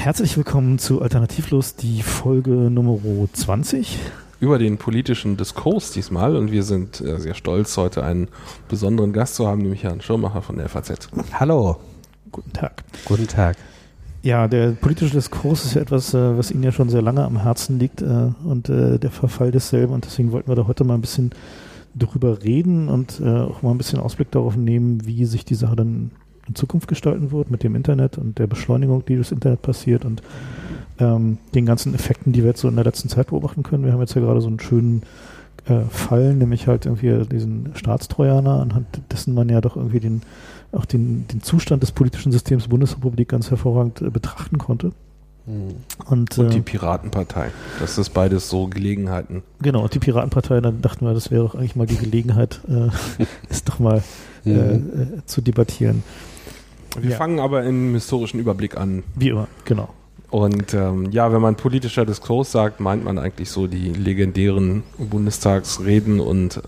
Herzlich willkommen zu Alternativlos, die Folge Nummer 20. Über den politischen Diskurs diesmal, und wir sind sehr stolz, heute einen besonderen Gast zu haben, nämlich Herrn Schirmacher von der FAZ. Hallo. Guten Tag. Guten Tag. Ja, der politische Diskurs ist ja etwas, was Ihnen ja schon sehr lange am Herzen liegt und der Verfall desselben, und deswegen wollten wir da heute mal ein bisschen drüber reden und auch mal ein bisschen Ausblick darauf nehmen, wie sich die Sache dann in Zukunft gestalten wird mit dem Internet und der Beschleunigung, die durchs Internet passiert, und den ganzen Effekten, die wir jetzt so in der letzten Zeit beobachten können. Wir haben jetzt ja gerade so einen schönen Fall, nämlich halt irgendwie diesen Staatstrojaner, anhand dessen man ja doch irgendwie den Zustand des politischen Systems der Bundesrepublik ganz hervorragend betrachten konnte. Und die Piratenpartei. Das ist beides so Gelegenheiten. Genau, und die Piratenpartei, dann dachten wir, das wäre doch eigentlich mal die Gelegenheit, es doch mal zu debattieren. Wir fangen aber im historischen Überblick an. Wie immer, genau. Und wenn man politischer Diskurs sagt, meint man eigentlich so die legendären Bundestagsreden und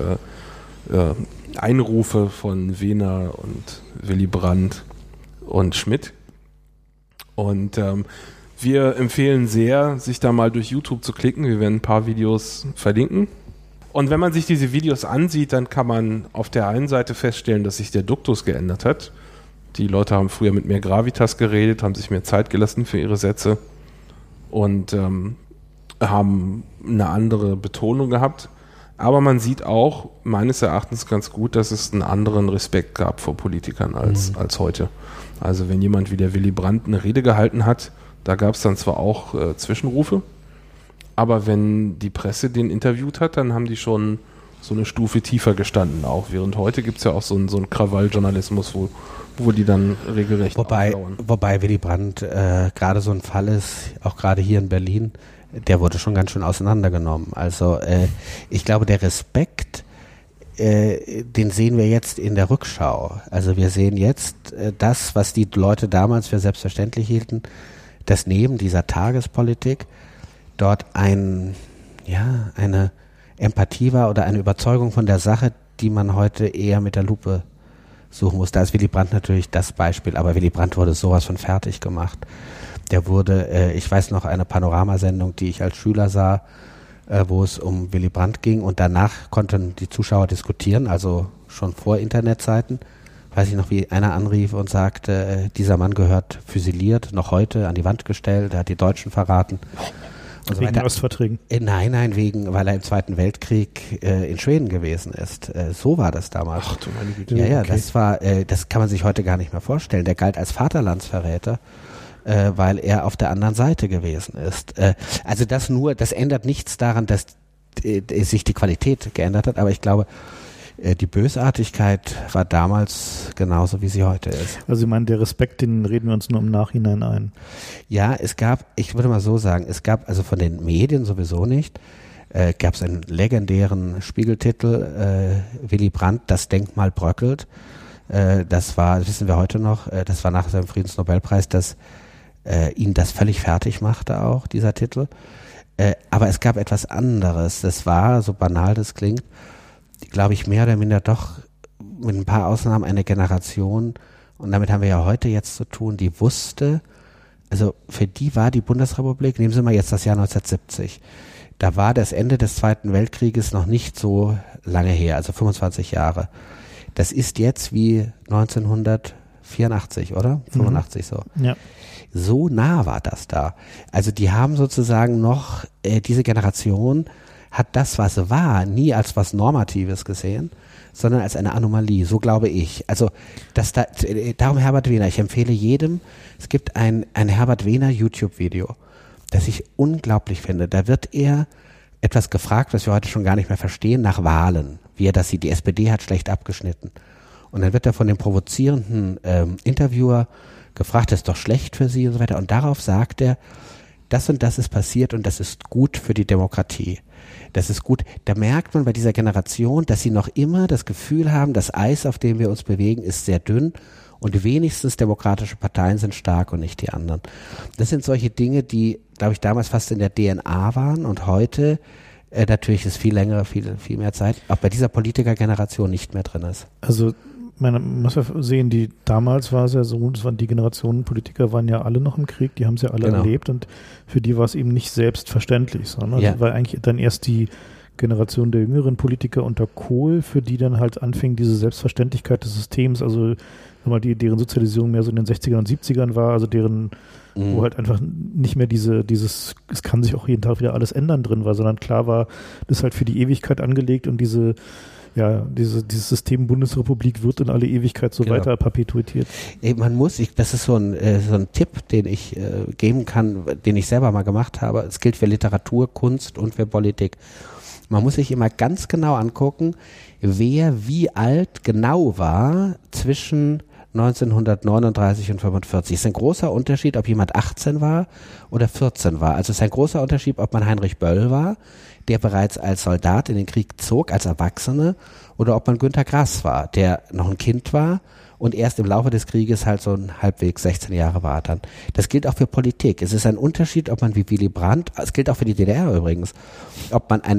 Einrufe von Wehner und Willy Brandt und Schmidt. Und wir empfehlen sehr, sich da mal durch YouTube zu klicken. Wir werden ein paar Videos verlinken. Und wenn man sich diese Videos ansieht, dann kann man auf der einen Seite feststellen, dass sich der Duktus geändert hat. Die Leute haben früher mit mehr Gravitas geredet, haben sich mehr Zeit gelassen für ihre Sätze und haben eine andere Betonung gehabt. Aber man sieht auch meines Erachtens ganz gut, dass es einen anderen Respekt gab vor Politikern als heute. Also wenn jemand wie der Willy Brandt eine Rede gehalten hat, da gab es dann zwar auch Zwischenrufe, aber wenn die Presse den interviewt hat, dann haben die schon so eine Stufe tiefer gestanden auch. Während heute gibt es ja auch so einen Krawalljournalismus, wo die dann regelrecht auflauern. Wobei Willy Brandt gerade so ein Fall ist, auch gerade hier in Berlin, der wurde schon ganz schön auseinandergenommen. Also ich glaube, der Respekt, den sehen wir jetzt in der Rückschau. Also wir sehen jetzt das, was die Leute damals für selbstverständlich hielten, dass neben dieser Tagespolitik dort eine Empathie war oder eine Überzeugung von der Sache, die man heute eher mit der Lupe suchen muss. Da ist Willy Brandt natürlich das Beispiel, aber Willy Brandt wurde sowas von fertig gemacht. Der wurde, ich weiß noch, eine Panoramasendung, die ich als Schüler sah, wo es um Willy Brandt ging, und danach konnten die Zuschauer diskutieren, also schon vor Internetzeiten. Weiß ich noch, wie einer anrief und sagte, dieser Mann gehört füsiliert, noch heute an die Wand gestellt, er hat die Deutschen verraten. Und wegen so Ostverträgen? Nein, weil er im Zweiten Weltkrieg in Schweden gewesen ist. So war das damals. Ach du meine Güte. Ja, okay. Das kann man sich heute gar nicht mehr vorstellen. Der galt als Vaterlandsverräter, weil er auf der anderen Seite gewesen ist. Also das ändert nichts daran, dass sich die Qualität geändert hat, aber ich glaube, die Bösartigkeit war damals genauso, wie sie heute ist. Also Sie meinen, der Respekt, den reden wir uns nur im Nachhinein ein? Ja, ich würde mal so sagen, es gab, also von den Medien sowieso nicht, gab es einen legendären Spiegeltitel, Willy Brandt, das Denkmal bröckelt. Das wissen wir heute noch, das war nach seinem Friedensnobelpreis, dass ihn das völlig fertig machte auch, dieser Titel. Aber es gab etwas anderes. Das war, so banal das klingt, glaube ich, mehr oder minder doch mit ein paar Ausnahmen eine Generation, und damit haben wir ja heute jetzt zu tun, die wusste, also für die war die Bundesrepublik, nehmen Sie mal jetzt das Jahr 1970, da war das Ende des Zweiten Weltkrieges noch nicht so lange her, also 25 Jahre. Das ist jetzt wie 1984, oder? 85 so. Ja. So nah war das da. Also die haben sozusagen noch, diese Generation hat das, was war, nie als was Normatives gesehen, sondern als eine Anomalie, so glaube ich. Also darum Herbert Wehner, ich empfehle jedem, es gibt ein Herbert Wehner YouTube-Video, das ich unglaublich finde. Da wird er etwas gefragt, was wir heute schon gar nicht mehr verstehen, nach Wahlen, wie er das sieht. Die SPD hat schlecht abgeschnitten. Und dann wird er von dem provozierenden Interviewer gefragt, das ist doch schlecht für Sie und so weiter. Und darauf sagt er, das und das ist passiert und das ist gut für die Demokratie. Das ist gut. Da merkt man bei dieser Generation, dass sie noch immer das Gefühl haben, das Eis, auf dem wir uns bewegen, ist sehr dünn und wenigstens demokratische Parteien sind stark und nicht die anderen. Das sind solche Dinge, die, glaube ich, damals fast in der DNA waren und heute natürlich ist viel längere, viel mehr Zeit, auch bei dieser Politikergeneration nicht mehr drin ist. Also man muss ja sehen, damals war es ja so, die Generationen Politiker waren ja alle noch im Krieg, die haben es ja alle erlebt und für die war es eben nicht selbstverständlich, sondern also war eigentlich dann erst die Generation der jüngeren Politiker unter Kohl, für die dann halt anfing, diese Selbstverständlichkeit des Systems, also deren Sozialisierung mehr so in den 60ern und 70ern war, also deren, wo halt einfach nicht mehr dieses, es kann sich auch jeden Tag wieder alles ändern drin war, sondern klar war, das ist halt für die Ewigkeit angelegt und dieses System Bundesrepublik wird in alle Ewigkeit so weiter perpetuiert. Das ist so ein Tipp, den ich geben kann, den ich selber mal gemacht habe. Es gilt für Literatur, Kunst und für Politik. Man muss sich immer ganz genau angucken, wer wie alt genau war zwischen 1939 und 45. Es ist ein großer Unterschied, ob jemand 18 war oder 14 war. Also es ist ein großer Unterschied, ob man Heinrich Böll war, der bereits als Soldat in den Krieg zog, als Erwachsene, oder ob man Günter Grass war, der noch ein Kind war und erst im Laufe des Krieges halt so ein halbwegs 16 Jahre war dann. Das gilt auch für Politik. Es ist ein Unterschied, ob man wie Willy Brandt, es gilt auch für die DDR übrigens, ob man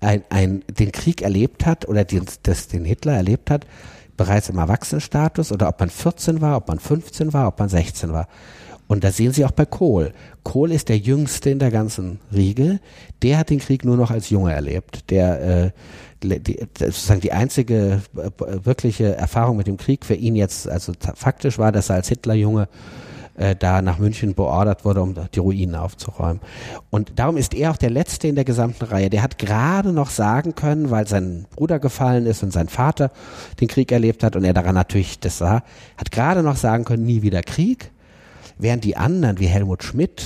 den Krieg erlebt hat oder den Hitler erlebt hat, bereits im Erwachsenenstatus, oder ob man 14 war, ob man 15 war, ob man 16 war. Und das sehen Sie auch bei Kohl. Kohl ist der Jüngste in der ganzen Riege. Der hat den Krieg nur noch als Junge erlebt. Sozusagen die einzige wirkliche Erfahrung mit dem Krieg für ihn jetzt, also faktisch war, dass er als Hitlerjunge da nach München beordert wurde, um die Ruinen aufzuräumen. Und darum ist er auch der Letzte in der gesamten Reihe. Der hat gerade noch sagen können, weil sein Bruder gefallen ist und sein Vater den Krieg erlebt hat und er daran natürlich das sah, hat gerade noch sagen können, nie wieder Krieg. Während die anderen, wie Helmut Schmidt,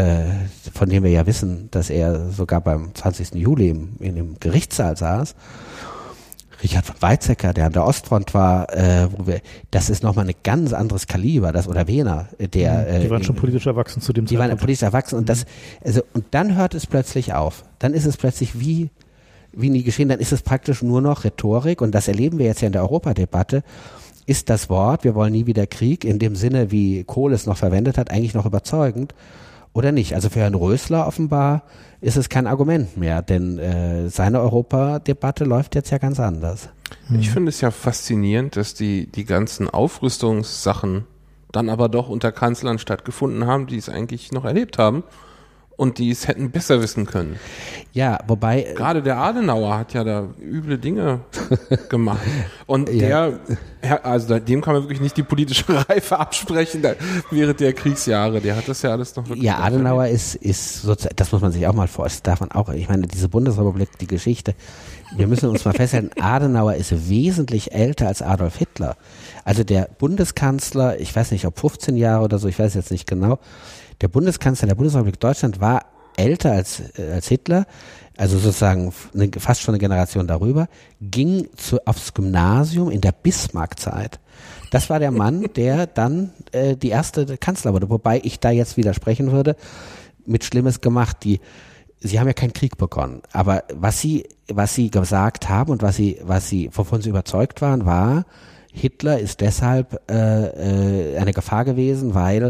von dem wir ja wissen, dass er sogar beim 20. Juli in dem Gerichtssaal saß, Richard von Weizsäcker, der an der Ostfront war, das ist nochmal ein ganz anderes Kaliber, oder Wehner, die waren schon politisch erwachsen zu dem Zeitpunkt. Die waren politisch erwachsen und und dann hört es plötzlich auf. Dann ist es plötzlich wie nie geschehen, dann ist es praktisch nur noch Rhetorik und das erleben wir jetzt ja in der Europadebatte. Ist das Wort, wir wollen nie wieder Krieg, in dem Sinne, wie Kohl es noch verwendet hat, eigentlich noch überzeugend oder nicht? Also für Herrn Rösler offenbar ist es kein Argument mehr, denn seine Europadebatte läuft jetzt ja ganz anders. Ich finde es ja faszinierend, dass die ganzen Aufrüstungssachen dann aber doch unter Kanzlern stattgefunden haben, die es eigentlich noch erlebt haben und die es hätten besser wissen können. Ja, wobei... Gerade der Adenauer hat ja da üble Dinge gemacht. Und dem kann man wirklich nicht die politische Reife absprechen während der Kriegsjahre. Der hat das ja alles noch wirklich... Ja, Adenauer ist sozusagen, das muss man sich auch mal vorstellen, darf man auch, ich meine, diese Bundesrepublik, die Geschichte, wir müssen uns mal festhalten, Adenauer ist wesentlich älter als Adolf Hitler. Also der Bundeskanzler, ich weiß nicht, ob 15 Jahre oder so, ich weiß jetzt nicht genau, der Bundeskanzler der Bundesrepublik Deutschland war älter als Hitler, also sozusagen fast schon eine Generation darüber, ging aufs Gymnasium in der Bismarck-Zeit. Das war der Mann, der dann die erste Kanzler wurde, wobei ich da jetzt widersprechen würde, mit Schlimmes gemacht, Sie haben ja keinen Krieg begonnen, aber was Sie gesagt haben und wovon Sie überzeugt waren, war, Hitler ist deshalb eine Gefahr gewesen, weil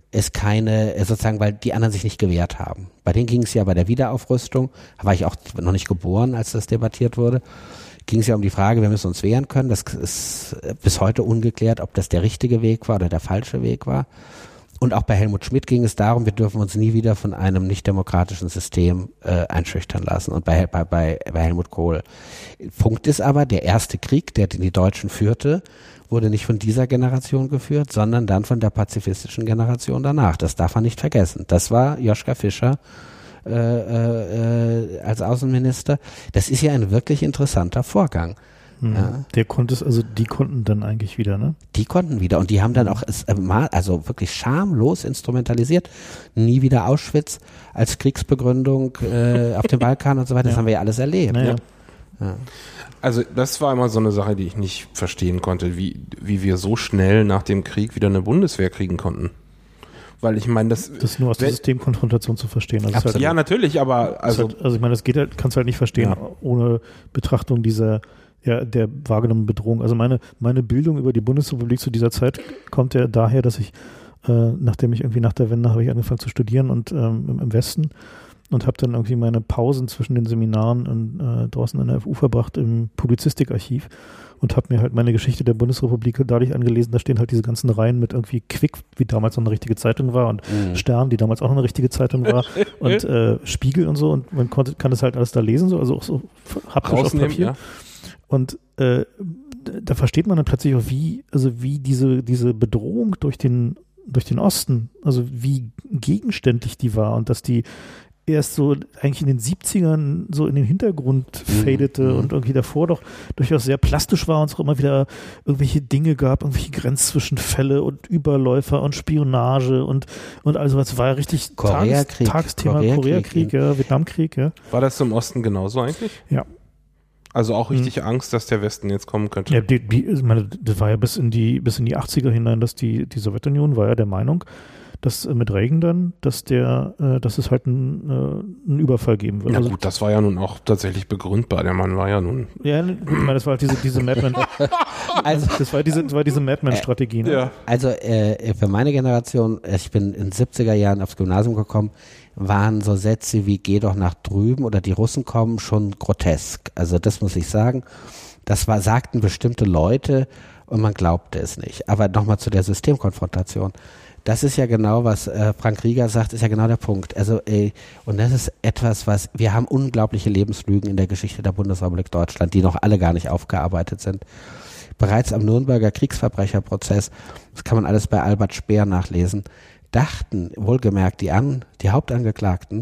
weil die anderen sich nicht gewehrt haben. Bei denen ging es ja bei der Wiederaufrüstung, da war ich auch noch nicht geboren, als das debattiert wurde, ging es ja um die Frage, wir müssen uns wehren können. Das ist bis heute ungeklärt, ob das der richtige Weg war oder der falsche Weg war. Und auch bei Helmut Schmidt ging es darum, wir dürfen uns nie wieder von einem nicht-demokratischen System einschüchtern lassen. Und bei Helmut Kohl. Punkt ist aber, der erste Krieg, den die Deutschen führte, wurde nicht von dieser Generation geführt, sondern dann von der pazifistischen Generation danach. Das darf man nicht vergessen. Das war Joschka Fischer als Außenminister. Das ist ja ein wirklich interessanter Vorgang. Ja. Die konnten dann eigentlich wieder, ne? Die konnten wieder und die haben dann auch also wirklich schamlos instrumentalisiert. Nie wieder Auschwitz als Kriegsbegründung auf dem Balkan und so weiter. Das haben wir ja alles erlebt. Naja. Ja. Also das war immer so eine Sache, die ich nicht verstehen konnte, wie wir so schnell nach dem Krieg wieder eine Bundeswehr kriegen konnten. Weil ich meine, das ist nur aus der Systemkonfrontation zu verstehen. Also ja, natürlich, aber also ich meine, das geht halt, kannst du halt nicht verstehen, ohne Betrachtung der wahrgenommenen Bedrohung. Also meine Bildung über die Bundesrepublik zu dieser Zeit kommt ja daher, dass ich, nachdem ich irgendwie nach der Wende habe ich angefangen zu studieren und im Westen und habe dann irgendwie meine Pausen zwischen den Seminaren draußen an der FU verbracht im Publizistikarchiv und habe mir halt meine Geschichte der Bundesrepublik dadurch angelesen, da stehen halt diese ganzen Reihen mit irgendwie Quick, wie damals noch eine richtige Zeitung war, und Stern, die damals auch noch eine richtige Zeitung war, und Spiegel und so, und man kann das halt alles da lesen, so, also auch so haptisch auf Papier. Ja. Und da versteht man dann plötzlich auch, wie diese Bedrohung durch den Osten, also wie gegenständlich die war, und dass die erst so eigentlich in den 70ern so in den Hintergrund fadete und irgendwie davor doch durchaus sehr plastisch war und es auch immer wieder irgendwelche Dinge gab, irgendwelche Grenzzwischenfälle und Überläufer und Spionage und also was war ja richtig Tagesthema, Koreakrieg, ja, Vietnamkrieg, ja. War das im Osten genauso eigentlich? Ja. Also auch richtig Angst, dass der Westen jetzt kommen könnte? Ja, das war ja bis in die 80er hinein, dass die Sowjetunion war ja der Meinung, dass mit Reagan dann, dass es halt einen Überfall geben wird. Ja gut, das war ja nun auch tatsächlich begründbar. Der Mann war ja nun... Ja, ich meine, das war halt diese Madman... das war diese Madman-Strategie. Ne? Ja. Also für meine Generation, ich bin in den 70er Jahren aufs Gymnasium gekommen, waren so Sätze wie "Geh doch nach drüben" oder "Die Russen kommen" schon grotesk. Also das muss ich sagen. Sagten bestimmte Leute und man glaubte es nicht. Aber nochmal zu der Systemkonfrontation. Das ist ja genau, was Frank Rieger sagt, ist ja genau der Punkt. Also, und das ist etwas, wir haben unglaubliche Lebenslügen in der Geschichte der Bundesrepublik Deutschland, die noch alle gar nicht aufgearbeitet sind. Bereits am Nürnberger Kriegsverbrecherprozess, das kann man alles bei Albert Speer nachlesen, dachten, wohlgemerkt die Hauptangeklagten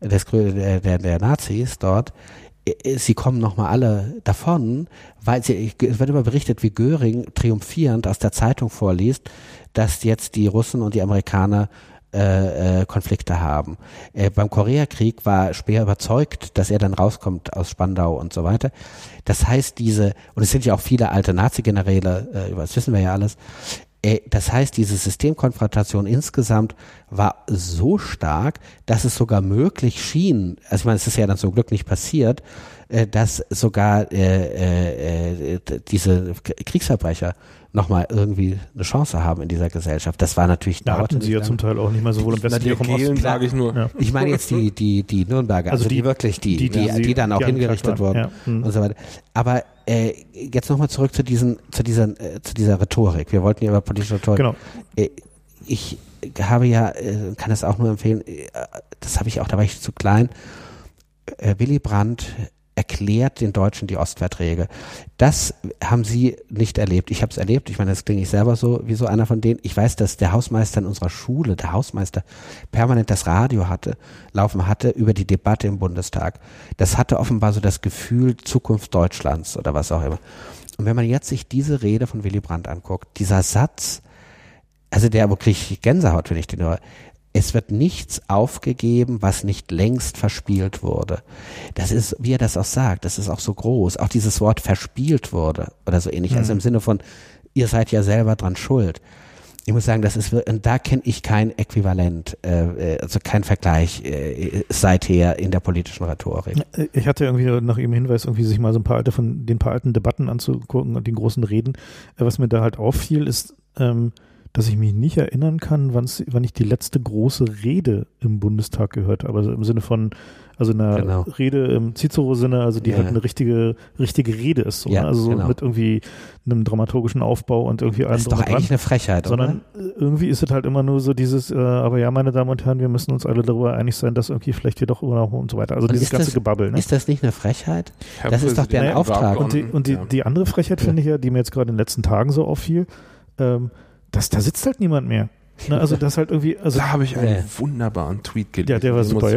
der Nazis dort, sie kommen nochmal alle davon, weil es wird immer berichtet, wie Göring triumphierend aus der Zeitung vorliest, dass jetzt die Russen und die Amerikaner Konflikte haben. Beim Koreakrieg war Speer überzeugt, dass er dann rauskommt aus Spandau und so weiter. Das heißt, und es sind ja auch viele alte Nazi-Generäle, das wissen wir ja alles, das heißt, diese Systemkonfrontation insgesamt war so stark, dass es sogar möglich schien, also ich meine, es ist ja dann zum Glück nicht passiert, dass sogar diese Kriegsverbrecher nochmal irgendwie eine Chance haben in dieser Gesellschaft. Das war natürlich... Da hatten sie ja zum Teil auch nicht mal sowohl im Westen wie auch im Osten. Sage ich nur. Ja. Ich meine jetzt die Nürnberger, also die dann auch hingerichtet wurden und so weiter. Aber jetzt nochmal zurück zu dieser Rhetorik. Wir wollten ja über politische Rhetorik. Genau. Ich habe ja, kann das auch nur empfehlen, das habe ich auch, da war ich zu klein, Willy Brandt erklärt den Deutschen die Ostverträge. Das haben sie nicht erlebt. Ich habe es erlebt. Ich meine, das klinge ich selber so wie so einer von denen. Ich weiß, dass der Hausmeister in unserer Schule, permanent das Radio laufen hatte über die Debatte im Bundestag. Das hatte offenbar so das Gefühl Zukunft Deutschlands oder was auch immer. Und wenn man jetzt sich diese Rede von Willy Brandt anguckt, dieser Satz, also wo kriege ich Gänsehaut, wenn ich den höre. Es wird nichts aufgegeben, was nicht längst verspielt wurde. Das ist, wie er das auch sagt, das ist auch so groß. Auch dieses Wort verspielt wurde oder so ähnlich. Also im Sinne von, ihr seid ja selber dran schuld. Ich muss sagen, und da kenne ich kein Äquivalent, also kein Vergleich seither in der politischen Rhetorik. Ich hatte irgendwie nach Ihrem Hinweis, irgendwie sich mal so ein paar alten Debatten anzugucken und den großen Reden. Was mir da halt auffiel, ist, dass ich mich nicht erinnern kann, wann ich die letzte große Rede im Bundestag gehört habe. Also im Sinne von, einer Rede im Cicero-Sinne, also die halt eine richtige Rede ist. So, ja, also so mit irgendwie einem dramaturgischen Aufbau und irgendwie allem. Das ist doch eigentlich eine Frechheit, sondern irgendwie ist es halt immer nur so dieses, aber ja, meine Damen und Herren, wir müssen uns alle darüber einig sein, dass irgendwie vielleicht wir doch und so weiter. Also und dieses ganze Gebabbel. Ne? Ist das nicht eine Frechheit? Das ist doch deren Auftrag. Und die andere Frechheit finde ich ja, die mir jetzt gerade in den letzten Tagen so auffiel, da sitzt halt niemand mehr. Ne, also das halt irgendwie. Also da habe ich einen wunderbaren Tweet gelesen. Ja, der war super.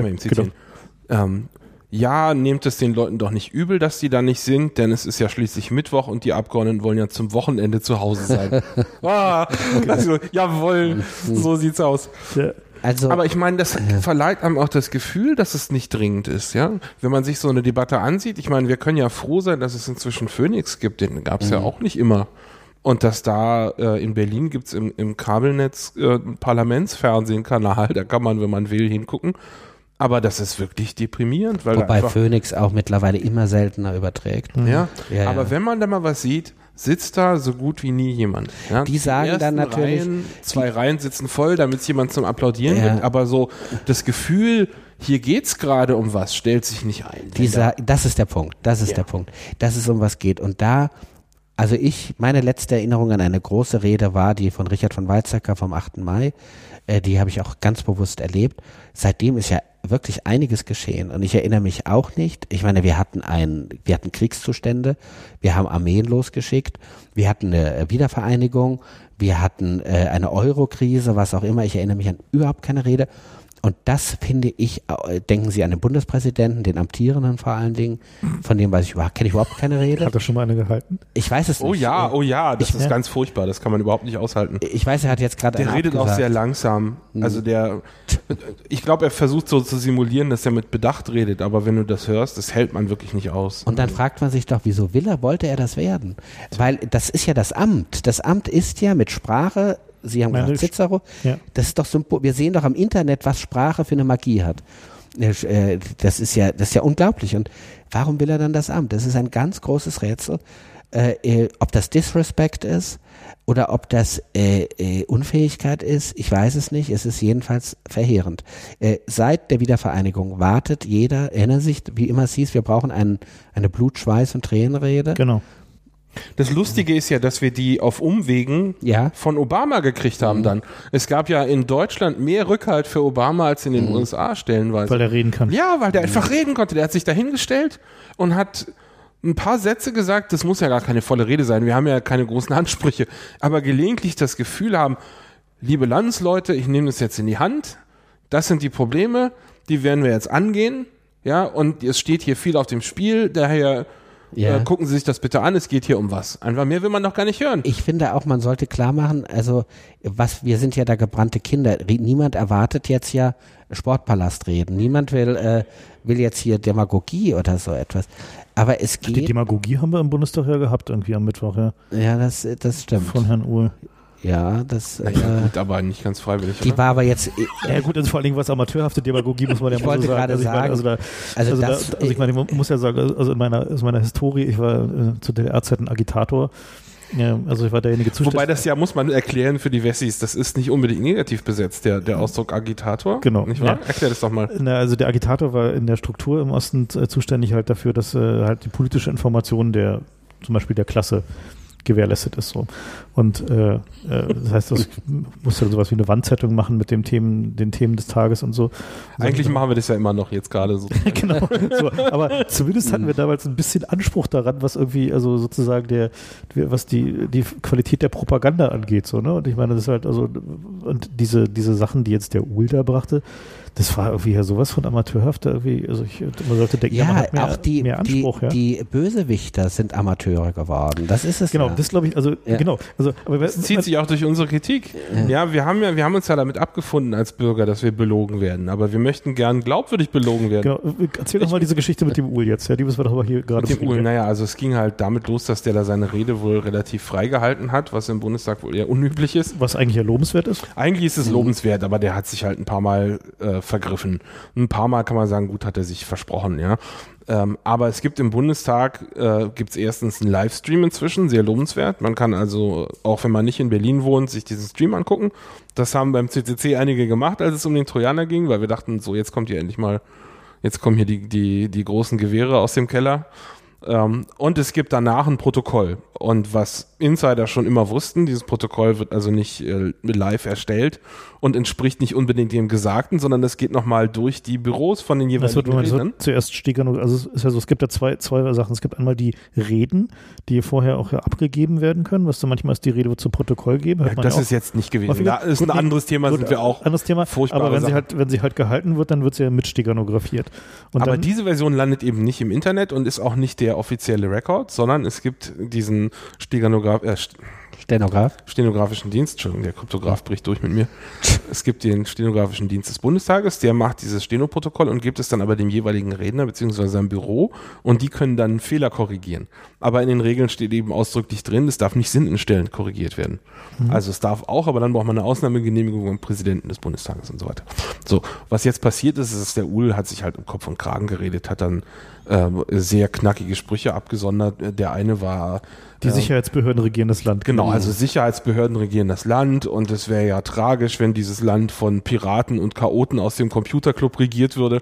Ja, nehmt es den Leuten doch nicht übel, dass die da nicht sind, denn es ist ja schließlich Mittwoch und die Abgeordneten wollen ja zum Wochenende zu Hause sein. Also, jawohl, so sieht's aus. Ja. Also, aber ich meine, das verleiht einem auch das Gefühl, dass es nicht dringend ist, ja. Wenn man sich so eine Debatte ansieht, ich meine, wir können ja froh sein, dass es inzwischen Phoenix gibt, den gab es ja auch nicht immer. Und dass da in Berlin gibt's im Kabelnetz einen Parlamentsfernsehkanal, da kann man, wenn man will, hingucken. Aber das ist wirklich deprimierend. Wobei Phoenix auch mittlerweile immer seltener überträgt. Ja, aber wenn man da mal was sieht, sitzt da so gut wie nie jemand. Ja? Die sagen dann natürlich... Zwei Reihen sitzen voll, damit es jemand zum Applaudieren gibt. Aber so das Gefühl... Hier geht's gerade um was, stellt sich nicht ein. Das ist der Punkt. Das ist der Punkt. Dass es um was geht. Und da Also meine letzte Erinnerung an eine große Rede war die von Richard von Weizsäcker vom 8. Mai. Die habe ich auch ganz bewusst erlebt. Seitdem ist ja wirklich einiges geschehen. Und ich erinnere mich auch nicht. Ich meine, wir hatten Kriegszustände. Wir haben Armeen losgeschickt. Wir hatten eine Wiedervereinigung. Wir hatten eine Euro-Krise, was auch immer. Ich erinnere mich an überhaupt keine Rede. Und das finde ich, denken Sie an den Bundespräsidenten, den amtierenden vor allen Dingen, von dem kenne ich überhaupt keine Rede. Hat er schon mal eine gehalten? Ich weiß es nicht. Oh ja, das ist ganz furchtbar, das kann man überhaupt nicht aushalten. Ich weiß, er hat jetzt gerade Der redet auch sehr langsam. Also ich glaube, er versucht so zu simulieren, dass er mit Bedacht redet, aber wenn du das hörst, das hält man wirklich nicht aus. Und dann fragt man sich doch, wieso wollte er das werden? Weil das ist ja das Amt. Das Amt ist ja mit Sprache, Sie haben gesagt Cicero, ja. Das ist doch wir sehen doch am Internet, was Sprache für eine Magie hat. Das ist ja unglaublich. Und warum will er dann das Amt? Das ist ein ganz großes Rätsel. Ob das Disrespect ist oder ob das Unfähigkeit ist, ich weiß es nicht. Es ist jedenfalls verheerend. Seit der Wiedervereinigung wartet jeder, erinnert sich, wie immer es hieß, wir brauchen eine Blut-, Schweiß- und Tränenrede. Genau. Das Lustige ist ja, dass wir die auf Umwegen von Obama gekriegt haben dann. Es gab ja in Deutschland mehr Rückhalt für Obama als in den USA stellenweise. Weil er reden kann. Ja, weil der einfach reden konnte. Der hat sich da hingestellt und hat ein paar Sätze gesagt, das muss ja gar keine volle Rede sein, wir haben ja keine großen Ansprüche, aber gelegentlich das Gefühl haben, liebe Landsleute, ich nehme das jetzt in die Hand, das sind die Probleme, die werden wir jetzt angehen, ja, und es steht hier viel auf dem Spiel, daher gucken Sie sich das bitte an, es geht hier um was. Einfach mehr will man doch gar nicht hören. Ich finde auch, man sollte klar machen, also wir sind ja da gebrannte Kinder. Niemand erwartet jetzt ja Sportpalast reden. Niemand will jetzt hier Demagogie oder so etwas. Aber es geht. Die Demagogie haben wir im Bundestag ja gehabt, irgendwie am Mittwoch, ja. Ja, das stimmt. Von Herrn Uhl. Ja, das. Gut, aber nicht ganz freiwillig. Die war aber jetzt. Ja, gut, also vor allen Dingen was amateurhafte Demagogie, muss man ja mal so sagen. Ich meine, ich muss ja sagen, also aus meiner Historie, ich war zu DDR-Zeiten Agitator. Ja, also ich war derjenige zuständig. Wobei das ja, muss man erklären für die Wessis, das ist nicht unbedingt negativ besetzt, der Ausdruck Agitator. Genau. Nicht wahr? Ja. Erklär das doch mal. Also der Agitator war in der Struktur im Osten zuständig halt dafür, dass halt die politische Information zum Beispiel der Klasse gewährleistet ist. So. Und das heißt, ich musste sowas wie eine Wandzeitung machen mit den Themen des Tages und so. Eigentlich machen wir das ja immer noch jetzt gerade so. Genau. So, aber zumindest hatten wir damals ein bisschen Anspruch daran, was irgendwie, also sozusagen was die Qualität der Propaganda angeht. So, ne? Und ich meine, das ist halt, also, und diese Sachen, die jetzt der Uhl da brachte, das war irgendwie ja sowas von amateurhaft. Irgendwie, also man sollte denken, man hat mehr Anspruch. Die Bösewichter sind Amateure geworden. Das ist es. Genau, das glaube ich, genau. Also, aber das zieht sich auch durch unsere Kritik. Ja, wir haben uns ja damit abgefunden als Bürger, dass wir belogen werden. Aber wir möchten gern glaubwürdig belogen werden. Genau, erzähl doch mal diese Geschichte mit dem Uhl jetzt. Ja, die müssen wir doch aber hier gerade mit dem Uhl, naja, also es ging halt damit los, dass der da seine Rede wohl relativ frei gehalten hat, was im Bundestag wohl eher unüblich ist. Was eigentlich ja lobenswert ist? Eigentlich ist es lobenswert, aber der hat sich halt ein paar Mal vergriffen. Ein paar Mal kann man sagen, gut, hat er sich versprochen, ja. Aber es gibt im Bundestag, gibt's erstens einen Livestream inzwischen, sehr lobenswert. Man kann also, auch wenn man nicht in Berlin wohnt, sich diesen Stream angucken. Das haben beim CCC einige gemacht, als es um den Trojaner ging, weil wir dachten, so jetzt kommen hier die großen Gewehre aus dem Keller. Und es gibt danach ein Protokoll. Und was Insider schon immer wussten, dieses Protokoll wird also nicht live erstellt und entspricht nicht unbedingt dem Gesagten, sondern es geht nochmal durch die Büros von den jeweiligen Rednern. Zuerst Stegano, also es ist ja so, es gibt ja zwei Sachen. Es gibt einmal die Reden, die vorher auch abgegeben werden können, was dann manchmal ist, die Rede wird zu Protokoll geben. Das ist jetzt nicht gewesen. Da ist ein anderes Thema, sind wir auch furchtbar. Aber wenn sie halt gehalten wird, dann wird sie ja mit stenografiert. Aber diese Version landet eben nicht im Internet und ist auch nicht der offizielle Rekord, sondern es gibt diesen stenografischen Dienst, Entschuldigung, der Kryptograf bricht durch mit mir. Es gibt den stenografischen Dienst des Bundestages, der macht dieses Stenoprotokoll und gibt es dann aber dem jeweiligen Redner bzw. seinem Büro und die können dann Fehler korrigieren. Aber in den Regeln steht eben ausdrücklich drin, es darf nicht sinnentstellend korrigiert werden. Also es darf auch, aber dann braucht man eine Ausnahmegenehmigung beim Präsidenten des Bundestages und so weiter. So, was jetzt passiert ist, der Uhl hat sich halt im Kopf und Kragen geredet, hat dann sehr knackige Sprüche abgesondert. Der eine war die Sicherheitsbehörden regieren das Land. Genau, also Sicherheitsbehörden regieren das Land und es wäre ja tragisch, wenn dieses Land von Piraten und Chaoten aus dem Computerclub regiert würde.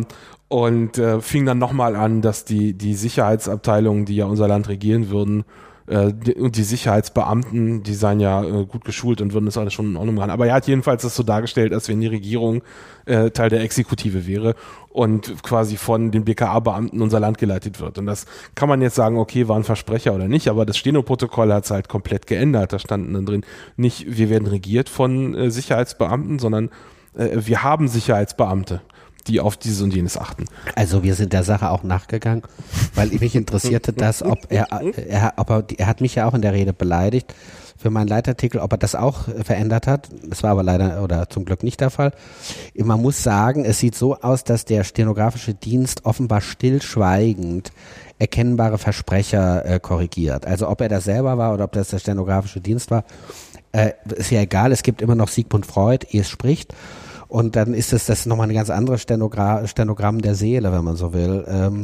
Und fing dann nochmal an, dass die Sicherheitsabteilungen, die ja unser Land regieren würden, Und die Sicherheitsbeamten, die seien ja gut geschult und würden das alles schon in Ordnung machen. Aber er hat jedenfalls das so dargestellt, als wenn die Regierung Teil der Exekutive wäre und quasi von den BKA-Beamten unser Land geleitet wird. Und das kann man jetzt sagen, okay, war ein Versprecher oder nicht, aber das Steno-Protokoll hat es halt komplett geändert. Da standen dann drin, nicht wir werden regiert von Sicherheitsbeamten, sondern wir haben Sicherheitsbeamte, die auf dieses und jenes achten. Also wir sind der Sache auch nachgegangen, weil mich interessierte das, er hat mich ja auch in der Rede beleidigt für meinen Leitartikel, ob er das auch verändert hat. Das war aber leider oder zum Glück nicht der Fall. Man muss sagen, es sieht so aus, dass der stenografische Dienst offenbar stillschweigend erkennbare Versprecher korrigiert. Also ob er das selber war oder ob das der stenografische Dienst war, ist ja egal. Es gibt immer noch Sigmund Freud, es spricht. Und dann ist das nochmal eine ganz andere Stenogramm der Seele, wenn man so will.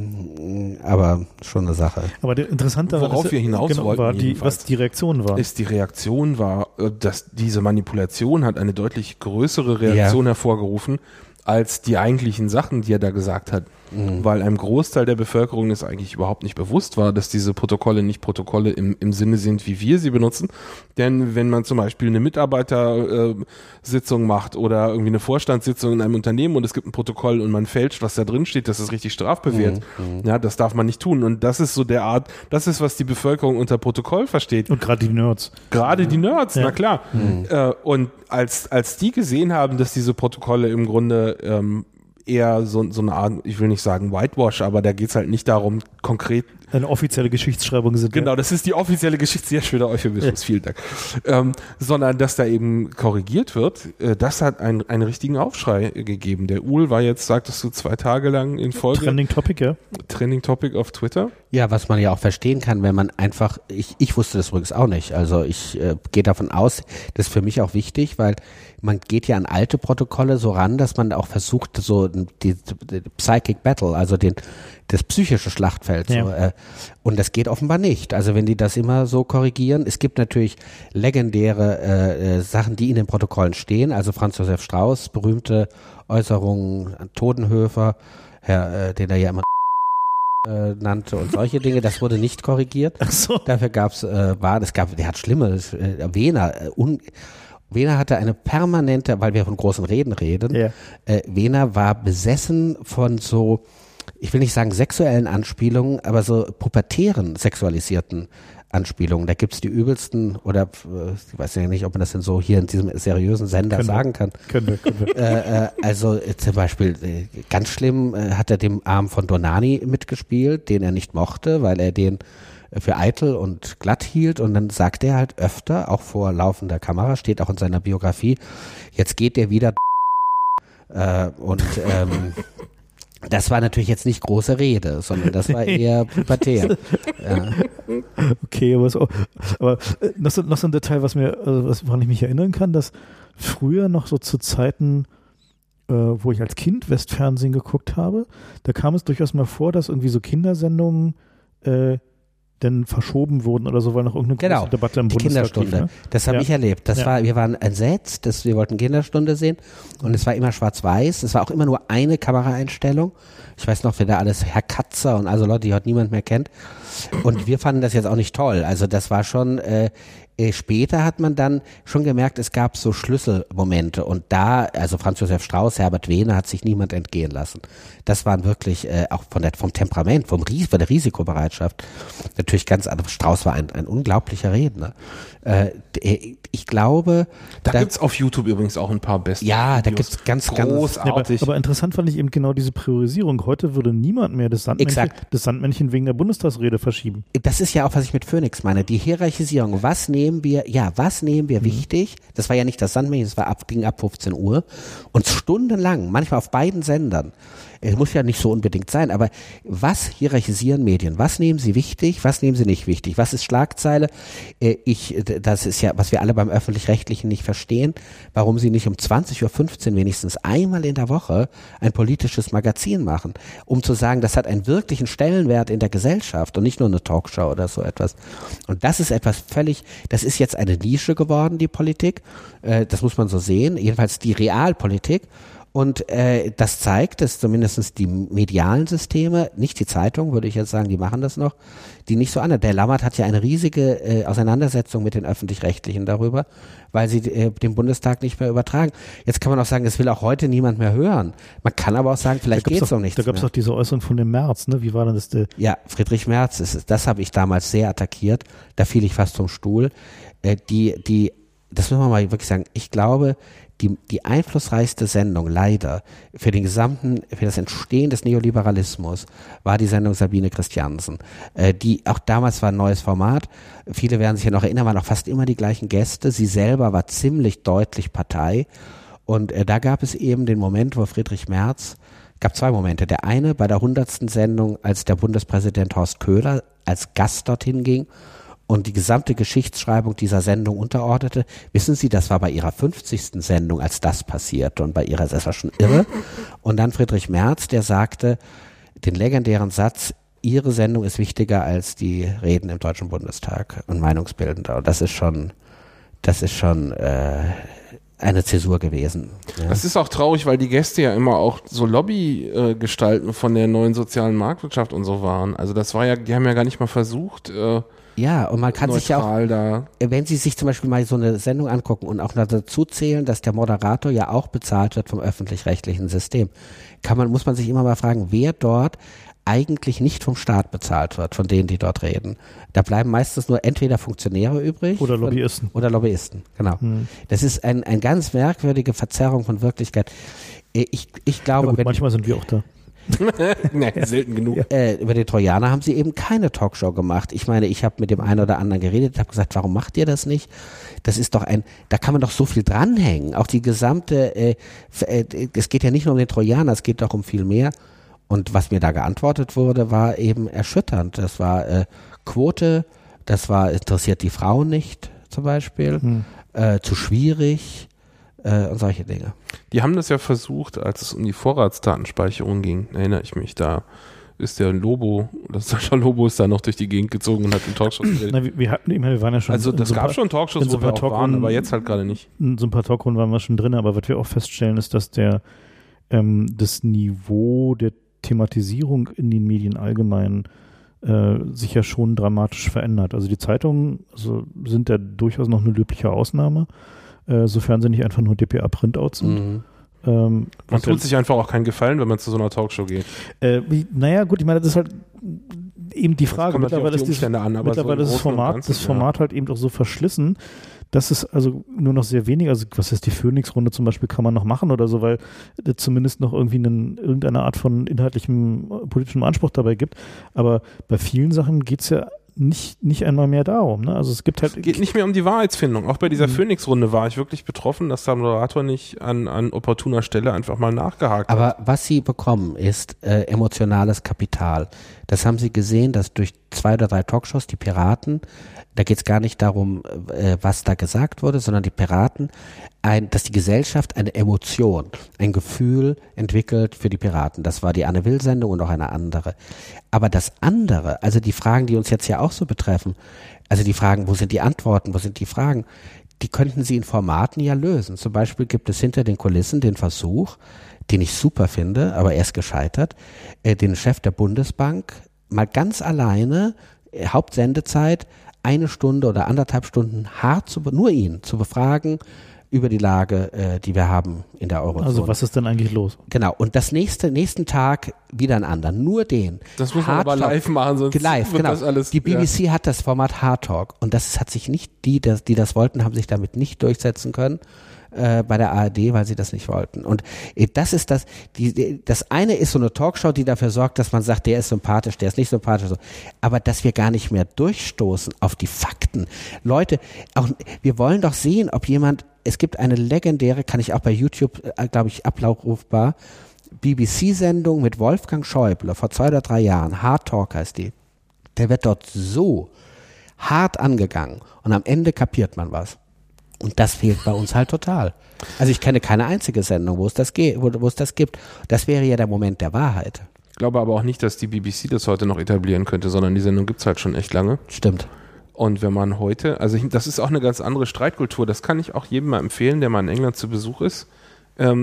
Aber schon eine Sache. Aber der interessante worauf wir hinaus wollten, war was die Reaktion war. Die Reaktion war, dass diese Manipulation hat eine deutlich größere Reaktion hervorgerufen als die eigentlichen Sachen, die er da gesagt hat. Weil einem Großteil der Bevölkerung es eigentlich überhaupt nicht bewusst war, dass diese Protokolle nicht Protokolle im Sinne sind, wie wir sie benutzen. Denn wenn man zum Beispiel eine Mitarbeitersitzung macht oder irgendwie eine Vorstandssitzung in einem Unternehmen und es gibt ein Protokoll und man fälscht, was da drin steht, das ist richtig strafbewehrt. Ja, das darf man nicht tun. Und das ist so das ist, was die Bevölkerung unter Protokoll versteht. Und gerade die Nerds. Die Nerds, na klar. Und als die gesehen haben, dass diese Protokolle im Grunde eher so eine Art, ich will nicht sagen Whitewash, aber da geht's halt nicht darum, konkret eine offizielle Geschichtsschreibung sind. Genau, das ist die offizielle sehr schöner Euphemismus, vielen Dank. Sondern, dass da eben korrigiert wird, das hat einen richtigen Aufschrei gegeben. Der Uhl war jetzt, sagtest du, 2 Tage lang in Folge. Trending Topic, ja. Trending Topic auf Twitter. Ja, was man ja auch verstehen kann, wenn man einfach, ich wusste das übrigens auch nicht, also ich gehe davon aus, das ist für mich auch wichtig, weil man geht ja an alte Protokolle so ran, dass man auch versucht, so die Psychic Battle, also das psychische Schlachtfeld. Ja. So, und das geht offenbar nicht. Also wenn die das immer so korrigieren, es gibt natürlich legendäre Sachen, die in den Protokollen stehen, also Franz Josef Strauß, berühmte Äußerungen an Todenhöfer, den er ja immer nannte und solche Dinge, das wurde nicht korrigiert. Ach so. Dafür der hat Schlimmes, Wehner hatte eine permanente, weil wir von großen Reden reden, Wehner war besessen von so, ich will nicht sagen sexuellen Anspielungen, aber so pubertären, sexualisierten Anspielungen. Da gibt's die übelsten, oder ich weiß ja nicht, ob man das denn so hier in diesem seriösen Sender sagen kann. Können wir. Also zum Beispiel, ganz schlimm hat er dem Arm von Donani mitgespielt, den er nicht mochte, weil er den für eitel und glatt hielt, und dann sagt er halt öfter, auch vor laufender Kamera, steht auch in seiner Biografie, jetzt geht der wieder das war natürlich jetzt nicht große Rede, sondern das war eher pubertär. Ja. Okay, aber noch so ein Detail, woran ich mich erinnern kann, dass früher noch so zu Zeiten, wo ich als Kind Westfernsehen geguckt habe, da kam es durchaus mal vor, dass irgendwie so Kindersendungen denn verschoben wurden oder so, weil noch irgendeine große Debatte im Bundestag Kinderstunde. Lief, ne? Das habe ich erlebt. Wir waren entsetzt, wir wollten Kinderstunde sehen, und es war immer schwarz-weiß. Es war auch immer nur eine Kameraeinstellung. Ich weiß noch, wer da alles, Herr Katzer und also Leute, die heute niemand mehr kennt. Und wir fanden das jetzt auch nicht toll. Also das war schon, später hat man dann schon gemerkt, es gab so Schlüsselmomente, und also Franz Josef Strauß, Herbert Wehner, hat sich niemand entgehen lassen. Das waren wirklich auch vom Temperament, von der Risikobereitschaft natürlich ganz anders. Strauß war ein unglaublicher Redner. Ich glaube, da gibt's auf YouTube übrigens auch ein paar beste. Ja, da gibt's ganz großartig. Aber interessant fand ich eben genau diese Priorisierung. Heute würde niemand mehr das Sandmännchen wegen der Bundestagsrede verschieben. Das ist ja auch, was ich mit Phoenix meine. Die Hierarchisierung. Was nehmen wir wichtig? Das war ja nicht das Sandmännchen, das ging ab 15 Uhr. Und stundenlang, manchmal auf beiden Sendern, es muss ja nicht so unbedingt sein, aber was hierarchisieren Medien? Was nehmen sie wichtig? Was nehmen sie nicht wichtig? Was ist Schlagzeile? Das ist ja, was wir alle beim Öffentlich-Rechtlichen nicht verstehen, warum sie nicht um 20:15 Uhr wenigstens einmal in der Woche ein politisches Magazin machen, um zu sagen, das hat einen wirklichen Stellenwert in der Gesellschaft und nicht nur eine Talkshow oder so etwas. Und das ist das ist jetzt eine Nische geworden, die Politik. Das muss man so sehen, jedenfalls die Realpolitik. Und das zeigt, dass zumindest die medialen Systeme, nicht die Zeitung, würde ich jetzt sagen, die machen das noch, die nicht so an. Der Lammert hat ja eine riesige Auseinandersetzung mit den Öffentlich-Rechtlichen darüber, weil sie den Bundestag nicht mehr übertragen. Jetzt kann man auch sagen, das will auch heute niemand mehr hören. Man kann aber auch sagen, vielleicht geht es um nichts mehr. Da gab es doch diese Äußerung von dem Merz, ne? Wie war denn das? Ja, Friedrich Merz, das habe ich damals sehr attackiert. Da fiel ich fast vom Stuhl. Das müssen wir mal wirklich sagen, ich glaube, die einflussreichste Sendung leider für das Entstehen des Neoliberalismus war die Sendung Sabine Christiansen. Die auch damals war ein neues Format. Viele werden sich ja noch erinnern, waren auch fast immer die gleichen Gäste. Sie selber war ziemlich deutlich Partei. Und da gab es eben den Moment, wo Friedrich Merz, gab zwei Momente. Der eine bei der 100. Sendung, als der Bundespräsident Horst Köhler als Gast dorthin ging und die gesamte Geschichtsschreibung dieser Sendung unterordnete. Wissen Sie, das war bei ihrer 50. Sendung, als das passierte und bei ihrer, das war schon irre. Und dann Friedrich Merz, der sagte den legendären Satz, Ihre Sendung ist wichtiger als die Reden im Deutschen Bundestag und meinungsbildender. Und das ist schon eine Zäsur gewesen. Ja. Das ist auch traurig, weil die Gäste ja immer auch so Lobbygestalten von der neuen sozialen Marktwirtschaft und so waren. Also das war ja, die haben ja gar nicht mal versucht, ja, und man kann sich ja auch, wenn Sie sich zum Beispiel mal so eine Sendung angucken und auch dazu zählen, dass der Moderator ja auch bezahlt wird vom öffentlich-rechtlichen System, muss man sich immer mal fragen, wer dort eigentlich nicht vom Staat bezahlt wird, von denen, die dort reden. Da bleiben meistens nur entweder Funktionäre übrig. Oder Lobbyisten. Genau. Das ist eine ganz merkwürdige Verzerrung von Wirklichkeit. Ich glaube, ja gut, manchmal sind wir auch da. Nee, selten genug. Über den Trojaner haben sie eben keine Talkshow gemacht. Ich meine, ich habe mit dem einen oder anderen geredet, habe gesagt, warum macht ihr das nicht? Das ist doch da kann man doch so viel dranhängen. Auch die gesamte, es geht ja nicht nur um den Trojaner, es geht doch um viel mehr. Und was mir da geantwortet wurde, war eben erschütternd. Das war Quote, interessiert die Frauen nicht zum Beispiel, zu schwierig und solche Dinge. Die haben das ja versucht, als es um die Vorratsdatenspeicherung ging, erinnere ich mich, da ist der Sascha Lobo ist da noch durch die Gegend gezogen und hat in Talkshows geredet. Wir waren ja schon. Also das gab schon Talkshows, wo wir auch waren, aber jetzt halt gerade nicht. In so ein paar Talkrunden waren wir schon drin, aber was wir auch feststellen, ist, dass das Niveau der Thematisierung in den Medien allgemein sich ja schon dramatisch verändert. Also die Zeitungen sind ja durchaus noch eine löbliche Ausnahme, sofern sie nicht einfach nur DPA-Printouts sind. Man tut sich einfach auch keinen Gefallen, wenn man zu so einer Talkshow geht. Naja, gut, ich meine, das ist halt eben die Frage. Mittlerweile ist das Format halt eben auch so verschlissen, dass es also nur noch sehr wenig, also was ist die Phoenix-Runde zum Beispiel, kann man noch machen oder so, weil es zumindest noch irgendwie irgendeine Art von inhaltlichem politischem Anspruch dabei gibt. Aber bei vielen Sachen geht es ja nicht einmal mehr darum. Ne? Also es geht nicht mehr um die Wahrheitsfindung. Auch bei dieser Phoenix-Runde war ich wirklich betroffen, dass der Moderator nicht an opportuner Stelle einfach mal nachgehakt hat. Aber was sie bekommen, ist emotionales Kapital. Das haben sie gesehen, dass durch 2 oder 3 Talkshows die Piraten, da geht es gar nicht darum, was da gesagt wurde, sondern die Piraten, dass die Gesellschaft eine Emotion, ein Gefühl entwickelt für die Piraten. Das war die Anne-Will-Sendung und auch eine andere. Aber das andere, also die Fragen, die uns jetzt ja auch so betreffen, also die Fragen, wo sind die Antworten, wo sind die Fragen, die könnten sie in Formaten ja lösen. Zum Beispiel gibt es hinter den Kulissen den Versuch, den ich super finde, aber er ist gescheitert, den Chef der Bundesbank mal ganz alleine, Hauptsendezeit, 1 Stunde oder 1,5 Stunden nur ihn zu befragen über die Lage, die wir haben in der Eurozone. Also was ist denn eigentlich los? Genau. Und nächsten Tag wieder einen anderen. Nur den. Das muss man aber live machen, sonst live, wird genau. Das alles... Die BBC hat das Format Hard Talk und das hat sich nicht, die das wollten, haben sich damit nicht durchsetzen können bei der ARD, weil sie das nicht wollten. Und das ist das eine ist so eine Talkshow, die dafür sorgt, dass man sagt, der ist sympathisch, der ist nicht sympathisch. So. Aber dass wir gar nicht mehr durchstoßen auf die Fakten. Leute, wir wollen doch sehen, ob es gibt eine legendäre, kann ich auch bei YouTube, glaube ich, abrufbar, BBC-Sendung mit Wolfgang Schäuble vor 2 oder 3 Jahren, Hard Talk heißt die. Der wird dort so hart angegangen und am Ende kapiert man was. Und das fehlt bei uns halt total. Also ich kenne keine einzige Sendung, wo es das gibt. Das wäre ja der Moment der Wahrheit. Ich glaube aber auch nicht, dass die BBC das heute noch etablieren könnte, sondern die Sendung gibt es halt schon echt lange. Stimmt. Und wenn man heute, also das ist auch eine ganz andere Streitkultur, das kann ich auch jedem mal empfehlen, der mal in England zu Besuch ist.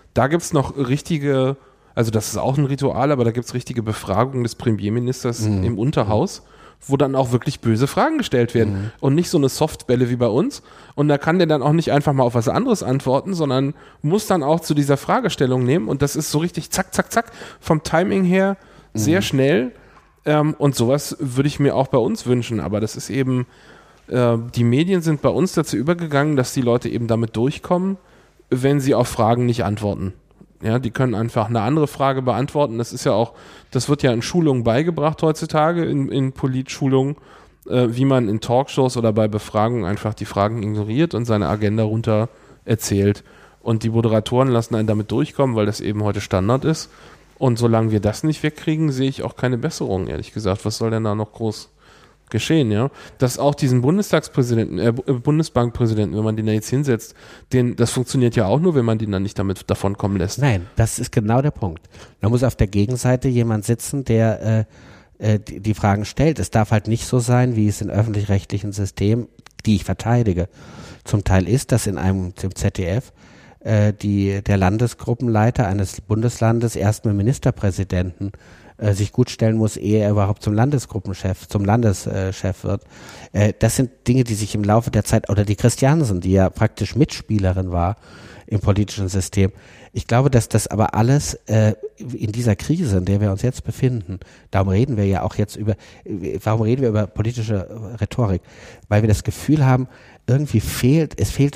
Da gibt es noch richtige, also das ist auch ein Ritual, aber da gibt es richtige Befragungen des Premierministers im Unterhaus, wo dann auch wirklich böse Fragen gestellt werden und nicht so eine Softbälle wie bei uns. Und da kann der dann auch nicht einfach mal auf was anderes antworten, sondern muss dann auch zu dieser Fragestellung nehmen. Und das ist so richtig zack, zack, zack, vom Timing her sehr schnell. Und sowas würde ich mir auch bei uns wünschen. Aber das ist eben, die Medien sind bei uns dazu übergegangen, dass die Leute eben damit durchkommen, wenn sie auf Fragen nicht antworten. Ja, die können einfach eine andere Frage beantworten. Das ist ja auch, das wird ja in Schulungen beigebracht heutzutage, in Politschulungen, wie man in Talkshows oder bei Befragungen einfach die Fragen ignoriert und seine Agenda runter erzählt. Und die Moderatoren lassen einen damit durchkommen, weil das eben heute Standard ist. Und solange wir das nicht wegkriegen, sehe ich auch keine Besserung, ehrlich gesagt. Was soll denn da noch groß geschehen, ja? Dass auch diesen Bundesbankpräsidenten, wenn man den da jetzt hinsetzt, das funktioniert ja auch nur, wenn man den dann nicht damit davonkommen lässt. Nein, das ist genau der Punkt. Da muss auf der Gegenseite jemand sitzen, der die Fragen stellt. Es darf halt nicht so sein, wie es in öffentlich-rechtlichen Systemen, die ich verteidige, zum Teil ist, dass dem ZDF der Landesgruppenleiter eines Bundeslandes erst mit dem Ministerpräsidenten sich gut stellen muss, ehe er überhaupt zum Landesgruppenchef, zum Landeschef wird. Das sind Dinge, die sich im Laufe der Zeit, oder die Christiansen, die ja praktisch Mitspielerin war im politischen System. Ich glaube, dass das aber alles in dieser Krise, in der wir uns jetzt befinden, warum reden wir über politische Rhetorik? Weil wir das Gefühl haben, es fehlt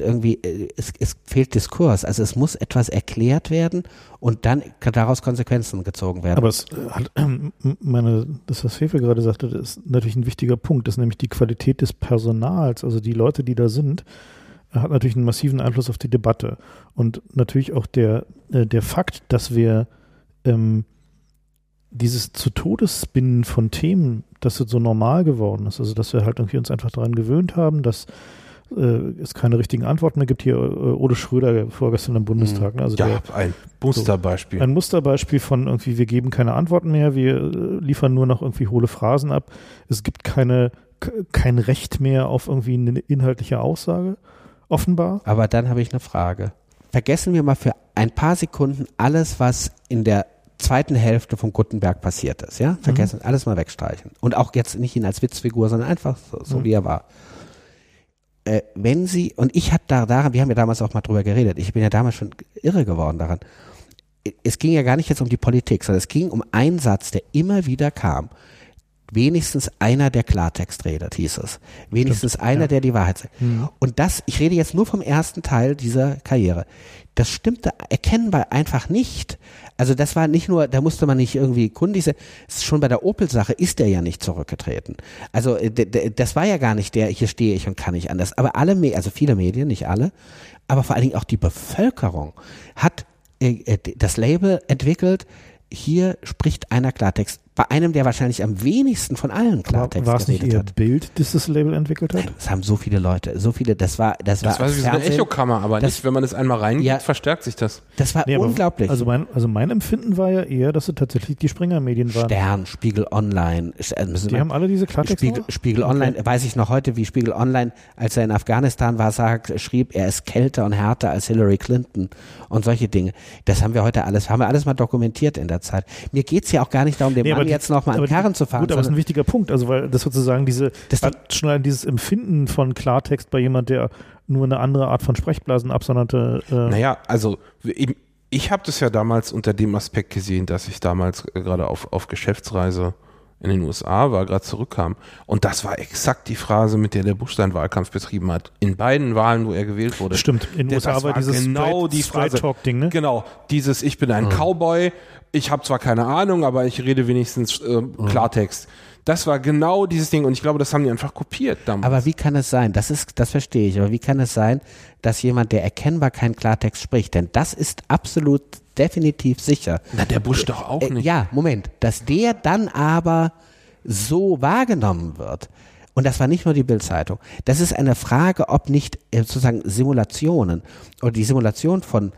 Diskurs. Also es muss etwas erklärt werden und dann kann daraus Konsequenzen gezogen werden. Aber das, was Fefe gerade sagte, das ist natürlich ein wichtiger Punkt. Das ist nämlich die Qualität des Personals. Also die Leute, die da sind, hat natürlich einen massiven Einfluss auf die Debatte. Und natürlich auch der Fakt, dass wir dieses zu Todesspinnen von Themen, das so normal geworden ist, also dass wir halt irgendwie uns einfach daran gewöhnt haben, dass es keine richtigen Antworten mehr gibt. Hier Ole Schröder vorgestern im Bundestag. Also ein Musterbeispiel. Ein Musterbeispiel von irgendwie, wir geben keine Antworten mehr, wir liefern nur noch irgendwie hohle Phrasen ab. Es gibt kein Recht mehr auf irgendwie eine inhaltliche Aussage, offenbar. Aber dann habe ich eine Frage. Vergessen wir mal für ein paar Sekunden alles, was in der zweiten Hälfte von Guttenberg passiert ist. Ja? Vergessen, alles mal wegstreichen. Und auch jetzt nicht ihn als Witzfigur, sondern einfach so wie er war. Wenn Sie, und wir haben ja damals auch mal drüber geredet, ich bin ja damals schon irre geworden daran, es ging ja gar nicht jetzt um die Politik, sondern es ging um einen Satz, der immer wieder kam. Wenigstens einer, der Klartext redet, hieß es. Wenigstens einer, der die Wahrheit sagt. Und ich rede jetzt nur vom ersten Teil dieser Karriere. Das stimmte erkennbar einfach nicht. Also das war nicht nur, da musste man nicht irgendwie kundig sein, schon bei der Opel-Sache ist der ja nicht zurückgetreten. Also das war ja gar nicht der, hier stehe ich und kann nicht anders. Aber also viele Medien, nicht alle, aber vor allen Dingen auch die Bevölkerung hat das Label entwickelt, hier spricht einer Klartext. Bei einem, der wahrscheinlich am wenigsten von allen Klartext war es nicht geredet ihr hat. Bild, das das Label entwickelt hat? Nein, das haben so viele Leute, das war wie so eine Echokammer, aber nicht, wenn man es einmal reingeht, verstärkt sich das. Das war unglaublich. Also mein Empfinden war ja eher, dass es tatsächlich die Springer-Medien waren. Stern, Spiegel Online. Die haben alle diese Klartext Spiegel Online, weiß ich noch heute, wie Spiegel Online, als er in Afghanistan war, schrieb, er ist kälter und härter als Hillary Clinton und solche Dinge. Das haben wir alles mal dokumentiert in der Zeit. Mir geht's ja auch gar nicht darum, Mann jetzt nochmal an Karren zu fahren. Gut, aber das ist ein wichtiger Punkt, also weil das sozusagen dieses Empfinden von Klartext bei jemand, der nur eine andere Art von Sprechblasen absonderte. Naja, also ich habe das ja damals unter dem Aspekt gesehen, dass ich damals gerade auf Geschäftsreise in den USA war, gerade zurückkam. Und das war exakt die Phrase, mit der Bush seinen Wahlkampf betrieben hat. In beiden Wahlen, wo er gewählt wurde. Stimmt, in den USA war dieses genau die Straight Talk-Ding, ne? Genau, dieses ich bin ein Cowboy, ich habe zwar keine Ahnung, aber ich rede wenigstens Klartext. Das war genau dieses Ding und ich glaube, das haben die einfach kopiert damals. Aber wie kann es sein, das verstehe ich, aber wie kann es sein, dass jemand, der erkennbar keinen Klartext spricht, denn das ist absolut definitiv sicher. Na, der Bush doch auch nicht. Ja, Moment, dass der dann aber so wahrgenommen wird. Und das war nicht nur die Bild-Zeitung. Das ist eine Frage, ob nicht sozusagen Simulationen oder die Simulation von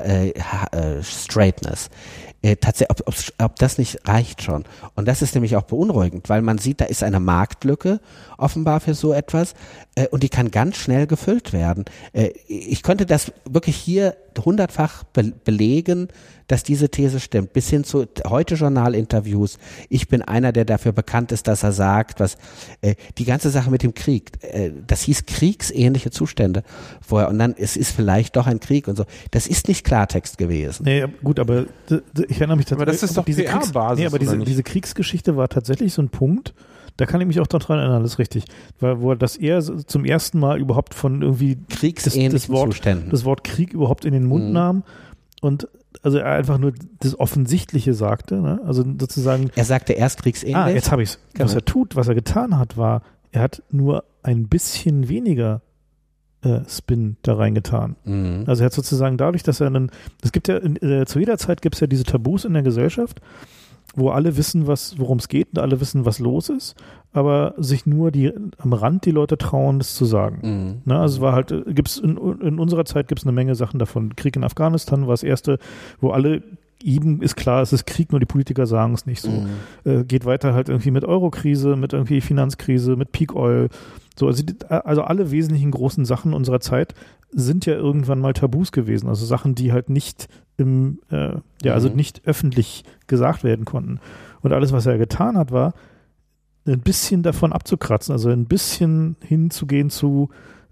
Straightness tatsächlich, ob das nicht reicht schon. Und das ist nämlich auch beunruhigend, weil man sieht, da ist eine Marktlücke offenbar für so etwas. und die kann ganz schnell gefüllt werden. Ich könnte das wirklich hier 100-fach belegen, dass diese These stimmt. Bis hin zu heute Journalinterviews. Ich bin einer, der dafür bekannt ist, dass er sagt, was die ganze Sache mit dem Krieg, das hieß kriegsähnliche Zustände vorher und dann es ist vielleicht doch ein Krieg und so. Das ist nicht Klartext gewesen. Nee, gut, aber ich erinnere mich tatsächlich. Aber das ist doch diese PR-Basis. Nee, aber diese Kriegsgeschichte war tatsächlich so ein Punkt, da kann ich mich auch daran erinnern, das ist richtig. Wo er zum ersten Mal überhaupt von irgendwie kriegsähnlichen Zuständen das Wort Krieg überhaupt in den Mund nahm und also er einfach nur das Offensichtliche sagte, ne? Also sozusagen. Er sagte erst kriegsähnlich. Jetzt habe ich es. Genau. Was er tut, was er getan hat, war, er hat nur ein bisschen weniger Spin da reingetan. Mhm. Also er hat sozusagen dadurch, dass er es gibt ja, zu jeder Zeit gibt es ja diese Tabus in der Gesellschaft, wo alle wissen, worum es geht und alle wissen, was los ist, aber sich nur am Rand die Leute trauen, das zu sagen. Mhm. Ne, also es war halt, in unserer Zeit gibt es eine Menge Sachen davon. Krieg in Afghanistan war das erste, wo alle eben ist klar, es ist Krieg, nur die Politiker sagen es nicht so. Geht weiter halt irgendwie mit Eurokrise, mit irgendwie Finanzkrise, mit Peak Oil. So, also alle wesentlichen großen Sachen unserer Zeit sind ja irgendwann mal Tabus gewesen. Also Sachen, die halt nicht also nicht öffentlich gesagt werden konnten. Und alles, was er getan hat, war, ein bisschen davon abzukratzen, also ein bisschen hinzugehen zu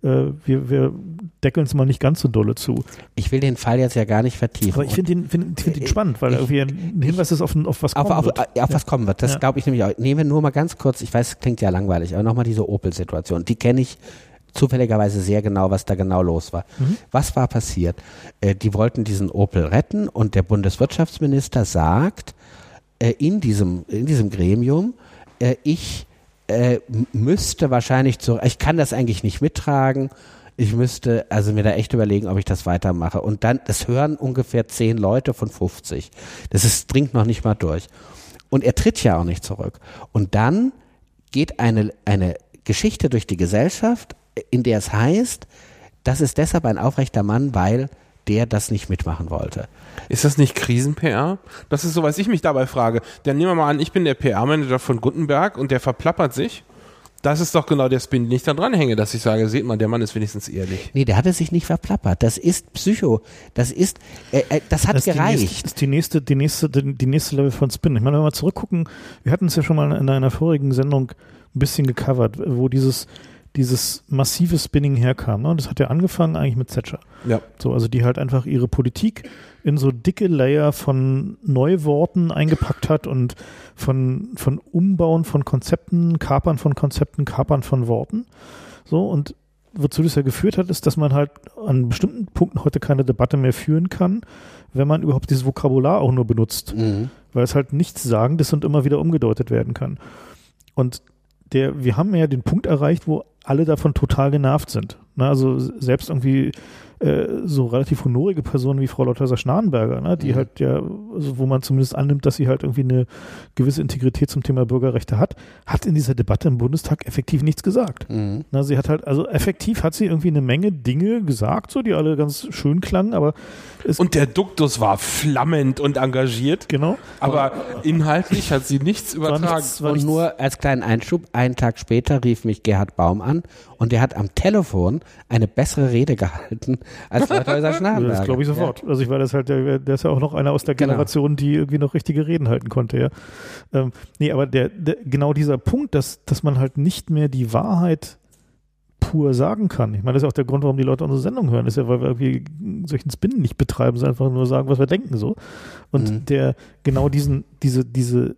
wir deckeln es mal nicht ganz so dolle zu. Ich will den Fall jetzt ja gar nicht vertiefen. Aber ich finde ihn spannend, weil irgendwie ein Hinweis ist auf was kommen wird. Auf was kommen wird, das glaube ich nämlich auch. Nehmen wir nur mal ganz kurz, ich weiß, es klingt ja langweilig, aber nochmal diese Opel-Situation. Die kenne ich zufälligerweise sehr genau, was da genau los war. Was war passiert? Die wollten diesen Opel retten und der Bundeswirtschaftsminister sagt in diesem Gremium, ich müsste wahrscheinlich ich kann das eigentlich nicht mittragen. Ich müsste also mir da echt überlegen, ob ich das weitermache. Und dann, das hören ungefähr 10 Leute von 50. Dringt noch nicht mal durch. Und er tritt ja auch nicht zurück. Und dann geht eine Geschichte durch die Gesellschaft, in der es heißt, das ist deshalb ein aufrechter Mann, weil der das nicht mitmachen wollte. Ist das nicht Krisen-PR? Das ist so, was ich mich dabei frage. Dann nehmen wir mal an, ich bin der PR-Manager von Gutenberg und der verplappert sich. Das ist doch genau der Spin, den ich da dranhänge, dass ich sage, seht mal, der Mann ist wenigstens ehrlich. Nee, der hatte sich nicht verplappert. Das ist Psycho. Das hat gereicht. Das ist die nächste Level von Spin. Ich meine, wenn wir mal zurückgucken, wir hatten es ja schon mal in einer vorigen Sendung ein bisschen gecovert, wo dieses massive Spinning herkam. Ne? Und das hat ja angefangen eigentlich mit Thatcher. Ja. So, also die halt einfach ihre Politik in so dicke Layer von Neuworten eingepackt hat und von Umbauen von Konzepten, Kapern von Konzepten, Kapern von Worten. So, und wozu das ja geführt hat, ist, dass man halt an bestimmten Punkten heute keine Debatte mehr führen kann, wenn man überhaupt dieses Vokabular auch nur benutzt. Weil es halt nichts Sagendes und immer wieder umgedeutet werden kann. Und wir haben ja den Punkt erreicht, wo alle davon total genervt sind. Ne? Also selbst irgendwie so relativ honorige Personen wie Frau Leuthäuser-Schnarrenberger, ne? Die halt also wo man zumindest annimmt, dass sie halt irgendwie eine gewisse Integrität zum Thema Bürgerrechte hat in dieser Debatte im Bundestag effektiv nichts gesagt. Na, sie hat halt, also effektiv hat sie irgendwie eine Menge Dinge gesagt, so, die alle ganz schön klangen, aber und der Duktus war flammend und engagiert. Genau. Aber inhaltlich hat sie nichts übertragen. Und nur als kleinen Einschub, einen Tag später rief mich Gerhard Baum an und der hat am Telefon eine bessere Rede gehalten als Leuthäuser-Schnarrenberger. Das glaube ich sofort. Ja. Also ich war das halt, der ist ja auch noch einer aus der Generation, die irgendwie noch richtige Reden halten konnte, ja. Nee, aber genau dieser Punkt, dass man halt nicht mehr die Wahrheit pur sagen kann. Ich meine, das ist ja auch der Grund, warum die Leute unsere Sendung hören, ist ja, weil wir irgendwie solchen Spin nicht betreiben, sondern einfach nur sagen, was wir denken, so. Und genau dieses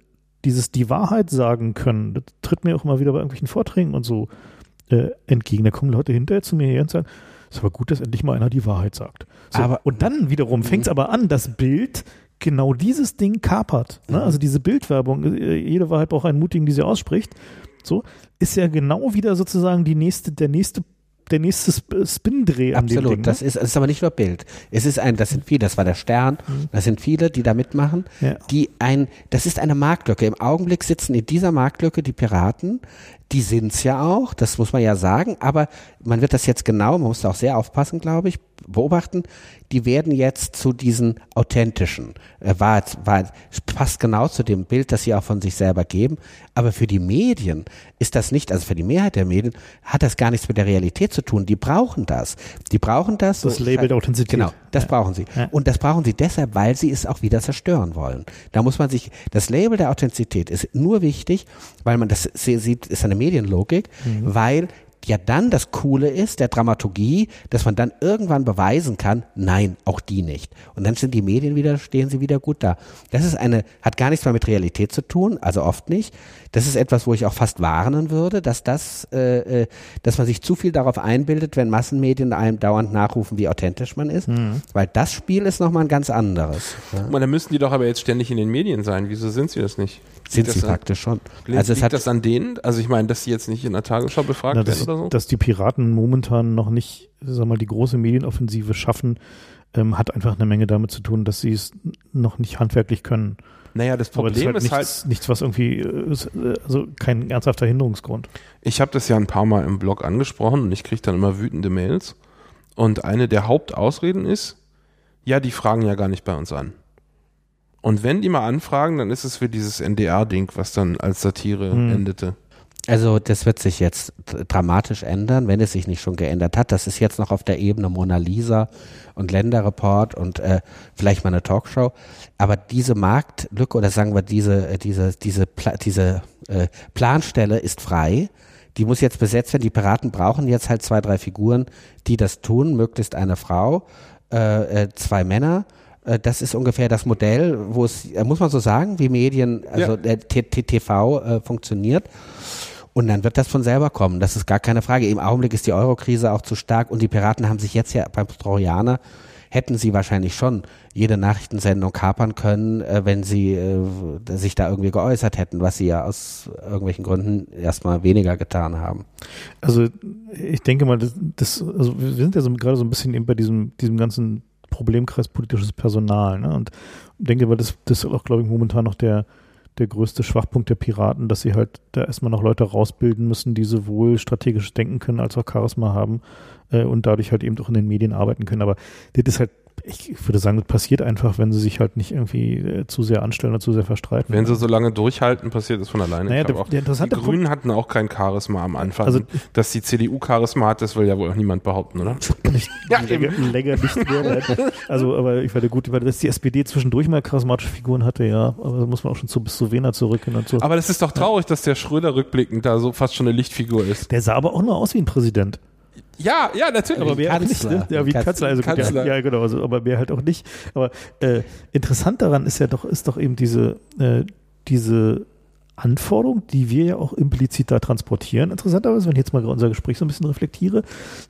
die Wahrheit sagen können, das tritt mir auch immer wieder bei irgendwelchen Vorträgen und so entgegen. Da kommen Leute hinterher zu mir her und sagen, es ist aber gut, dass endlich mal einer die Wahrheit sagt. So, und dann wiederum fängt es aber an, das Bild genau dieses Ding kapert. Ne? Also diese Bildwerbung, jede Wahrheit braucht einen Mutigen, die sie ausspricht, so, ist ja genau wieder sozusagen der nächste Spin-Dreh an dem Ding. Absolut, das ist aber nicht nur Bild. Das sind viele, das war der Stern, das sind viele, die da mitmachen, das ist eine Marktlücke. Im Augenblick sitzen in dieser Marktlücke die Piraten, die sind's ja auch, das muss man ja sagen, aber man wird das jetzt man muss da auch sehr aufpassen, glaube ich, beobachten, die werden jetzt zu diesen authentischen. Passt genau zu dem Bild, das sie auch von sich selber geben. Aber für die Medien ist das nicht, also für die Mehrheit der Medien hat das gar nichts mit der Realität zu tun. Die brauchen das. Das Label der Authentizität. Genau, das brauchen sie. Ja. Und das brauchen sie deshalb, weil sie es auch wieder zerstören wollen. Da muss man sich, das Label der Authentizität ist nur wichtig, weil man das sieht, ist eine Medienlogik, weil ja dann das Coole ist, der Dramaturgie, dass man dann irgendwann beweisen kann, nein, auch die nicht. Und dann sind die Medien wieder, stehen sie wieder gut da. Das ist hat gar nichts mehr mit Realität zu tun, also oft nicht. Das ist etwas, wo ich auch fast warnen würde, dass man sich zu viel darauf einbildet, wenn Massenmedien einem dauernd nachrufen, wie authentisch man ist, weil das Spiel ist nochmal ein ganz anderes. Ja. Und dann müssten die doch aber jetzt ständig in den Medien sein. Wieso sind sie das nicht? Sind sie praktisch schon. Also liegt das an denen? Also ich meine, dass sie jetzt nicht in der Tagesschau befragt werden oder so? Dass die Piraten momentan noch nicht, die große Medienoffensive schaffen, hat einfach eine Menge damit zu tun, dass sie es noch nicht handwerklich können. Naja, das Problem ist halt nichts, was irgendwie, also kein ernsthafter Hinderungsgrund. Ich habe das ja ein paar Mal im Blog angesprochen und ich kriege dann immer wütende Mails. Und eine der Hauptausreden ist, ja, die fragen ja gar nicht bei uns an. Und wenn die mal anfragen, dann ist es für dieses NDR-Ding, was dann als Satire endete. Also das wird sich jetzt dramatisch ändern, wenn es sich nicht schon geändert hat. Das ist jetzt noch auf der Ebene Mona Lisa und Länderreport und vielleicht mal eine Talkshow. Aber diese Marktlücke oder sagen wir diese Planstelle ist frei. Die muss jetzt besetzt werden. Die Piraten brauchen jetzt halt 2, 3 Figuren, die das tun. Möglichst eine Frau, 2 Männer. Das ist ungefähr das Modell, wo es, muss man so sagen, wie Medien, also der TV funktioniert. Und dann wird das von selber kommen. Das ist gar keine Frage. Im Augenblick ist die Euro-Krise auch zu stark und die Piraten haben sich jetzt ja beim Trojaner, hätten sie wahrscheinlich schon jede Nachrichtensendung kapern können, wenn sie sich da irgendwie geäußert hätten, was sie ja aus irgendwelchen Gründen erstmal weniger getan haben. Also ich denke mal, also wir sind ja gerade so ein bisschen eben bei diesem ganzen Problemkreis politisches Personal, ne? Und denke, weil das ist auch, glaube ich, momentan noch der größte Schwachpunkt der Piraten, dass sie halt da erstmal noch Leute rausbilden müssen, die sowohl strategisch denken können, als auch Charisma haben und dadurch halt eben auch in den Medien arbeiten können. Aber das ist halt, ich würde sagen, das passiert einfach, wenn sie sich halt nicht irgendwie zu sehr anstellen oder zu sehr verstreiten. Wenn sie so lange durchhalten, passiert es von alleine. Naja, die Grünen hatten auch kein Charisma am Anfang. Also, dass die CDU Charisma hat, das will ja wohl auch niemand behaupten, oder? länger nicht mehr. Also, aber ich werde gut, weil dass die SPD zwischendurch mal charismatische Figuren hatte, ja, aber da muss man auch schon bis zu Wehner zurückgehen und so. Aber das ist doch traurig, dass der Schröder rückblickend da so fast schon eine Lichtfigur ist. Der sah aber auch nur aus wie ein Präsident. Ja, natürlich. Aber mehr Kanzler. Nicht, ne? Ja, wie Kanzler. Also Kanzler. Ja, genau, also, aber mehr halt auch nicht. Aber interessant daran ist doch eben diese Anforderung, die wir ja auch implizit da transportieren. Interessanterweise, wenn ich jetzt mal unser Gespräch so ein bisschen reflektiere,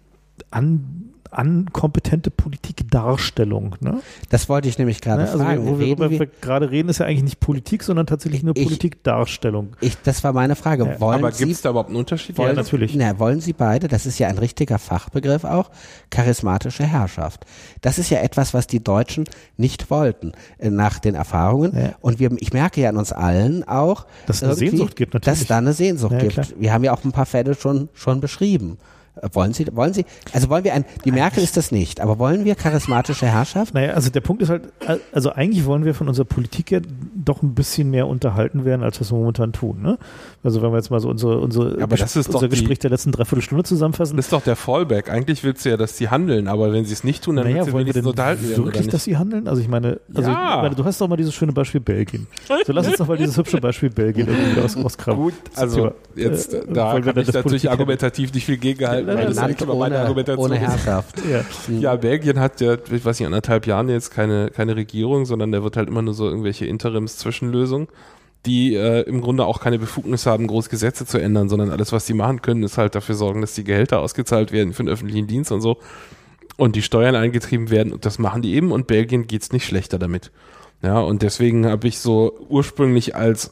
an kompetente Politikdarstellung. Ne? Das wollte ich nämlich gerade fragen. Worüber wir gerade reden, ist ja eigentlich nicht Politik, sondern tatsächlich nur Politikdarstellung. Das war meine Frage. Ja. Aber gibt es da überhaupt einen Unterschied? Ja, natürlich. Wollen Sie beide, das ist ja ein richtiger Fachbegriff auch, charismatische Herrschaft. Das ist ja etwas, was die Deutschen nicht wollten, nach den Erfahrungen. Ja. Und ich merke ja an uns allen auch, dass es eine Sehnsucht gibt, natürlich. Dass da eine Sehnsucht gibt. Klar. Wir haben ja auch ein paar Fälle schon beschrieben. Wollen Sie, also wollen wir die Merkel ist das nicht, aber wollen wir charismatische Herrschaft? Naja, also der Punkt ist halt, also eigentlich wollen wir von unserer Politik ja doch ein bisschen mehr unterhalten werden, als was wir momentan tun, ne? Also wenn wir jetzt mal so unser Gespräch der letzten Dreiviertelstunde zusammenfassen. Das ist doch der Fallback. Eigentlich willst du ja, dass sie handeln, aber wenn sie es nicht tun, dann willst du wenigstens unterhalten werden. Wirklich, dass sie handeln? Also ich meine, du hast doch mal dieses schöne Beispiel Belgien. So lass uns doch mal dieses hübsche Beispiel Belgien irgendwie rauskramen. Gut, also jetzt, da kann ich natürlich argumentativ nicht viel gegenhalten. Ohne Herrschaft. Ja, Belgien hat ja, ich weiß nicht, 1,5 Jahren jetzt keine Regierung, sondern der wird halt immer nur so irgendwelche Interims-Zwischenlösungen, die im Grunde auch keine Befugnis haben, groß Gesetze zu ändern, sondern alles, was sie machen können, ist halt dafür sorgen, dass die Gehälter ausgezahlt werden für den öffentlichen Dienst und so und die Steuern eingetrieben werden und das machen die eben und Belgien geht's nicht schlechter damit. Ja, und deswegen habe ich so ursprünglich als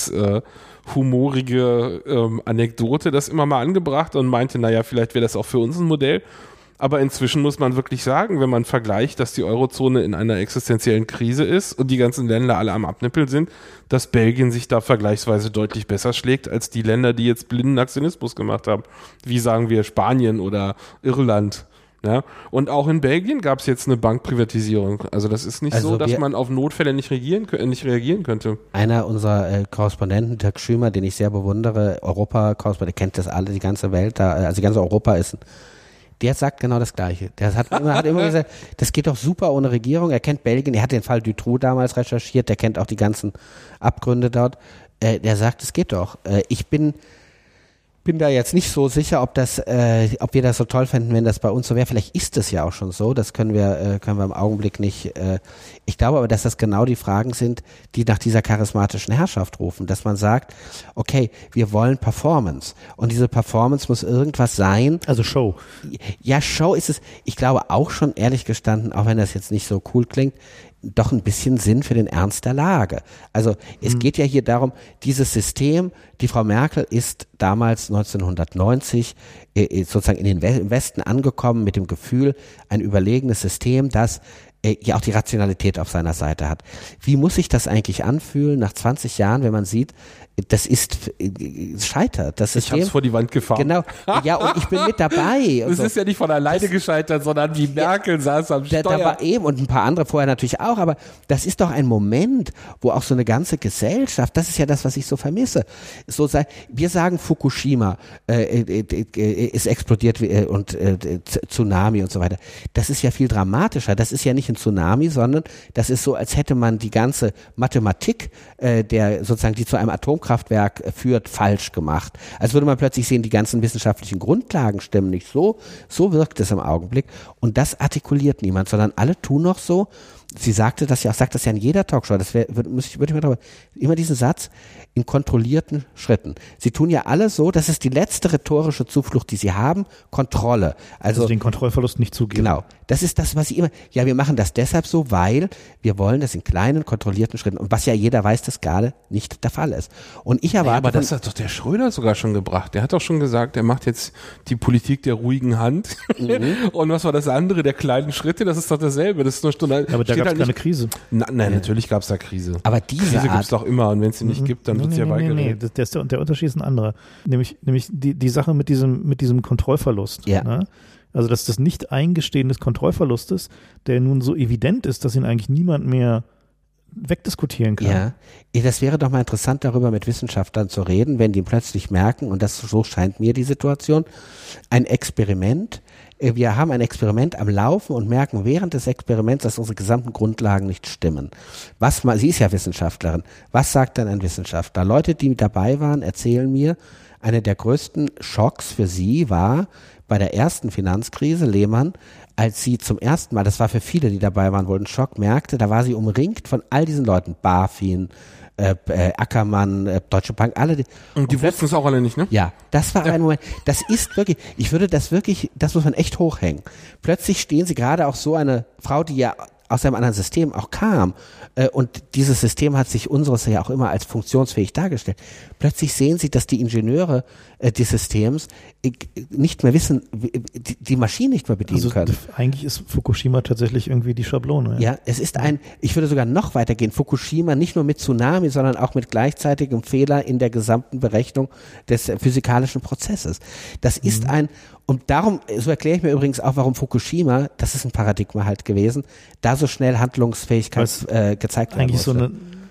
humorige Anekdote das immer mal angebracht und meinte, naja, vielleicht wäre das auch für uns ein Modell. Aber inzwischen muss man wirklich sagen, wenn man vergleicht, dass die Eurozone in einer existenziellen Krise ist und die ganzen Länder alle am Abnippeln sind, dass Belgien sich da vergleichsweise deutlich besser schlägt als die Länder, die jetzt blinden Aktionismus gemacht haben. Wie sagen wir Spanien oder Irland. Ja? Und auch in Belgien gab es jetzt eine Bankprivatisierung. Also das ist nicht so, dass man auf Notfälle nicht reagieren könnte. Einer unserer Korrespondenten, Dirk Schümer, den ich sehr bewundere, Europa-Korrespondent, kennt das alle, die ganze Welt, also die ganze Europa ist der sagt genau das Gleiche. Der hat immer gesagt, das geht doch super ohne Regierung. Er kennt Belgien, er hat den Fall Dutroux damals recherchiert, der kennt auch die ganzen Abgründe dort. Der sagt, es geht doch. Ich bin da jetzt nicht so sicher, ob wir das so toll fänden, wenn das bei uns so wäre. Vielleicht ist es ja auch schon so. Das können wir im Augenblick nicht. Ich glaube aber, dass das genau die Fragen sind, die nach dieser charismatischen Herrschaft rufen. Dass man sagt, okay, wir wollen Performance. Und diese Performance muss irgendwas sein. Also Show. Ja, Show ist es. Ich glaube auch schon, ehrlich gestanden, auch wenn das jetzt nicht so cool klingt, doch ein bisschen Sinn für den Ernst der Lage. Also es geht ja hier darum, dieses System, die Frau Merkel ist damals 1990 sozusagen im Westen angekommen mit dem Gefühl, ein überlegenes System, das ja auch die Rationalität auf seiner Seite hat. Wie muss sich das eigentlich anfühlen nach 20 Jahren, wenn man sieht, das ist scheitert. Das System, ich hab's vor die Wand gefahren. Genau. Ja, und ich bin mit dabei. Das ist ja nicht von alleine gescheitert, sondern wie Merkel saß am Steuer. Da war eben und ein paar andere vorher natürlich auch, aber das ist doch ein Moment, wo auch so eine ganze Gesellschaft, das ist ja das, was ich so vermisse. Wir sagen Fukushima ist explodiert und Tsunami und so weiter. Das ist ja viel dramatischer. Das ist ja nicht ein Tsunami, sondern das ist so, als hätte man die ganze Mathematik, die zu einem Atomkraftwerk führt, falsch gemacht. Als würde man plötzlich sehen, die ganzen wissenschaftlichen Grundlagen stimmen nicht so. So wirkt es im Augenblick. Und das artikuliert niemand, sondern alle tun noch so. Sie sagt das ja in jeder Talkshow, würde ich mal darüber, immer diesen Satz, in kontrollierten Schritten. Sie tun ja alle so, das ist die letzte rhetorische Zuflucht, die sie haben, Kontrolle. Also den Kontrollverlust nicht zugeben. Genau. Das ist das, was sie immer, ja, wir machen das deshalb so, weil wir wollen das in kleinen, kontrollierten Schritten. Und was ja jeder weiß, dass gerade nicht der Fall ist. Und ich erwarte. Ja, aber das hat doch der Schröder sogar schon gebracht. Der hat doch schon gesagt, er macht jetzt die Politik der ruhigen Hand. Und was war das andere, der kleinen Schritte? Das ist doch dasselbe. Das ist eine Stunde. Aber da gab es keine Krise. Nein, natürlich gab es da Krise. Aber diese Krise Art gibt es doch immer. Und wenn es sie nicht gibt, dann wird es ja weitergeredet. Der Unterschied ist ein anderer. Nämlich die Sache mit diesem Kontrollverlust. Ja. Ne? Also das Nicht-Eingestehen des Kontrollverlustes, der nun so evident ist, dass ihn eigentlich niemand mehr wegdiskutieren kann. Ja, das wäre doch mal interessant, darüber mit Wissenschaftlern zu reden, wenn die plötzlich merken, und so scheint mir die Situation, ein Experiment, wir haben ein Experiment am Laufen und merken während des Experiments, dass unsere gesamten Grundlagen nicht stimmen. Sie ist ja Wissenschaftlerin, was sagt dann ein Wissenschaftler? Leute, die dabei waren, erzählen mir, einer der größten Schocks für sie war bei der ersten Finanzkrise, Lehman, als sie zum ersten Mal, das war für viele, die dabei waren, wohl ein Schock, merkte, da war sie umringt von all diesen Leuten, BaFin, Ackermann, Deutsche Bank, alle. Und die wussten es auch alle nicht, ne? Ja, das war ein Moment, das ist wirklich, das muss man echt hochhängen. Plötzlich stehen sie gerade auch so eine Frau, die ja aus einem anderen System auch kam, und dieses System hat sich unseres ja auch immer als funktionsfähig dargestellt. Plötzlich sehen sie, dass die Ingenieure des Systems nicht mehr wissen, die Maschinen nicht mehr bedienen können. Eigentlich ist Fukushima tatsächlich irgendwie die Schablone. Ja, es ist ich würde sogar noch weitergehen, Fukushima nicht nur mit Tsunami, sondern auch mit gleichzeitigem Fehler in der gesamten Berechnung des physikalischen Prozesses. Das ist und darum, so erkläre ich mir übrigens auch, warum Fukushima, das ist ein Paradigma halt gewesen, da so schnell Handlungsfähigkeit gezeigt werden eigentlich musste.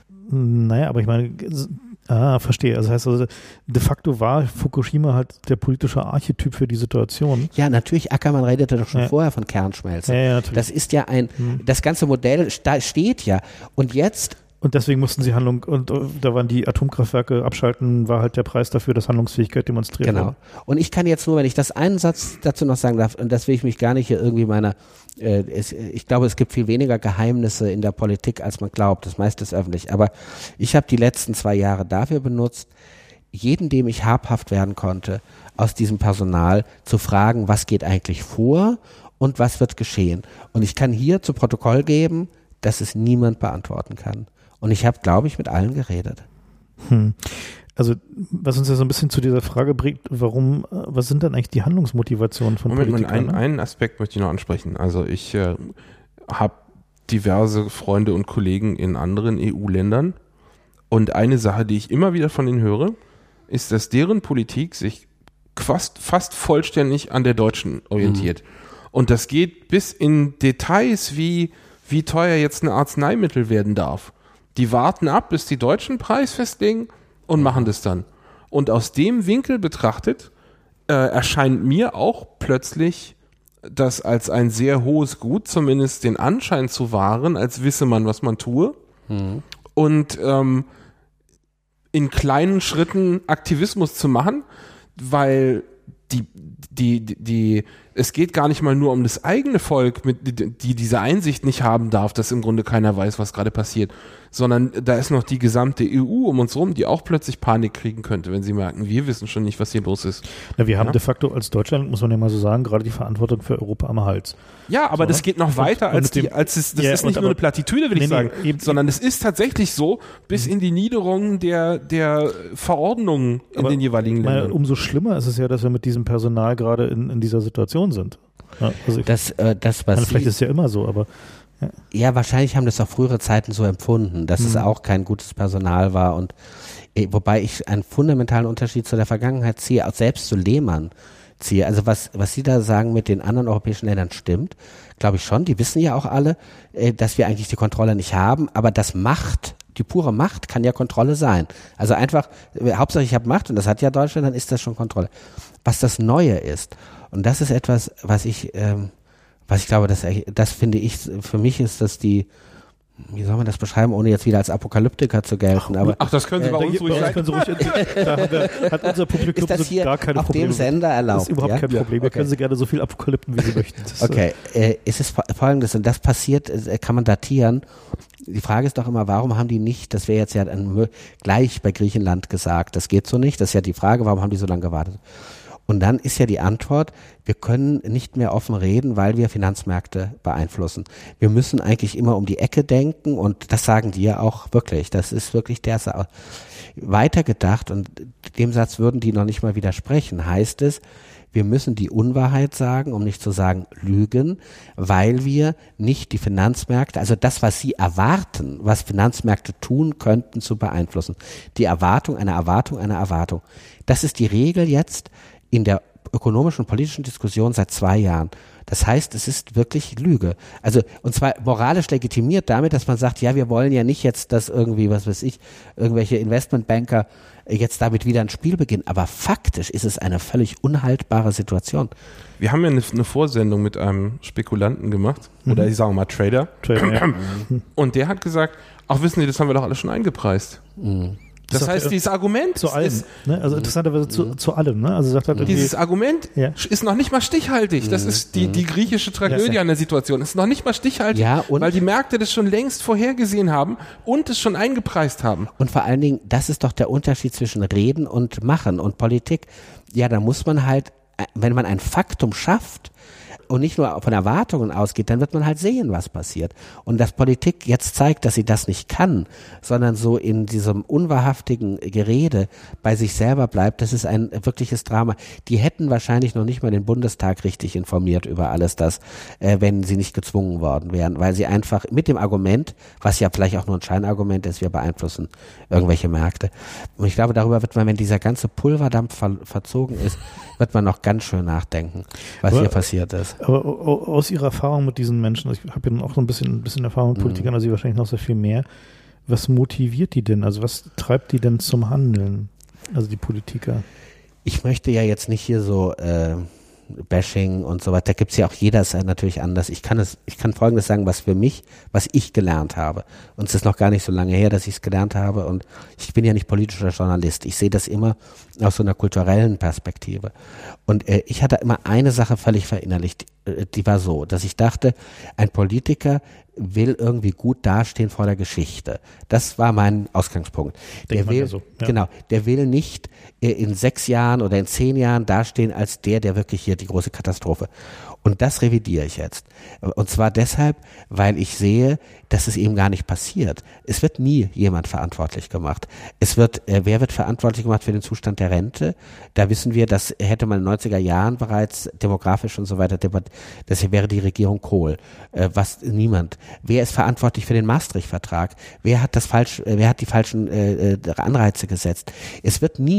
Aber ich meine, verstehe. Also das heißt, de facto war Fukushima halt der politische Archetyp für die Situation. Ja, natürlich, Ackermann redete doch schon vorher von Kernschmelze. Ja, natürlich. Das ist ja das ganze Modell steht ja. Und jetzt. Und deswegen mussten sie und da waren die Atomkraftwerke abschalten, war halt der Preis dafür, dass Handlungsfähigkeit demonstriert wurde. Genau. Und ich kann jetzt nur, wenn ich das einen Satz dazu noch sagen darf, und das will ich mich gar nicht hier irgendwie ich glaube, es gibt viel weniger Geheimnisse in der Politik, als man glaubt. Das meiste ist öffentlich. Aber ich habe die letzten 2 Jahre dafür benutzt, jeden, dem ich habhaft werden konnte, aus diesem Personal zu fragen, was geht eigentlich vor und was wird geschehen. Und ich kann hier zu Protokoll geben, dass es niemand beantworten kann. Und ich habe, glaube ich, mit allen geredet. Also, was uns ja so ein bisschen zu dieser Frage bringt, was sind dann eigentlich die Handlungsmotivationen von Politikern? Einen Aspekt möchte ich noch ansprechen. Also ich habe diverse Freunde und Kollegen in anderen EU-Ländern und eine Sache, die ich immer wieder von ihnen höre, ist, dass deren Politik sich fast vollständig an der deutschen orientiert. Und das geht bis in Details, wie teuer jetzt ein Arzneimittel werden darf. Die warten ab, bis die Deutschen Preis festlegen und machen das dann. Und aus dem Winkel betrachtet erscheint mir auch plötzlich das als ein sehr hohes Gut, zumindest den Anschein zu wahren, als wisse man, was man tue. Und in kleinen Schritten Aktivismus zu machen, weil es geht gar nicht mal nur um das eigene Volk, die diese Einsicht nicht haben darf, dass im Grunde keiner weiß, was gerade passiert, sondern da ist noch die gesamte EU um uns rum, die auch plötzlich Panik kriegen könnte, wenn sie merken, wir wissen schon nicht, was hier los ist. Ja, wir haben de facto als Deutschland, muss man ja mal so sagen, gerade die Verantwortung für Europa am Hals. Ja, aber so, das geht noch weiter das ist nicht nur eine Plattitüde, will ich sagen, sondern es ist tatsächlich so, bis in die Niederung der Verordnungen in den jeweiligen Ländern. Umso schlimmer ist es ja, dass wir mit diesem Personal gerade in dieser Situation sind. Ja, also vielleicht ist es ja immer so, aber ja, wahrscheinlich haben das auch frühere Zeiten so empfunden, dass es auch kein gutes Personal war und wobei ich einen fundamentalen Unterschied zu der Vergangenheit ziehe, auch selbst zu Lehmann ziehe. Also was Sie da sagen mit den anderen europäischen Ländern stimmt, glaube ich schon. Die wissen ja auch alle, dass wir eigentlich die Kontrolle nicht haben, aber die pure Macht kann ja Kontrolle sein. Also einfach, Hauptsache ich habe Macht und das hat ja Deutschland, dann ist das schon Kontrolle. Was das Neue ist, und das ist etwas, was ich glaube, das finde ich, für mich ist das wie soll man das beschreiben, ohne jetzt wieder als Apokalyptiker zu gelten. Ach, das können Sie bei uns ruhig sagen. Da hat unser Publikum ist das hier gar keine auf Probleme. Dem Sender erlaubt? Das ist überhaupt kein Problem. Wir können Sie gerne so viel Apokalypten, wie Sie möchten. Es ist Folgendes, und das passiert, kann man datieren. Die Frage ist doch immer, warum haben die nicht, das wäre jetzt ja gleich bei Griechenland gesagt, das geht so nicht, das ist ja die Frage, warum haben die so lange gewartet? Und dann ist ja die Antwort, wir können nicht mehr offen reden, weil wir Finanzmärkte beeinflussen. Wir müssen eigentlich immer um die Ecke denken und das sagen die ja auch wirklich. Das ist wirklich weitergedacht und dem Satz würden die noch nicht mal widersprechen. Heißt es, wir müssen die Unwahrheit sagen, um nicht zu sagen Lügen, weil wir nicht die Finanzmärkte, also das, was sie erwarten, was Finanzmärkte tun könnten, zu beeinflussen. Die Erwartung, eine Erwartung, eine Erwartung. Das ist die Regel jetzt in der ökonomischen und politischen Diskussion seit 2 Jahren. Das heißt, es ist wirklich Lüge. Also, und zwar moralisch legitimiert damit, dass man sagt, ja, wir wollen ja nicht jetzt, dass irgendwie, was weiß ich, irgendwelche Investmentbanker jetzt damit wieder ein Spiel beginnen. Aber faktisch ist es eine völlig unhaltbare Situation. Wir haben ja eine Vorsendung mit einem Spekulanten gemacht, oder ich sage mal Trader. Ja. Und der hat gesagt, ach, wissen Sie, das haben wir doch alle schon eingepreist. Das heißt, dieses Argument zu allem, ne? Also interessanterweise zu allem, ne? Also sagt halt dieses Argument ist noch nicht mal stichhaltig. Das ist die griechische Tragödie an der Situation. Es ist noch nicht mal stichhaltig, weil die Märkte das schon längst vorhergesehen haben und es schon eingepreist haben. Und vor allen Dingen, das ist doch der Unterschied zwischen Reden und Machen und Politik. Ja, da muss man halt, wenn man ein Faktum schafft, und nicht nur von Erwartungen ausgeht, dann wird man halt sehen, was passiert. Und dass Politik jetzt zeigt, dass sie das nicht kann, sondern so in diesem unwahrhaftigen Gerede bei sich selber bleibt, das ist ein wirkliches Drama. Die hätten wahrscheinlich noch nicht mal den Bundestag richtig informiert über alles das, wenn sie nicht gezwungen worden wären, weil sie einfach mit dem Argument, was ja vielleicht auch nur ein Scheinargument ist, wir beeinflussen irgendwelche Märkte. Und ich glaube, darüber wird man, wenn dieser ganze Pulverdampf verzogen ist, wird man noch ganz schön nachdenken, was hier passiert ist. Aber aus Ihrer Erfahrung mit diesen Menschen, ich habe ja auch so ein bisschen Erfahrung mit Politikern, also Sie wahrscheinlich noch sehr viel mehr, was motiviert die denn? Also was treibt die denn zum Handeln? Also die Politiker. Ich möchte ja jetzt nicht hier so Bashing und so weiter, da gibt's ja auch jeder ist natürlich anders. Ich kann Folgendes sagen, was ich gelernt habe. Und es ist noch gar nicht so lange her, dass ich es gelernt habe und ich bin ja nicht politischer Journalist. Ich sehe das immer aus so einer kulturellen Perspektive. Und ich hatte immer eine Sache völlig verinnerlicht, die war so, dass ich dachte, ein Politiker will irgendwie gut dastehen vor der Geschichte. Das war mein Ausgangspunkt. Der will nicht in 6 Jahren oder in 10 Jahren dastehen als der wirklich hier die große Katastrophe. Und das revidiere ich jetzt. Und zwar deshalb, weil ich sehe, dass es eben gar nicht passiert. Es wird nie jemand verantwortlich gemacht. Wer wird verantwortlich gemacht für den Zustand der Rente? Da wissen wir, das hätte man in den 90er Jahren bereits demografisch und so weiter debattiert. Das wäre die Regierung Kohl. Niemand. Wer ist verantwortlich für den Maastricht-Vertrag? Wer hat die falschen Anreize gesetzt? Es wird nie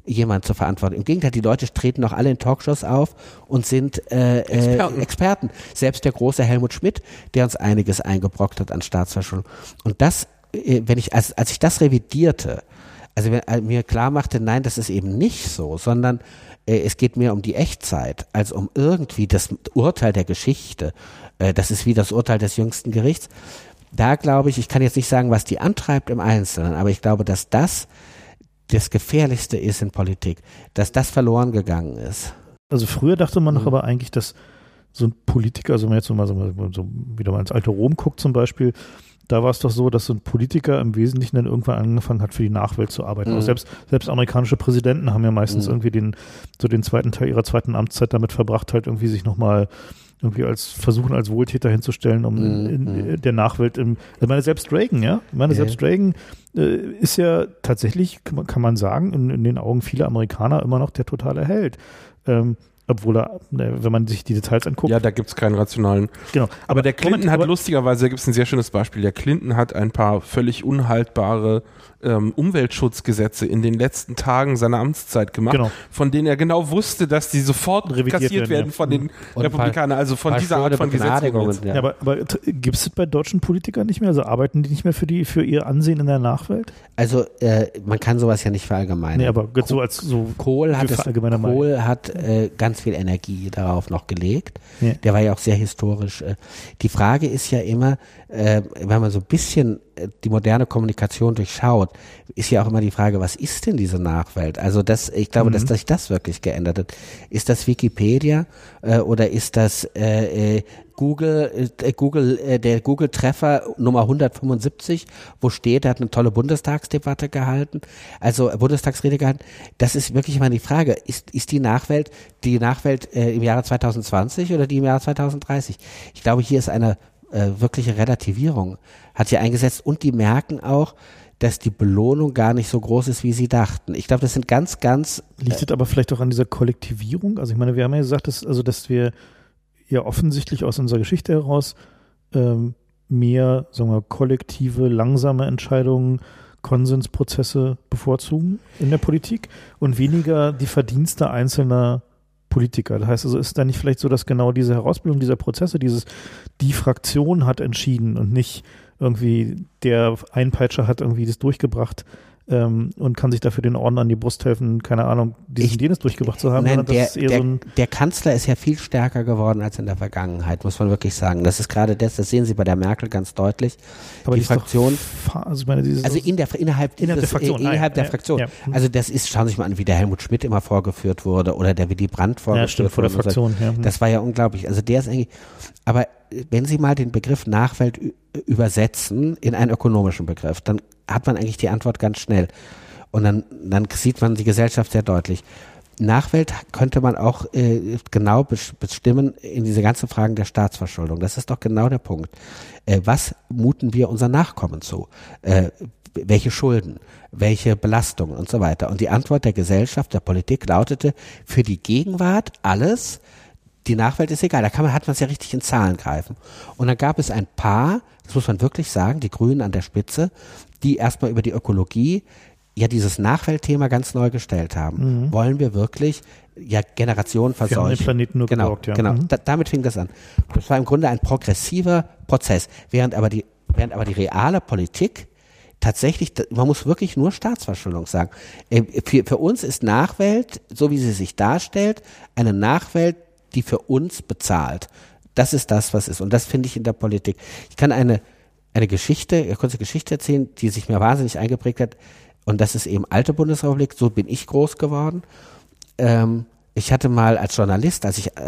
jemand zur Verantwortung. Im Gegenteil, die Leute treten noch alle in Talkshows auf und sind Experten. Selbst der große Helmut Schmidt, der uns einiges eingebrockt hat an Staatsverschuldung. Und das, als ich das revidierte, also mir klar machte, nein, das ist eben nicht so, sondern es geht mehr um die Echtzeit, als um irgendwie das Urteil der Geschichte. Das ist wie das Urteil des jüngsten Gerichts. Da glaube ich kann jetzt nicht sagen, was die antreibt im Einzelnen, aber ich glaube, dass das Gefährlichste ist in Politik, dass das verloren gegangen ist. Also früher dachte man doch aber eigentlich, dass so ein Politiker, also wenn man jetzt so wieder mal ins alte Rom guckt zum Beispiel, da war es doch so, dass so ein Politiker im Wesentlichen dann irgendwann angefangen hat, für die Nachwelt zu arbeiten. Auch selbst amerikanische Präsidenten haben ja meistens irgendwie den zweiten Teil ihrer zweiten Amtszeit damit verbracht, halt irgendwie sich nochmal irgendwie als Wohltäter hinzustellen, um in der Nachwelt ich meine, selbst Reagan, ja? Selbst Reagan ist ja tatsächlich, kann man sagen, in den Augen vieler Amerikaner immer noch der totale Held. Obwohl wenn man sich die Details anguckt. Ja, da gibt es keinen rationalen. Genau. Aber der Clinton hat lustigerweise, da gibt es ein sehr schönes Beispiel, der Clinton hat ein paar völlig unhaltbare Umweltschutzgesetze in den letzten Tagen seiner Amtszeit gemacht, von denen er genau wusste, dass die sofort kassiert werden von den Republikanern, also von dieser Art von Gesetzgebung. Ja, aber gibt es bei deutschen Politikern nicht mehr? Also arbeiten die nicht mehr für ihr Ansehen in der Nachwelt? Also man kann sowas ja nicht verallgemeinern. Nee, aber so als so Kohl hat ganz viel Energie darauf noch gelegt. Ja. Der war ja auch sehr historisch. Die Frage ist ja immer, wenn man so ein bisschen die moderne Kommunikation durchschaut, ist ja auch immer die Frage, was ist denn diese Nachwelt? Also ich glaube, dass sich das wirklich geändert hat. Ist das Wikipedia oder ist das Google, der Google-Treffer Nummer 175, wo steht, er hat eine tolle Bundestagsrede gehalten. Das ist wirklich mal die Frage, ist die Nachwelt im Jahre 2020 oder die im Jahre 2030? Ich glaube, hier ist eine wirkliche Relativierung, hat hier eingesetzt, und die merken auch, dass die Belohnung gar nicht so groß ist, wie sie dachten. Ich glaube, das sind ganz liegt es aber vielleicht auch an dieser Kollektivierung? Also ich meine, wir haben ja gesagt, dass wir ja offensichtlich aus unserer Geschichte heraus mehr, sagen wir, kollektive, langsame Entscheidungen, Konsensprozesse bevorzugen in der Politik und weniger die Verdienste einzelner Politiker. Das heißt also, ist da nicht vielleicht so, dass genau diese Herausbildung dieser Prozesse, die Fraktion hat entschieden und nicht irgendwie der Einpeitscher hat irgendwie das durchgebracht und kann sich dafür den Orden an die Brust helfen, keine Ahnung, jenes durchgebracht zu haben. Nein, der Kanzler ist ja viel stärker geworden als in der Vergangenheit, muss man wirklich sagen. Das ist gerade das sehen Sie bei der Merkel ganz deutlich. Aber die Fraktion, innerhalb der Fraktion. Ja. Also das ist, schauen Sie sich mal an, wie der Helmut Schmidt immer vorgeführt wurde oder der Willy Brandt vorgeführt wurde. Vor der Fraktion, Das war ja unglaublich. Also der ist eigentlich, aber wenn Sie mal den Begriff Nachwelt übersetzen in einen ökonomischen Begriff, dann hat man eigentlich die Antwort ganz schnell. Und dann sieht man die Gesellschaft sehr deutlich. Nachwelt könnte man auch genau bestimmen in diese ganzen Fragen der Staatsverschuldung. Das ist doch genau der Punkt. Was muten wir unseren Nachkommen zu? Welche Schulden? Welche Belastungen und so weiter? Und die Antwort der Gesellschaft, der Politik lautete, für die Gegenwart alles, die Nachwelt ist egal, hat man es ja richtig in Zahlen greifen. Und dann gab es ein paar, das muss man wirklich sagen, die Grünen an der Spitze, die erstmal über die Ökologie ja dieses Nachweltthema ganz neu gestellt haben. Wollen wir wirklich Generationen verseuchen? Wir haben den Planeten nur geborgt, ja. Genau. Damit fing das an. Das war im Grunde ein progressiver Prozess, während aber die reale Politik tatsächlich, man muss wirklich nur Staatsverschuldung sagen. Für uns ist Nachwelt, so wie sie sich darstellt, eine Nachwelt, die für uns bezahlt. Das ist das, was ist. Und das finde ich in der Politik. Ich kann eine kurze Geschichte erzählen, die sich mir wahnsinnig eingeprägt hat. Und das ist eben alte Bundesrepublik. So bin ich groß geworden. Ich hatte mal als Journalist, als ich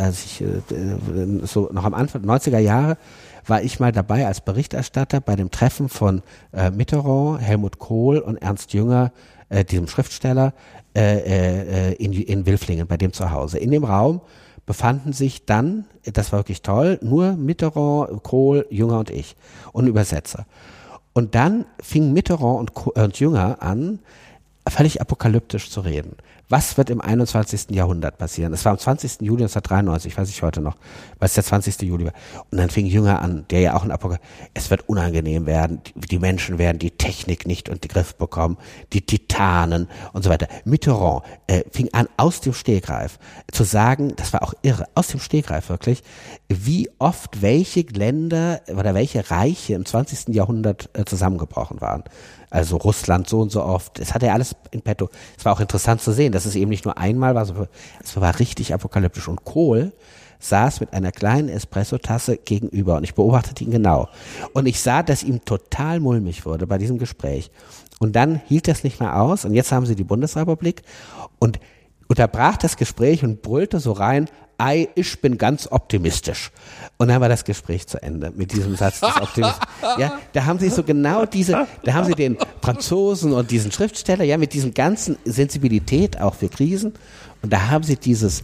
so noch am Anfang 90er Jahre, war ich mal dabei als Berichterstatter bei dem Treffen von Mitterrand, Helmut Kohl und Ernst Jünger, diesem Schriftsteller, in Wilflingen, bei dem zu Hause. In dem Raum befanden sich dann, das war wirklich toll, nur Mitterrand, Kohl, Jünger und ich und Übersetzer. Und dann fingen Mitterrand und Jünger an, völlig apokalyptisch zu reden. Was wird im 21. Jahrhundert passieren? Es war am 20. Juli 1993, weiß ich heute noch, weil es der 20. Juli war. Und dann fing Jünger an, der ja auch ein Apokalypse, es wird unangenehm werden, die Menschen werden die Technik nicht unter den Griff bekommen, die Titanen und so weiter. Mitterrand fing an, aus dem Stegreif zu sagen, das war auch irre, aus dem Stegreif wirklich, wie oft welche Länder oder welche Reiche im 20. Jahrhundert zusammengebrochen waren. Also Russland so und so oft. Das hatte er alles in petto. Es war auch interessant zu sehen, dass es eben nicht nur einmal war, sondern es war richtig apokalyptisch. Und Kohl saß mit einer kleinen Espressotasse gegenüber und ich beobachtete ihn genau. Und ich sah, dass ihm total mulmig wurde bei diesem Gespräch. Und dann hielt das nicht mehr aus und jetzt haben sie die Bundesrepublik und unterbrach das Gespräch und brüllte so rein, ich bin ganz optimistisch. Und dann war das Gespräch zu Ende mit diesem Satz des Optimismus. Ja, da haben sie so genau da haben sie den Franzosen und diesen Schriftsteller, ja, mit diesem ganzen Sensibilität auch für Krisen. Und da haben sie dieses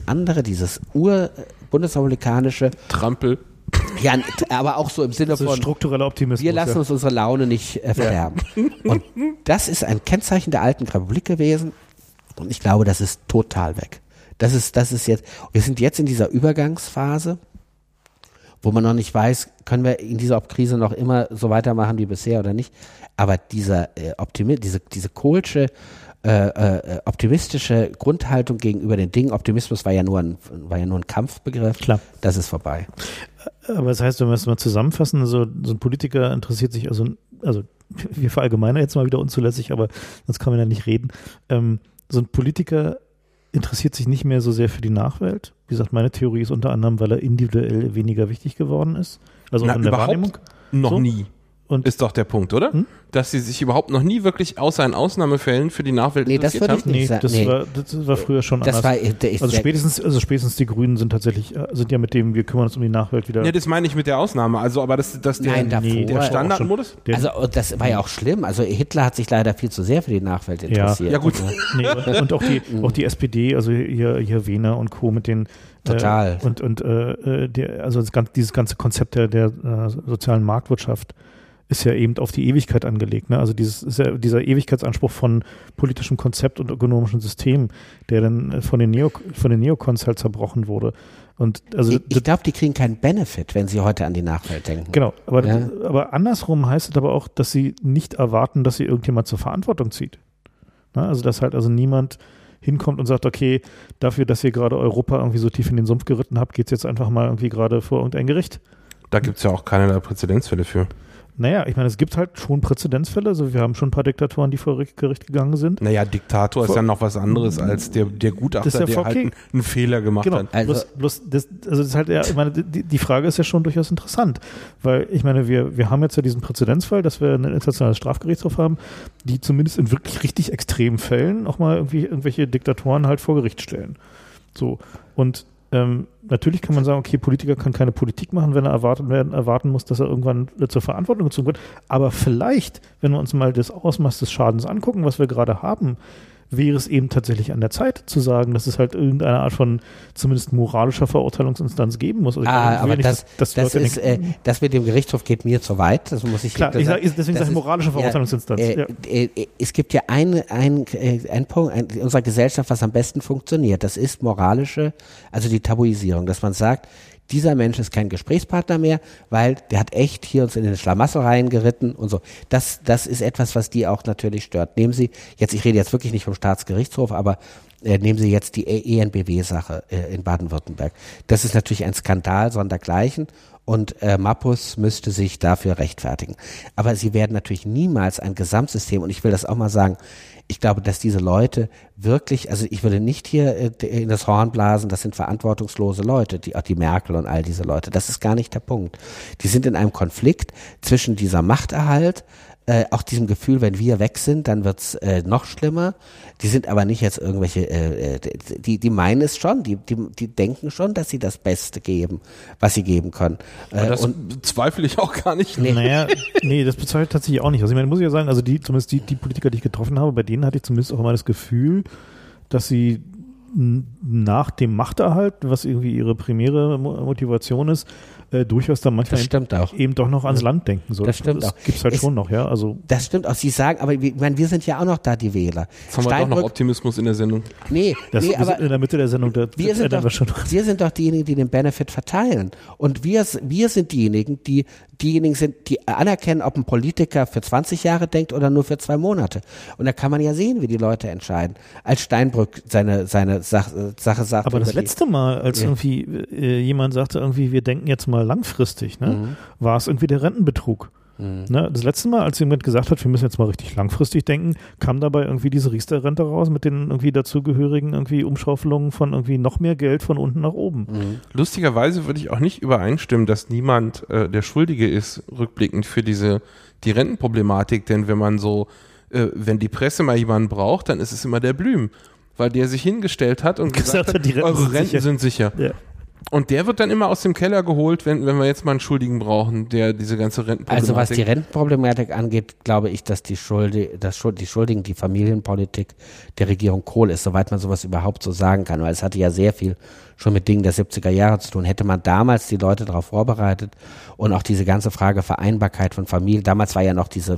ur-bundesrepublikanische Trampel. Ja, aber auch so im Sinne von struktureller Optimismus. Wir lassen uns unsere Laune nicht verderben. Und das ist ein Kennzeichen der alten Republik gewesen. Und ich glaube, das ist total weg. Das ist jetzt, wir sind jetzt in dieser Übergangsphase, wo man noch nicht weiß, können wir in dieser Krise noch immer so weitermachen wie bisher oder nicht. Aber dieser diese Kohlsche, optimistische Grundhaltung gegenüber den Dingen, Optimismus war ja nur ein Kampfbegriff. Klar. Das ist vorbei. Aber das heißt, wenn wir es mal zusammenfassen, so ein Politiker interessiert sich, also wir verallgemeinern jetzt mal wieder unzulässig, aber sonst kann man ja nicht reden. So ein Politiker interessiert sich nicht mehr so sehr für die Nachwelt. Wie gesagt, meine Theorie ist unter anderem, weil er individuell weniger wichtig geworden ist. Also in der Wahrnehmung. Noch so. nie. Und ist doch der Punkt, oder? Dass sie sich überhaupt noch nie wirklich außer in Ausnahmefällen für die Nachwelt interessiert haben? Das war früher schon anders. Spätestens die Grünen sind ja mit dem, wir kümmern uns um die Nachwelt wieder. Ja, das meine ich mit der Ausnahme. Also, aber der Standardmodus? Also, das war ja auch schlimm. Also, Hitler hat sich leider viel zu sehr für die Nachwelt interessiert. Ja gut. Und auch die SPD, also hier Wehner und Co. mit den Total. Dieses ganze Konzept der sozialen Marktwirtschaft ist ja eben auf die Ewigkeit angelegt. Ne? Also dieser Ewigkeitsanspruch von politischem Konzept und ökonomischen System, der dann von den Neokons halt zerbrochen wurde. Und also ich glaube, die kriegen keinen Benefit, wenn sie heute an die Nachwelt denken. Genau, aber andersrum heißt es aber auch, dass sie nicht erwarten, dass sie irgendjemand zur Verantwortung zieht. Na? Also dass halt niemand hinkommt und sagt, okay, dafür, dass ihr gerade Europa irgendwie so tief in den Sumpf geritten habt, geht es jetzt einfach mal irgendwie gerade vor irgendein Gericht. Da gibt es ja auch keinerlei Präzedenzfälle für. Naja, ich meine, es gibt halt schon Präzedenzfälle. Also wir haben schon ein paar Diktatoren, die vor Gericht gegangen sind. Naja, Diktator ist ja noch was anderes als der Gutachter, der halt einen Fehler gemacht hat. Das ist halt, ich meine, die Frage ist ja schon durchaus interessant, weil ich meine, wir haben jetzt ja diesen Präzedenzfall, dass wir ein internationales Strafgerichtshof haben, die zumindest in wirklich richtig extremen Fällen auch mal irgendwie irgendwelche Diktatoren halt vor Gericht stellen. So. Und natürlich kann man sagen, okay, Politiker kann keine Politik machen, wenn er erwarten muss, dass er irgendwann zur Verantwortung gezogen wird. Aber vielleicht, wenn wir uns mal das Ausmaß des Schadens angucken, was wir gerade haben, wäre es eben tatsächlich an der Zeit zu sagen, dass es halt irgendeine Art von zumindest moralischer Verurteilungsinstanz geben muss. Also aber das mit dem Gerichtshof geht mir zu weit. Das muss ich klar. Deswegen sage ich moralische Verurteilungsinstanz. Es gibt ja einen Punkt in unserer Gesellschaft, was am besten funktioniert. Das ist also die Tabuisierung, dass man sagt, dieser Mensch ist kein Gesprächspartner mehr, weil der hat echt hier uns in den Schlamassel reingeritten und so. Das ist etwas, was die auch natürlich stört. Ich rede jetzt wirklich nicht vom Staatsgerichtshof, aber nehmen Sie jetzt die ENBW-Sache in Baden-Württemberg. Das ist natürlich ein Skandal sondergleichen und Mappus müsste sich dafür rechtfertigen. Aber sie werden natürlich niemals ein Gesamtsystem, und ich will das auch mal sagen, ich glaube, dass diese Leute wirklich, also ich würde nicht hier in das Horn blasen, das sind verantwortungslose Leute, auch die Merkel und all diese Leute. Das ist gar nicht der Punkt. Die sind in einem Konflikt zwischen dieser Machterhalt, auch diesem Gefühl, wenn wir weg sind, dann wird's noch schlimmer. Die sind aber nicht jetzt irgendwelche, die meinen es schon, die denken schon, dass sie das Beste geben, was sie geben können. Das bezweifle ich auch gar nicht. Nee, das bezweifle ich tatsächlich auch nicht. Also ich meine, muss ich ja sagen, also zumindest die Politiker, die ich getroffen habe, bei denen hatte ich zumindest auch immer das Gefühl, dass sie nach dem Machterhalt, was irgendwie ihre primäre Motivation ist, durchaus dann manchmal eben doch noch ans Land denken. So. Das stimmt auch. Das gibt es halt schon noch, ja. Also das stimmt auch. Sie sagen, aber wir sind ja auch noch da, die Wähler. Jetzt haben wir doch noch Optimismus in der Sendung. Nee, aber in der Mitte der Sendung, wir sind doch diejenigen, die den Benefit verteilen. Und wir sind diejenigen, die sind, die anerkennen, ob ein Politiker für 20 Jahre denkt oder nur für 2 Monate. Und da kann man ja sehen, wie die Leute entscheiden. Als Steinbrück seine Sache sagt. Aber das letzte Mal, als irgendwie jemand sagte, irgendwie, wir denken jetzt mal langfristig, ne, war es irgendwie der Rentenbetrug. Ne, das letzte Mal, als jemand gesagt hat, wir müssen jetzt mal richtig langfristig denken, kam dabei irgendwie diese Riester-Rente raus mit den irgendwie dazugehörigen irgendwie Umschaufelungen von irgendwie noch mehr Geld von unten nach oben. Lustigerweise würde ich auch nicht übereinstimmen, dass niemand der Schuldige ist, rückblickend für die Rentenproblematik, denn wenn man wenn die Presse mal jemanden braucht, dann ist es immer der Blüm, weil der sich hingestellt hat und gesagt hat, eure Renten sind sicher. Ja. Und der wird dann immer aus dem Keller geholt, wenn wir jetzt mal einen Schuldigen brauchen, der diese ganze Rentenproblematik... Also was die Rentenproblematik angeht, glaube ich, dass die Schuldigen die Familienpolitik der Regierung Kohl ist, soweit man sowas überhaupt so sagen kann, weil es hatte ja sehr viel schon mit Dingen der 70er Jahre zu tun. Hätte man damals die Leute darauf vorbereitet und auch diese ganze Frage Vereinbarkeit von Familie, damals war ja noch diese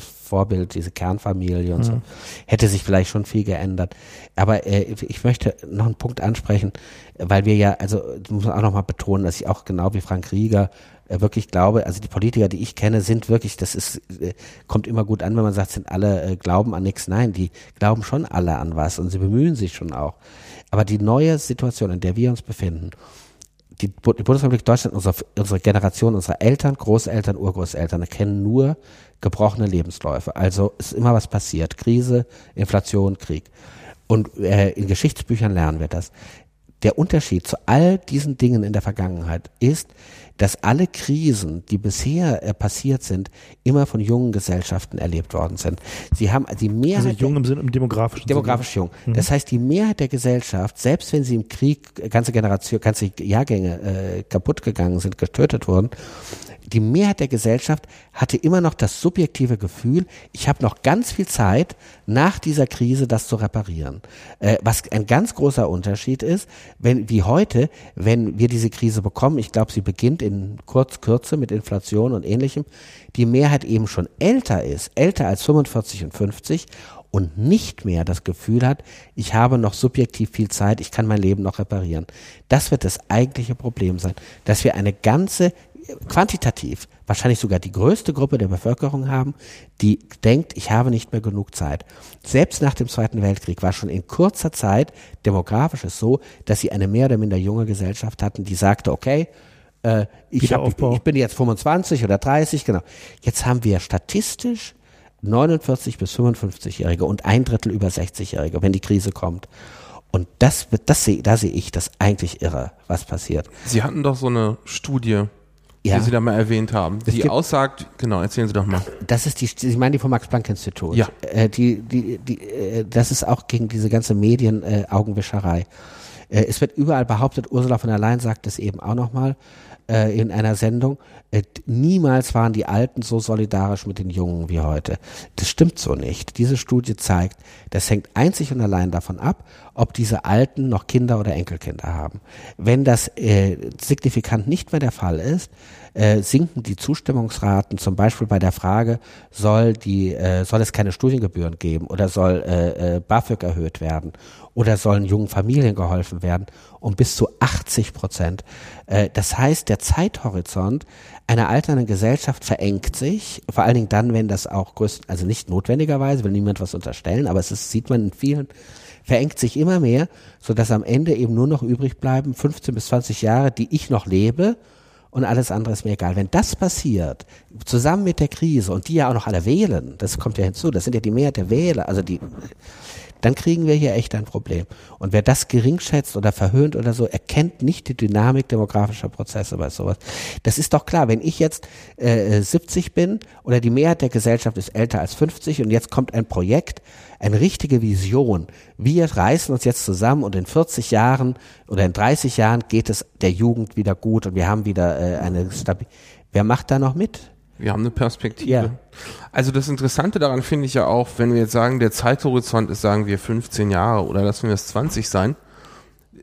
Kernfamilie und so, hätte sich vielleicht schon viel geändert. Aber ich möchte noch einen Punkt ansprechen, weil wir ja, also muss man auch noch mal betonen, dass ich auch genau wie Frank Rieger wirklich glaube, also die Politiker, die ich kenne, sind wirklich, kommt immer gut an, wenn man sagt, sind alle glauben an nichts. Nein, die glauben schon alle an was und sie bemühen sich schon auch. Aber die neue Situation, in der wir uns befinden, die Bundesrepublik Deutschland, unsere Generation, unsere Eltern, Großeltern, Urgroßeltern kennen nur gebrochene Lebensläufe. Also ist immer was passiert. Krise, Inflation, Krieg. Und in Geschichtsbüchern lernen wir das. Der Unterschied zu all diesen Dingen in der Vergangenheit ist, dass alle Krisen, die bisher passiert sind, immer von jungen Gesellschaften erlebt worden sind. Sie haben die Mehrheit. Also jung im Sinne im demografischen. Demografisch jung. Das heißt, die Mehrheit der Gesellschaft, selbst wenn sie im Krieg ganze Jahrgänge kaputt gegangen sind, getötet wurden, die Mehrheit der Gesellschaft hatte immer noch das subjektive Gefühl, ich habe noch ganz viel Zeit, nach dieser Krise das zu reparieren. Was ein ganz großer Unterschied ist, wenn wir diese Krise bekommen, ich glaube, sie beginnt in Kürze mit Inflation und Ähnlichem, die Mehrheit eben schon älter als 45 und 50 und nicht mehr das Gefühl hat, ich habe noch subjektiv viel Zeit, ich kann mein Leben noch reparieren. Das wird das eigentliche Problem sein, dass wir eine ganze quantitativ wahrscheinlich sogar die größte Gruppe der Bevölkerung haben, die denkt, ich habe nicht mehr genug Zeit. Selbst nach dem Zweiten Weltkrieg war schon in kurzer Zeit demografisch es so, dass sie eine mehr oder minder junge Gesellschaft hatten, die sagte, okay, ich bin jetzt 25 oder 30, genau. Jetzt haben wir statistisch 49 bis 55-Jährige und 1/3 über 60-Jährige, wenn die Krise kommt. Und da sehe ich das eigentlich irre, was passiert. Sie hatten doch so eine Studie, die Sie da mal erwähnt haben, die aussagt, genau, erzählen Sie doch mal. Das ist Sie meinen die vom Max-Planck-Institut. Ja. Das ist auch gegen diese ganze Medien-Augenwischerei. Es wird überall behauptet, Ursula von der Leyen sagt es eben auch nochmal in einer Sendung, niemals waren die Alten so solidarisch mit den Jungen wie heute. Das stimmt so nicht. Diese Studie zeigt, das hängt einzig und allein davon ab, ob diese Alten noch Kinder oder Enkelkinder haben. Wenn das signifikant nicht mehr der Fall ist, sinken die Zustimmungsraten, zum Beispiel bei der Frage, soll es keine Studiengebühren geben oder soll BAföG erhöht werden oder sollen jungen Familien geholfen werden, um bis zu 80%. Das heißt, der Zeithorizont einer alternden Gesellschaft verengt sich, vor allen Dingen dann, wenn das auch also nicht notwendigerweise, will niemand was unterstellen, aber sieht man in vielen, verengt sich immer mehr, sodass am Ende eben nur noch übrig bleiben 15 bis 20 Jahre, die ich noch lebe, und alles andere ist mir egal. Wenn das passiert, zusammen mit der Krise und die ja auch noch alle wählen, das kommt ja hinzu, das sind ja die Mehrheit der Wähler, dann kriegen wir hier echt ein Problem. Und wer das geringschätzt oder verhöhnt oder so, erkennt nicht die Dynamik demografischer Prozesse bei sowas. Das ist doch klar, wenn ich jetzt 70 bin oder die Mehrheit der Gesellschaft ist älter als 50 und jetzt kommt ein Projekt, eine richtige Vision. Wir reißen uns jetzt zusammen und in 40 Jahren oder in 30 Jahren geht es der Jugend wieder gut und wir haben wieder Wer macht da noch mit? Wir haben eine Perspektive. Ja. Also das Interessante daran finde ich ja auch, wenn wir jetzt sagen, der Zeithorizont ist, sagen wir 15 Jahre oder lassen wir es 20 sein,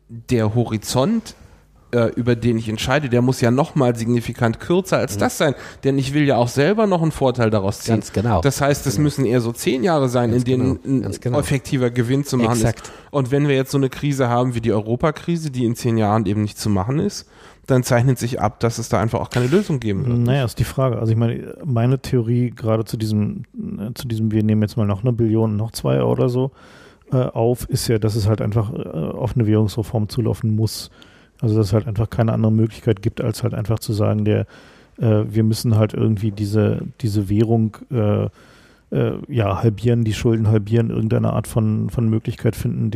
der Horizont, über den ich entscheide, der muss ja nochmal signifikant kürzer als das sein, denn ich will ja auch selber noch einen Vorteil daraus ziehen. Ganz genau. Das heißt, es müssen eher so 10 Jahre sein, in denen ein effektiver Gewinn zu machen ist. Und wenn wir jetzt so eine Krise haben wie die Europakrise, die in 10 Jahren eben nicht zu machen ist, dann zeichnet sich ab, dass es da einfach auch keine Lösung geben wird. Naja, ist die Frage. Also ich meine Theorie gerade zu diesem, wir nehmen jetzt mal noch 1 Billion, noch 2 oder so auf, ist ja, dass es halt einfach auf eine Währungsreform zulaufen muss. Also dass es halt einfach keine andere Möglichkeit gibt, als halt einfach zu sagen, wir müssen halt irgendwie diese Währung halbieren, die Schulden halbieren, irgendeine Art von Möglichkeit finden,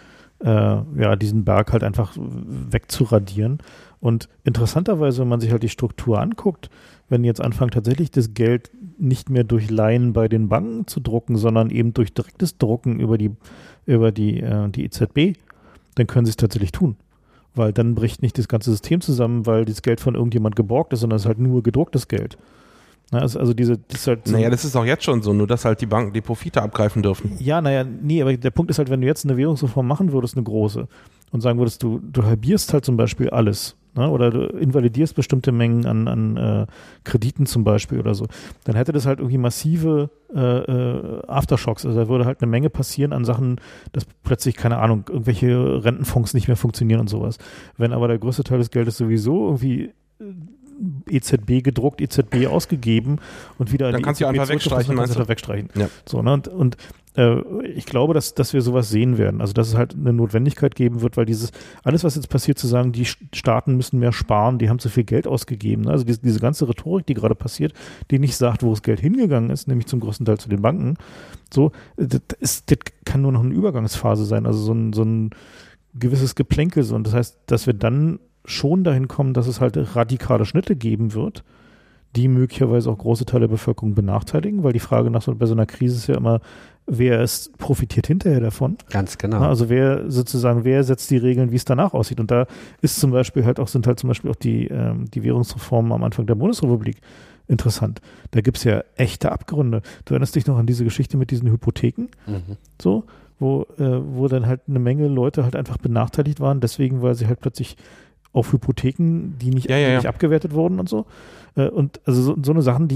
diesen Berg halt einfach wegzuradieren. Und interessanterweise, wenn man sich halt die Struktur anguckt, wenn jetzt anfangen tatsächlich das Geld nicht mehr durch Leihen bei den Banken zu drucken, sondern eben durch direktes Drucken über die EZB, dann können sie es tatsächlich tun. Weil dann bricht nicht das ganze System zusammen, weil das Geld von irgendjemand geborgt ist, sondern es ist halt nur gedrucktes Geld. Also das ist halt so. Naja, das ist auch jetzt schon so, nur dass halt die Banken die Profite abgreifen dürfen. Ja, aber der Punkt ist halt, wenn du jetzt eine Währungsreform machen würdest, eine große, und sagen würdest, du halbierst halt zum Beispiel alles, ne, oder du invalidierst bestimmte Mengen an Krediten zum Beispiel oder so, dann hätte das halt irgendwie massive Aftershocks. Also da würde halt eine Menge passieren an Sachen, dass plötzlich, keine Ahnung, irgendwelche Rentenfonds nicht mehr funktionieren und sowas. Wenn aber der größte Teil des Geldes sowieso irgendwie EZB gedruckt, EZB ausgegeben und wieder dann kannst du einfach wegstreichen. Ja. So, ne? Und ich glaube, dass wir sowas sehen werden. Also dass es halt eine Notwendigkeit geben wird, weil alles, was jetzt passiert, zu sagen, die Staaten müssen mehr sparen, die haben zu viel Geld ausgegeben. Ne? Also diese ganze Rhetorik, die gerade passiert, die nicht sagt, wo das Geld hingegangen ist, nämlich zum größten Teil zu den Banken. So, das kann nur noch eine Übergangsphase sein. Also so ein gewisses Geplänkel. So. Und das heißt, dass wir dann schon dahin kommen, dass es halt radikale Schnitte geben wird, die möglicherweise auch große Teile der Bevölkerung benachteiligen, weil die Frage bei so einer Krise ist ja immer, wer profitiert hinterher davon? Ganz genau. Also wer setzt die Regeln, wie es danach aussieht? Und da ist zum Beispiel sind zum Beispiel auch die Währungsreformen am Anfang der Bundesrepublik interessant. Da gibt es ja echte Abgründe. Du erinnerst dich noch an diese Geschichte mit diesen Hypotheken? So, wo dann halt eine Menge Leute halt einfach benachteiligt waren, deswegen, weil sie halt plötzlich auf Hypotheken, die nicht abgewertet wurden und so. Und also so eine Sachen,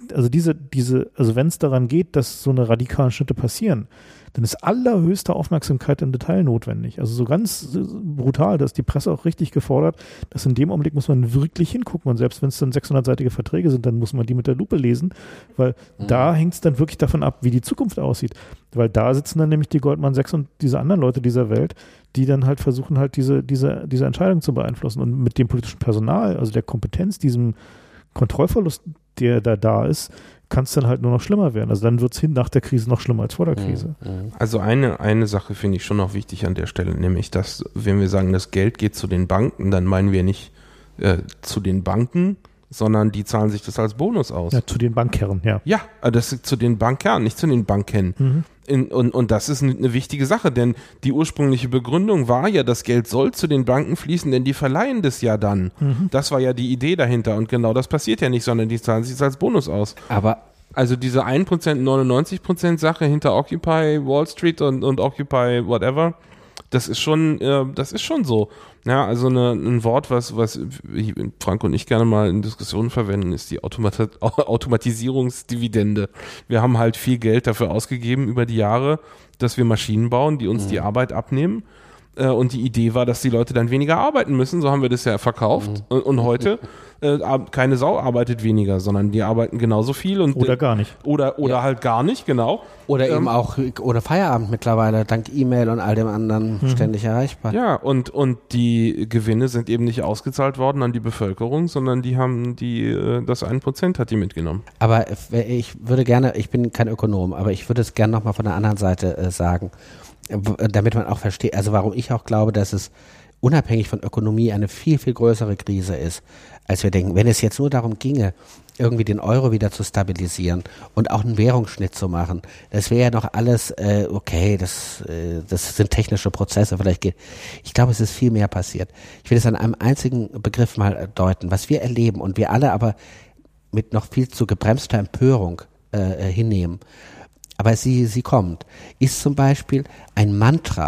also wenn es daran geht, dass so eine radikalen Schritte passieren, dann ist allerhöchste Aufmerksamkeit im Detail notwendig. Also so ganz brutal, da ist die Presse auch richtig gefordert, dass in dem Augenblick muss man wirklich hingucken und selbst wenn es dann 600-seitige Verträge sind, dann muss man die mit der Lupe lesen, weil da hängt es dann wirklich davon ab, wie die Zukunft aussieht. Weil da sitzen dann nämlich die Goldman Sachs und diese anderen Leute dieser Welt, die dann halt versuchen halt diese Entscheidung zu beeinflussen und mit dem politischen Personal, also der Kompetenz, diesem Kontrollverlust, der da ist, kann es dann halt nur noch schlimmer werden. Also dann wird es nach der Krise noch schlimmer als vor der Krise. Also eine Sache finde ich schon noch wichtig an der Stelle, nämlich, dass, wenn wir sagen, das Geld geht zu den Banken, dann meinen wir nicht zu den Banken, sondern die zahlen sich das als Bonus aus. Ja, zu den Bankherren, ja. Ja, das ist zu den Bankherren, nicht zu den Banken. Und das ist eine wichtige Sache, denn die ursprüngliche Begründung war ja, das Geld soll zu den Banken fließen, denn die verleihen das ja dann. Das war ja die Idee dahinter und genau das passiert ja nicht, sondern die zahlen sich das als Bonus aus. Aber also diese 1%, 99% Sache hinter Occupy Wall Street und Occupy whatever, das ist schon so. Ja, also ein Wort, was Frank und ich gerne mal in Diskussionen verwenden, ist die Automatisierungsdividende. Wir haben halt viel Geld dafür ausgegeben über die Jahre, dass wir Maschinen bauen, die uns die Arbeit abnehmen. Und die Idee war, dass die Leute dann weniger arbeiten müssen. So haben wir das ja verkauft. Und heute keine Sau arbeitet weniger, sondern die arbeiten genauso viel. Oder gar nicht. Oder halt gar nicht, genau. Oder eben auch ohne Feierabend mittlerweile, dank E-Mail und all dem anderen ständig erreichbar. Ja, und die Gewinne sind eben nicht ausgezahlt worden an die Bevölkerung, sondern das 1% hat die mitgenommen. Aber ich bin kein Ökonom, aber ich würde es gerne nochmal von der anderen Seite sagen, damit man auch versteht, also warum ich auch glaube, dass es unabhängig von Ökonomie eine viel, viel größere Krise ist, als wir denken. Wenn es jetzt nur darum ginge, irgendwie den Euro wieder zu stabilisieren und auch einen Währungsschnitt zu machen, das wäre ja noch alles okay, das sind technische Prozesse, ich glaube, es ist viel mehr passiert. Ich will es an einem einzigen Begriff mal deuten, was wir erleben und wir alle aber mit noch viel zu gebremster Empörung hinnehmen. Aber sie kommt, ist zum Beispiel ein Mantra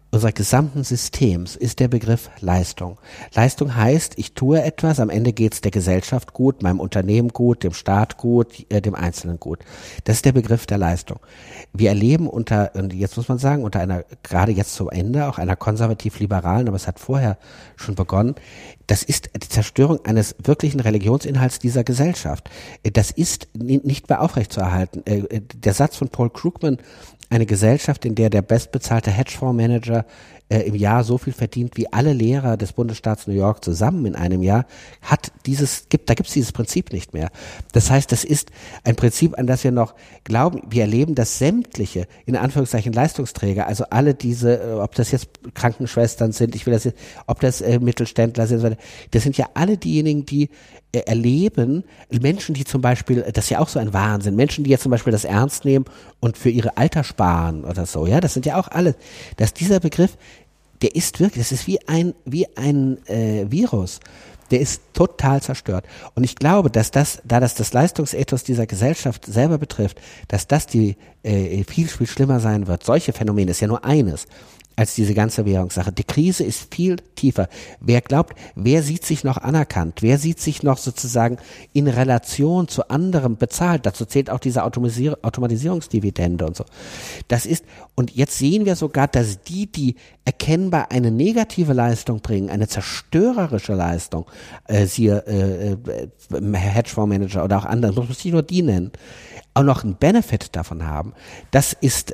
unseres gesamten Systems ist der Begriff Leistung. Leistung heißt, ich tue etwas, am Ende geht es der Gesellschaft gut, meinem Unternehmen gut, dem Staat gut, dem Einzelnen gut. Das ist der Begriff der Leistung. Wir erleben und jetzt muss man sagen, unter einer, gerade jetzt zum Ende, auch einer konservativ-liberalen, aber es hat vorher schon begonnen, das ist die Zerstörung eines wirklichen Religionsinhalts dieser Gesellschaft. Das ist nicht mehr aufrechtzuerhalten. Der Satz von Paul Krugman, eine Gesellschaft, in der der bestbezahlte Hedgefondsmanager im Jahr so viel verdient wie alle Lehrer des Bundesstaats New York zusammen in einem Jahr, da gibt's dieses Prinzip nicht mehr. Das heißt, das ist ein Prinzip, an das wir noch glauben. Wir erleben, dass sämtliche, in Anführungszeichen, Leistungsträger, also alle diese, ob das jetzt Krankenschwestern sind, ob das Mittelständler sind, das sind ja alle diejenigen, die erleben, Menschen, die zum Beispiel, das ist ja auch so ein Wahnsinn, Menschen, die jetzt zum Beispiel das ernst nehmen und für ihre Alter sparen oder so, ja, das sind ja auch alle, dass dieser Begriff, der ist wirklich, das ist wie ein Virus, der ist total zerstört. Und ich glaube, dass das Leistungsethos dieser Gesellschaft selber betrifft, dass das viel, viel schlimmer sein wird. Solche Phänomene ist ja nur eines als diese ganze Währungssache. Die Krise ist viel tiefer. Wer sieht sich noch anerkannt? Wer sieht sich noch sozusagen in Relation zu anderem bezahlt? Dazu zählt auch diese Automatisierungsdividende und so. Und jetzt sehen wir sogar, dass die erkennbar eine negative Leistung bringen, eine zerstörerische Leistung, siehe Hedgefondsmanager oder auch andere, muss man nicht nur die nennen, auch noch einen Benefit davon haben, das ist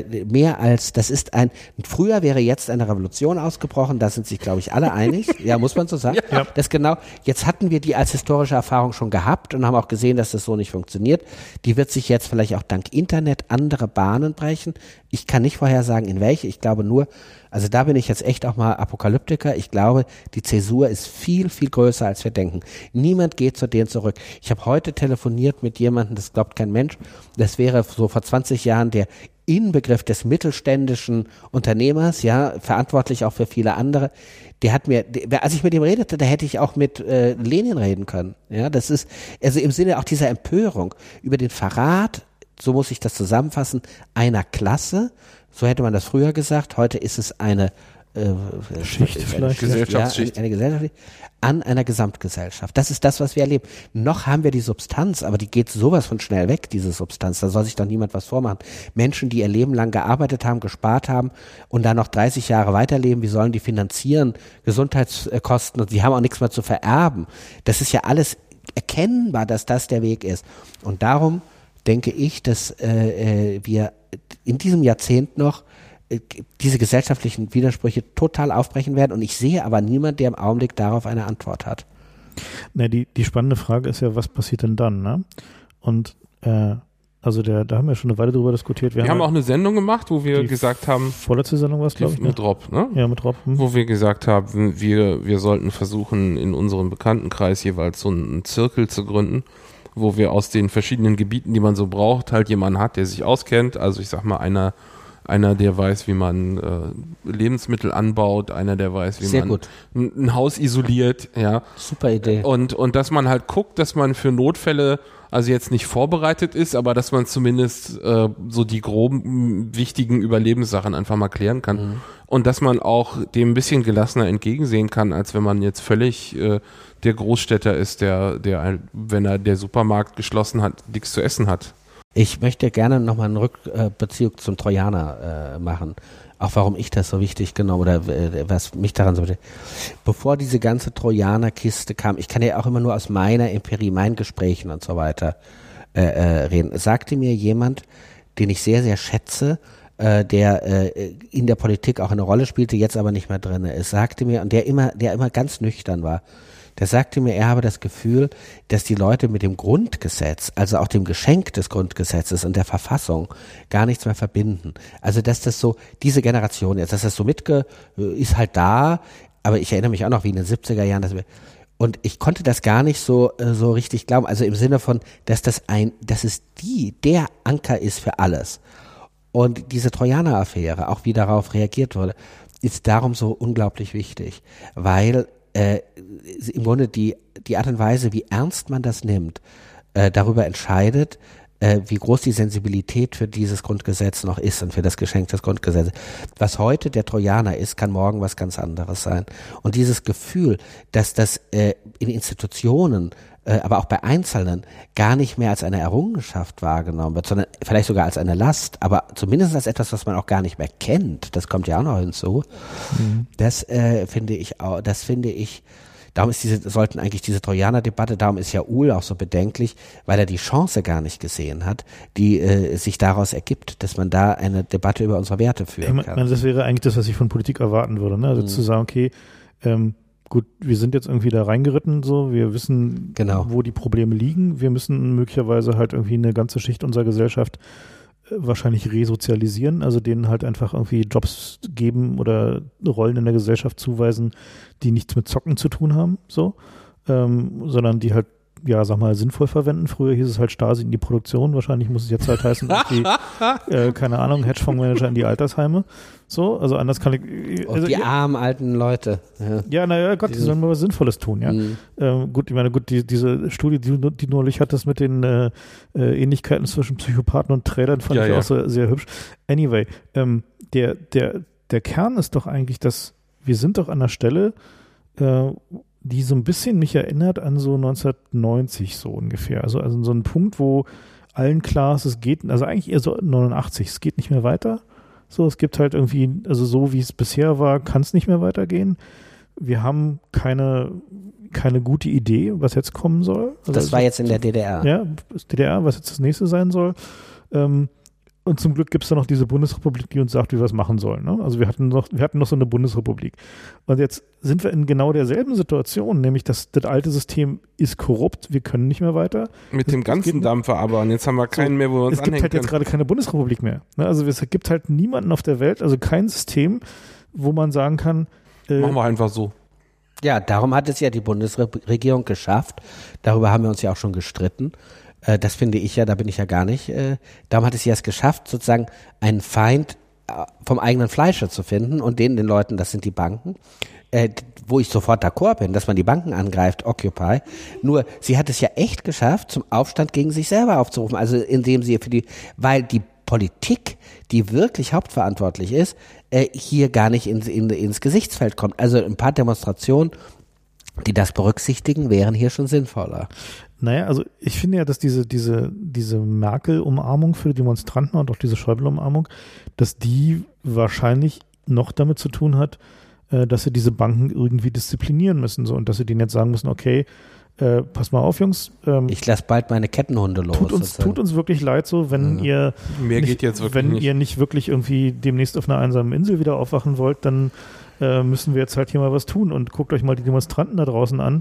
früher wäre jetzt eine Revolution ausgebrochen, da sind sich, glaube ich, alle einig, ja, muss man so sagen, ja. Das genau, jetzt hatten wir die als historische Erfahrung schon gehabt und haben auch gesehen, dass das so nicht funktioniert, die wird sich jetzt vielleicht auch dank Internet andere Bahnen brechen, ich kann nicht vorhersagen, in welche, ich glaube nur, also da bin ich jetzt echt auch mal Apokalyptiker. Ich glaube, die Zäsur ist viel, viel größer, als wir denken. Niemand geht zu denen zurück. Ich habe heute telefoniert mit jemandem, das glaubt kein Mensch. Das wäre so vor 20 Jahren der Inbegriff des mittelständischen Unternehmers, ja, verantwortlich auch für viele andere. Der hat mir, als ich mit ihm redete, da hätte ich auch mit Lenin reden können. Ja, das ist, also im Sinne auch dieser Empörung über den Verrat, so muss ich das zusammenfassen, einer Klasse. So hätte man das früher gesagt. Heute ist es eine Schicht vielleicht. Gesellschaftsschicht. Eine Gesellschaft an einer Gesamtgesellschaft. Das ist das, was wir erleben. Noch haben wir die Substanz, aber die geht sowas von schnell weg, diese Substanz. Da soll sich doch niemand was vormachen. Menschen, die ihr Leben lang gearbeitet haben, gespart haben und dann noch 30 Jahre weiterleben, wie sollen die finanzieren? Gesundheitskosten, und sie haben auch nichts mehr zu vererben. Das ist ja alles erkennbar, dass das der Weg ist. Und darum denke ich, dass wir in diesem Jahrzehnt noch diese gesellschaftlichen Widersprüche total aufbrechen werden. Und ich sehe aber niemand, der im Augenblick darauf eine Antwort hat. Na, die spannende Frage ist ja, was passiert denn dann? Ne? Und also da haben wir schon eine Weile drüber diskutiert. Wir haben auch eine Sendung gemacht, wo wir gesagt haben, vorletzte Sendung war es, glaube ich. Mit Rob, ne? Ja, mit Rob. Wo wir gesagt haben, wir sollten versuchen, in unserem Bekanntenkreis jeweils so einen Zirkel zu gründen, wo wir aus den verschiedenen Gebieten, die man so braucht, halt jemanden hat, der sich auskennt. Also ich sag mal, einer, der weiß, wie man Lebensmittel anbaut, einer, der weiß, wie man ein Haus isoliert, ja. Super Idee. Und dass man halt guckt, dass man für Notfälle also jetzt nicht vorbereitet ist, aber dass man zumindest so die groben, wichtigen Überlebenssachen einfach mal klären kann. Mhm. Und dass man auch dem ein bisschen gelassener entgegensehen kann, als wenn man jetzt völlig der Großstädter ist, der, wenn er der Supermarkt geschlossen hat, nichts zu essen hat. Ich möchte gerne nochmal einen Rückbezug zum Trojaner machen. Auch warum ich das so wichtig genommen oder was mich daran so wichtig. Bevor diese ganze Trojaner-Kiste kam, ich kann ja auch immer nur aus meiner Empirie, meinen Gesprächen und so weiter reden. Sagte mir jemand, den ich sehr, sehr schätze, der in der Politik auch eine Rolle spielte, jetzt aber nicht mehr drin ist, sagte mir, und der immer ganz nüchtern war, der sagte mir, er habe das Gefühl, dass die Leute mit dem Grundgesetz, also auch dem Geschenk des Grundgesetzes und der Verfassung gar nichts mehr verbinden. Also dass das so, diese Generation jetzt, dass das so ist halt da, aber ich erinnere mich auch noch wie in den 70er Jahren, und ich konnte das gar nicht so richtig glauben, also im Sinne von, dass es der Anker ist für alles. Und diese Trojaner-Affäre, auch wie darauf reagiert wurde, ist darum so unglaublich wichtig, weil im Grunde die Art und Weise, wie ernst man das nimmt, darüber entscheidet, wie groß die Sensibilität für dieses Grundgesetz noch ist und für das Geschenk des Grundgesetzes. Was heute der Trojaner ist, kann morgen was ganz anderes sein. Und dieses Gefühl, dass das in Institutionen, aber auch bei Einzelnen gar nicht mehr als eine Errungenschaft wahrgenommen wird, sondern vielleicht sogar als eine Last, aber zumindest als etwas, was man auch gar nicht mehr kennt, das kommt ja auch noch hinzu. Das finde ich, darum sollten eigentlich diese Trojaner-Debatte, darum ist ja Uhl auch so bedenklich, weil er die Chance gar nicht gesehen hat, die sich daraus ergibt, dass man da eine Debatte über unsere Werte führen kann. Das wäre eigentlich das, was ich von Politik erwarten würde, ne? Also zu sagen, okay, gut, wir sind jetzt irgendwie da reingeritten, so, wir wissen, wo die Probleme liegen, wir müssen möglicherweise halt irgendwie eine ganze Schicht unserer Gesellschaft wahrscheinlich resozialisieren, also denen halt einfach irgendwie Jobs geben oder Rollen in der Gesellschaft zuweisen, die nichts mit Zocken zu tun haben, so, sondern die halt, ja, sag mal, sinnvoll verwenden. Früher hieß es halt Stasi in die Produktion, wahrscheinlich muss es jetzt halt heißen, keine Ahnung, Hedgefondsmanager in die Altersheime, so, also anders kann ich... Und die armen alten Leute. Ja, naja, Gott, die sollen mal was Sinnvolles tun, ja. Gut, ich meine, diese Studie, die neulich hat, das mit den Ähnlichkeiten zwischen Psychopathen und Tradern, fand ich auch sehr, sehr hübsch. Anyway, der Kern ist doch eigentlich, dass wir sind doch an der Stelle, die so ein bisschen mich erinnert an so 1990 so ungefähr. Also so ein Punkt, wo allen klar ist, es geht, also eigentlich eher so 89, es geht nicht mehr weiter. So, es gibt halt irgendwie, also so wie es bisher war, kann es nicht mehr weitergehen. Wir haben keine gute Idee, was jetzt kommen soll. Also das war jetzt in der DDR. Ja, DDR, was jetzt das nächste sein soll. Und zum Glück gibt es da noch diese Bundesrepublik, die uns sagt, wie wir es machen sollen. Ne? Also wir hatten noch so eine Bundesrepublik. Und jetzt sind wir in genau derselben Situation, nämlich das alte System ist korrupt, wir können nicht mehr weiter. Mit dem ganzen Dampfer aber. Und jetzt haben wir keinen mehr, wo wir uns anhängen können. Es gibt halt jetzt gerade keine Bundesrepublik mehr. Ne? Also es gibt halt niemanden auf der Welt, also kein System, wo man sagen kann, machen wir einfach so. Ja, darum hat es ja die Bundesregierung geschafft. Darüber haben wir uns ja auch schon gestritten. Das finde ich ja, da bin ich ja gar nicht. Darum hat es ja es geschafft, sozusagen einen Feind vom eigenen Fleische zu finden und den Leuten, das sind die Banken, wo ich sofort d'accord bin, dass man die Banken angreift, Occupy. Nur, sie hat es ja echt geschafft, zum Aufstand gegen sich selber aufzurufen. Also indem sie weil die Politik, die wirklich hauptverantwortlich ist, hier gar nicht ins Gesichtsfeld kommt. Also ein paar Demonstrationen, die das berücksichtigen, wären hier schon sinnvoller. Naja, also ich finde ja, dass diese Merkel-Umarmung für die Demonstranten und auch diese Schäuble-Umarmung, dass die wahrscheinlich noch damit zu tun hat, dass sie diese Banken irgendwie disziplinieren müssen, so, und dass sie denen jetzt sagen müssen, okay, pass mal auf, Jungs. Ich lasse bald meine Kettenhunde los. Tut uns wirklich leid, so, wenn ihr ihr nicht wirklich irgendwie demnächst auf einer einsamen Insel wieder aufwachen wollt, dann müssen wir jetzt halt hier mal was tun und guckt euch mal die Demonstranten da draußen an.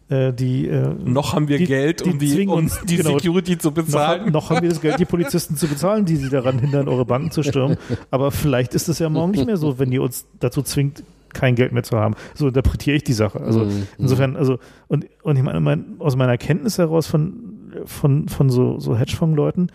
Noch haben wir Geld, um die Security zu bezahlen. Noch haben wir das Geld, die Polizisten zu bezahlen, die sie daran hindern, eure Banken zu stürmen. Aber vielleicht ist es ja morgen nicht mehr so, wenn ihr uns dazu zwingt, kein Geld mehr zu haben. So interpretiere ich die Sache. Also insofern, also und ich meine, aus meiner Kenntnis heraus von so Hedgefonds-Leuten,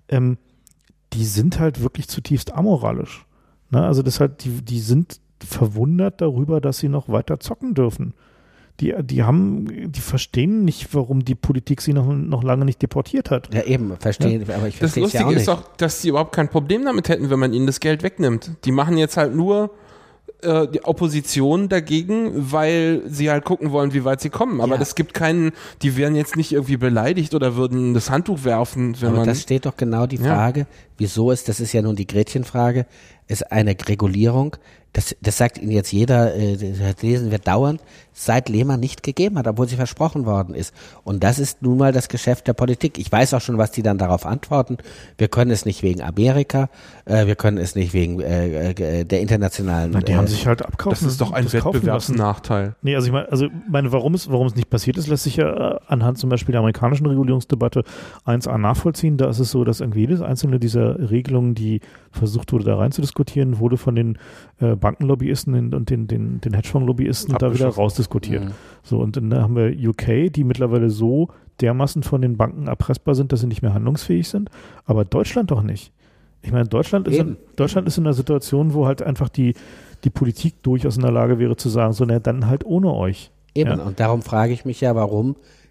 die sind halt wirklich zutiefst amoralisch. Ne? Also das halt, die sind verwundert darüber, dass sie noch weiter zocken dürfen. Die verstehen nicht, warum die Politik sie noch lange nicht deportiert hat. Ja, eben, verstehen, ja. Aber ich verstehe es ja auch nicht. Das Lustige ist doch, dass sie überhaupt kein Problem damit hätten, wenn man ihnen das Geld wegnimmt. Die machen jetzt halt nur die Opposition dagegen, weil sie halt gucken wollen, wie weit sie kommen. Aber es gibt keinen, die wären jetzt nicht irgendwie beleidigt oder würden das Handtuch werfen. Aber das steht doch genau die Frage, wieso das ist ja nun die Gretchenfrage, ist eine Regulierung, das sagt Ihnen jetzt jeder, das lesen wir dauernd, seit Lehmann nicht gegeben hat, obwohl sie versprochen worden ist. Und das ist nun mal das Geschäft der Politik. Ich weiß auch schon, was die dann darauf antworten. Wir können es nicht wegen Amerika, wir können es nicht wegen der internationalen... Na, die haben sich halt abkaufen. Das ist doch ein Wettbewerbsnachteil. Nee, also ich meine, warum es nicht passiert ist, lässt sich ja anhand zum Beispiel der amerikanischen Regulierungsdebatte 1a nachvollziehen. Da ist es so, dass irgendwie jedes einzelne dieser Regelungen, die versucht wurde, da rein zu diskutieren, wurde von den Bankenlobbyisten und den Hedgefonds-Lobbyisten da wieder rausdiskutiert. So, und dann haben wir UK, die mittlerweile so dermaßen von den Banken erpressbar sind, dass sie nicht mehr handlungsfähig sind, aber Deutschland doch nicht. Ich meine, Deutschland ist in einer Situation, wo halt einfach die Politik durchaus in der Lage wäre zu sagen, so, na, dann halt ohne euch. Eben, und darum frage ich mich ja, warum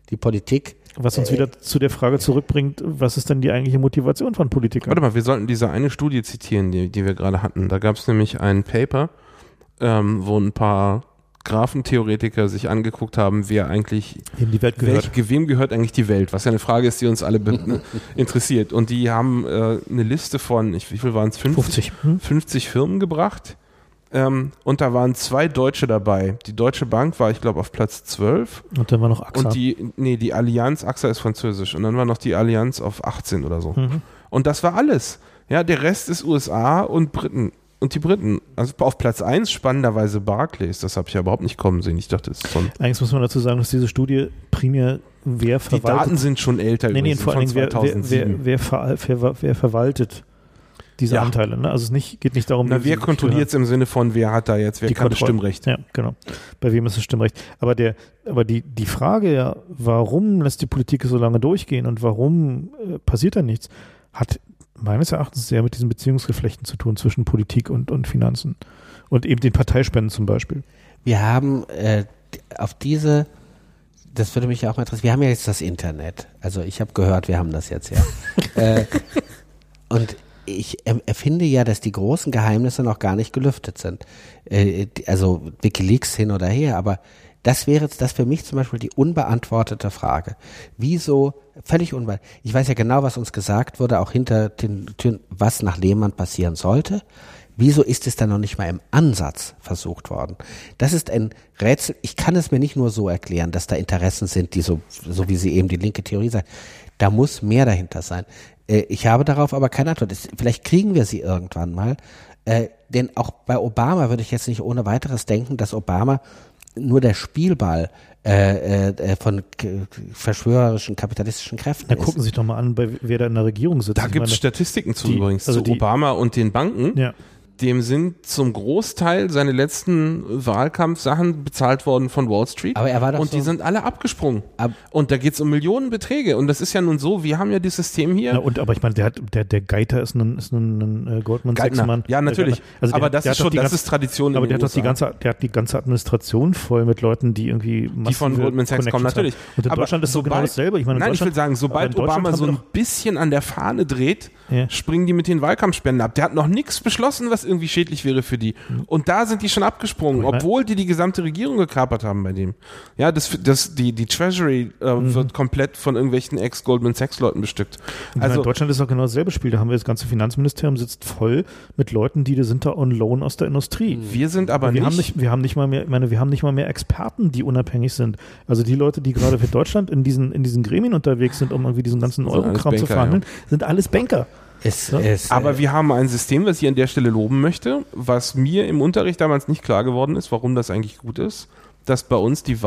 die Politik. Was uns wieder zu der Frage zurückbringt, was ist denn die eigentliche Motivation von Politikern? Warte mal, wir sollten diese eine Studie zitieren, die wir gerade hatten. Da gab es nämlich ein Paper, wo ein paar Graphentheoretiker sich angeguckt haben, wer eigentlich wem gehört eigentlich die Welt, was ja eine Frage ist, die uns alle interessiert. Und die haben eine Liste von, wie viel waren es? 50 Firmen gebracht. Und da waren 2 Deutsche dabei. Die Deutsche Bank war, ich glaube, auf Platz 12. Und dann war noch AXA. Und die Allianz, AXA ist französisch. Und dann war noch die Allianz auf 18 oder so. Und das war alles. Ja, der Rest ist USA und Briten. Und die Briten, also auf Platz 1 spannenderweise Barclays, das habe ich ja überhaupt nicht kommen sehen. Ich dachte, das ist schon. Eigentlich muss man dazu sagen, dass diese Studie primär wer verwaltet. Die Daten sind schon älter. Nee, vor allem wer verwaltet diese Anteile. Ne? Also es geht nicht darum, wer kontrolliert es im Sinne von, wer hat da jetzt, wer kann das Stimmrecht. Ja, genau. Bei wem ist das Stimmrecht? Aber die Frage ja, warum lässt die Politik so lange durchgehen und warum passiert da nichts, hat meines Erachtens sehr mit diesen Beziehungsgeflechten zu tun zwischen Politik und Finanzen und eben den Parteispenden zum Beispiel. Wir haben das würde mich ja auch mal interessieren, wir haben ja jetzt das Internet. Also ich habe gehört, wir haben das jetzt ja. Und ich erfinde ja, dass die großen Geheimnisse noch gar nicht gelüftet sind. Also WikiLeaks hin oder her, aber das wäre jetzt das für mich zum Beispiel die unbeantwortete Frage. Wieso, völlig unbeantwortet. Ich weiß ja genau, was uns gesagt wurde, auch hinter den Türen, was nach Lehmann passieren sollte. Wieso ist es dann noch nicht mal im Ansatz versucht worden? Das ist ein Rätsel. Ich kann es mir nicht nur so erklären, dass da Interessen sind, die so wie sie eben die linke Theorie sagt. Da muss mehr dahinter sein. Ich habe darauf aber keine Antwort. Vielleicht kriegen wir sie irgendwann mal. Denn auch bei Obama würde ich jetzt nicht ohne weiteres denken, dass Obama nur der Spielball von verschwörerischen kapitalistischen Kräften ist. Gucken Sie sich doch mal an, wer da in der Regierung sitzt. Da gibt es Statistiken zu übrigens, zu Obama und den Banken. Ja. Dem sind zum Großteil seine letzten Wahlkampfsachen bezahlt worden von Wall Street. Aber er war doch und die sind alle abgesprungen. Und da geht es um Millionenbeträge. Und das ist ja nun so, wir haben ja das System hier. Aber ich meine, der Geiter ist ein Goldman Sachs-Mann. Ja, natürlich. Also aber das ist Tradition. Aber der hat die ganze Administration voll mit Leuten, die irgendwie die von Goldman Sachs kommen, natürlich. Und in Deutschland ist so genau dasselbe. Ich will sagen, sobald Obama so ein bisschen an der Fahne dreht, springen die mit den Wahlkampfspenden ab. Der hat noch nichts beschlossen, was irgendwie schädlich wäre für die. Und da sind die schon abgesprungen, obwohl die gesamte Regierung gekapert haben bei dem. Ja, die Treasury wird komplett von irgendwelchen Ex-Goldman Sachs-Leuten bestückt. Also in Deutschland ist auch genau dasselbe Spiel. Da haben wir das ganze Finanzministerium sitzt voll mit Leuten, die sind da on loan aus der Industrie. Wir sind aber wir haben nicht mal mehr Experten, die unabhängig sind. Also die Leute, die gerade für Deutschland in diesen Gremien unterwegs sind, um irgendwie diesen ganzen Euro-Kram zu verhandeln, sind alles Banker. Aber wir haben ein System, was ich an der Stelle loben möchte, was mir im Unterricht damals nicht klar geworden ist, warum das eigentlich gut ist, dass bei uns der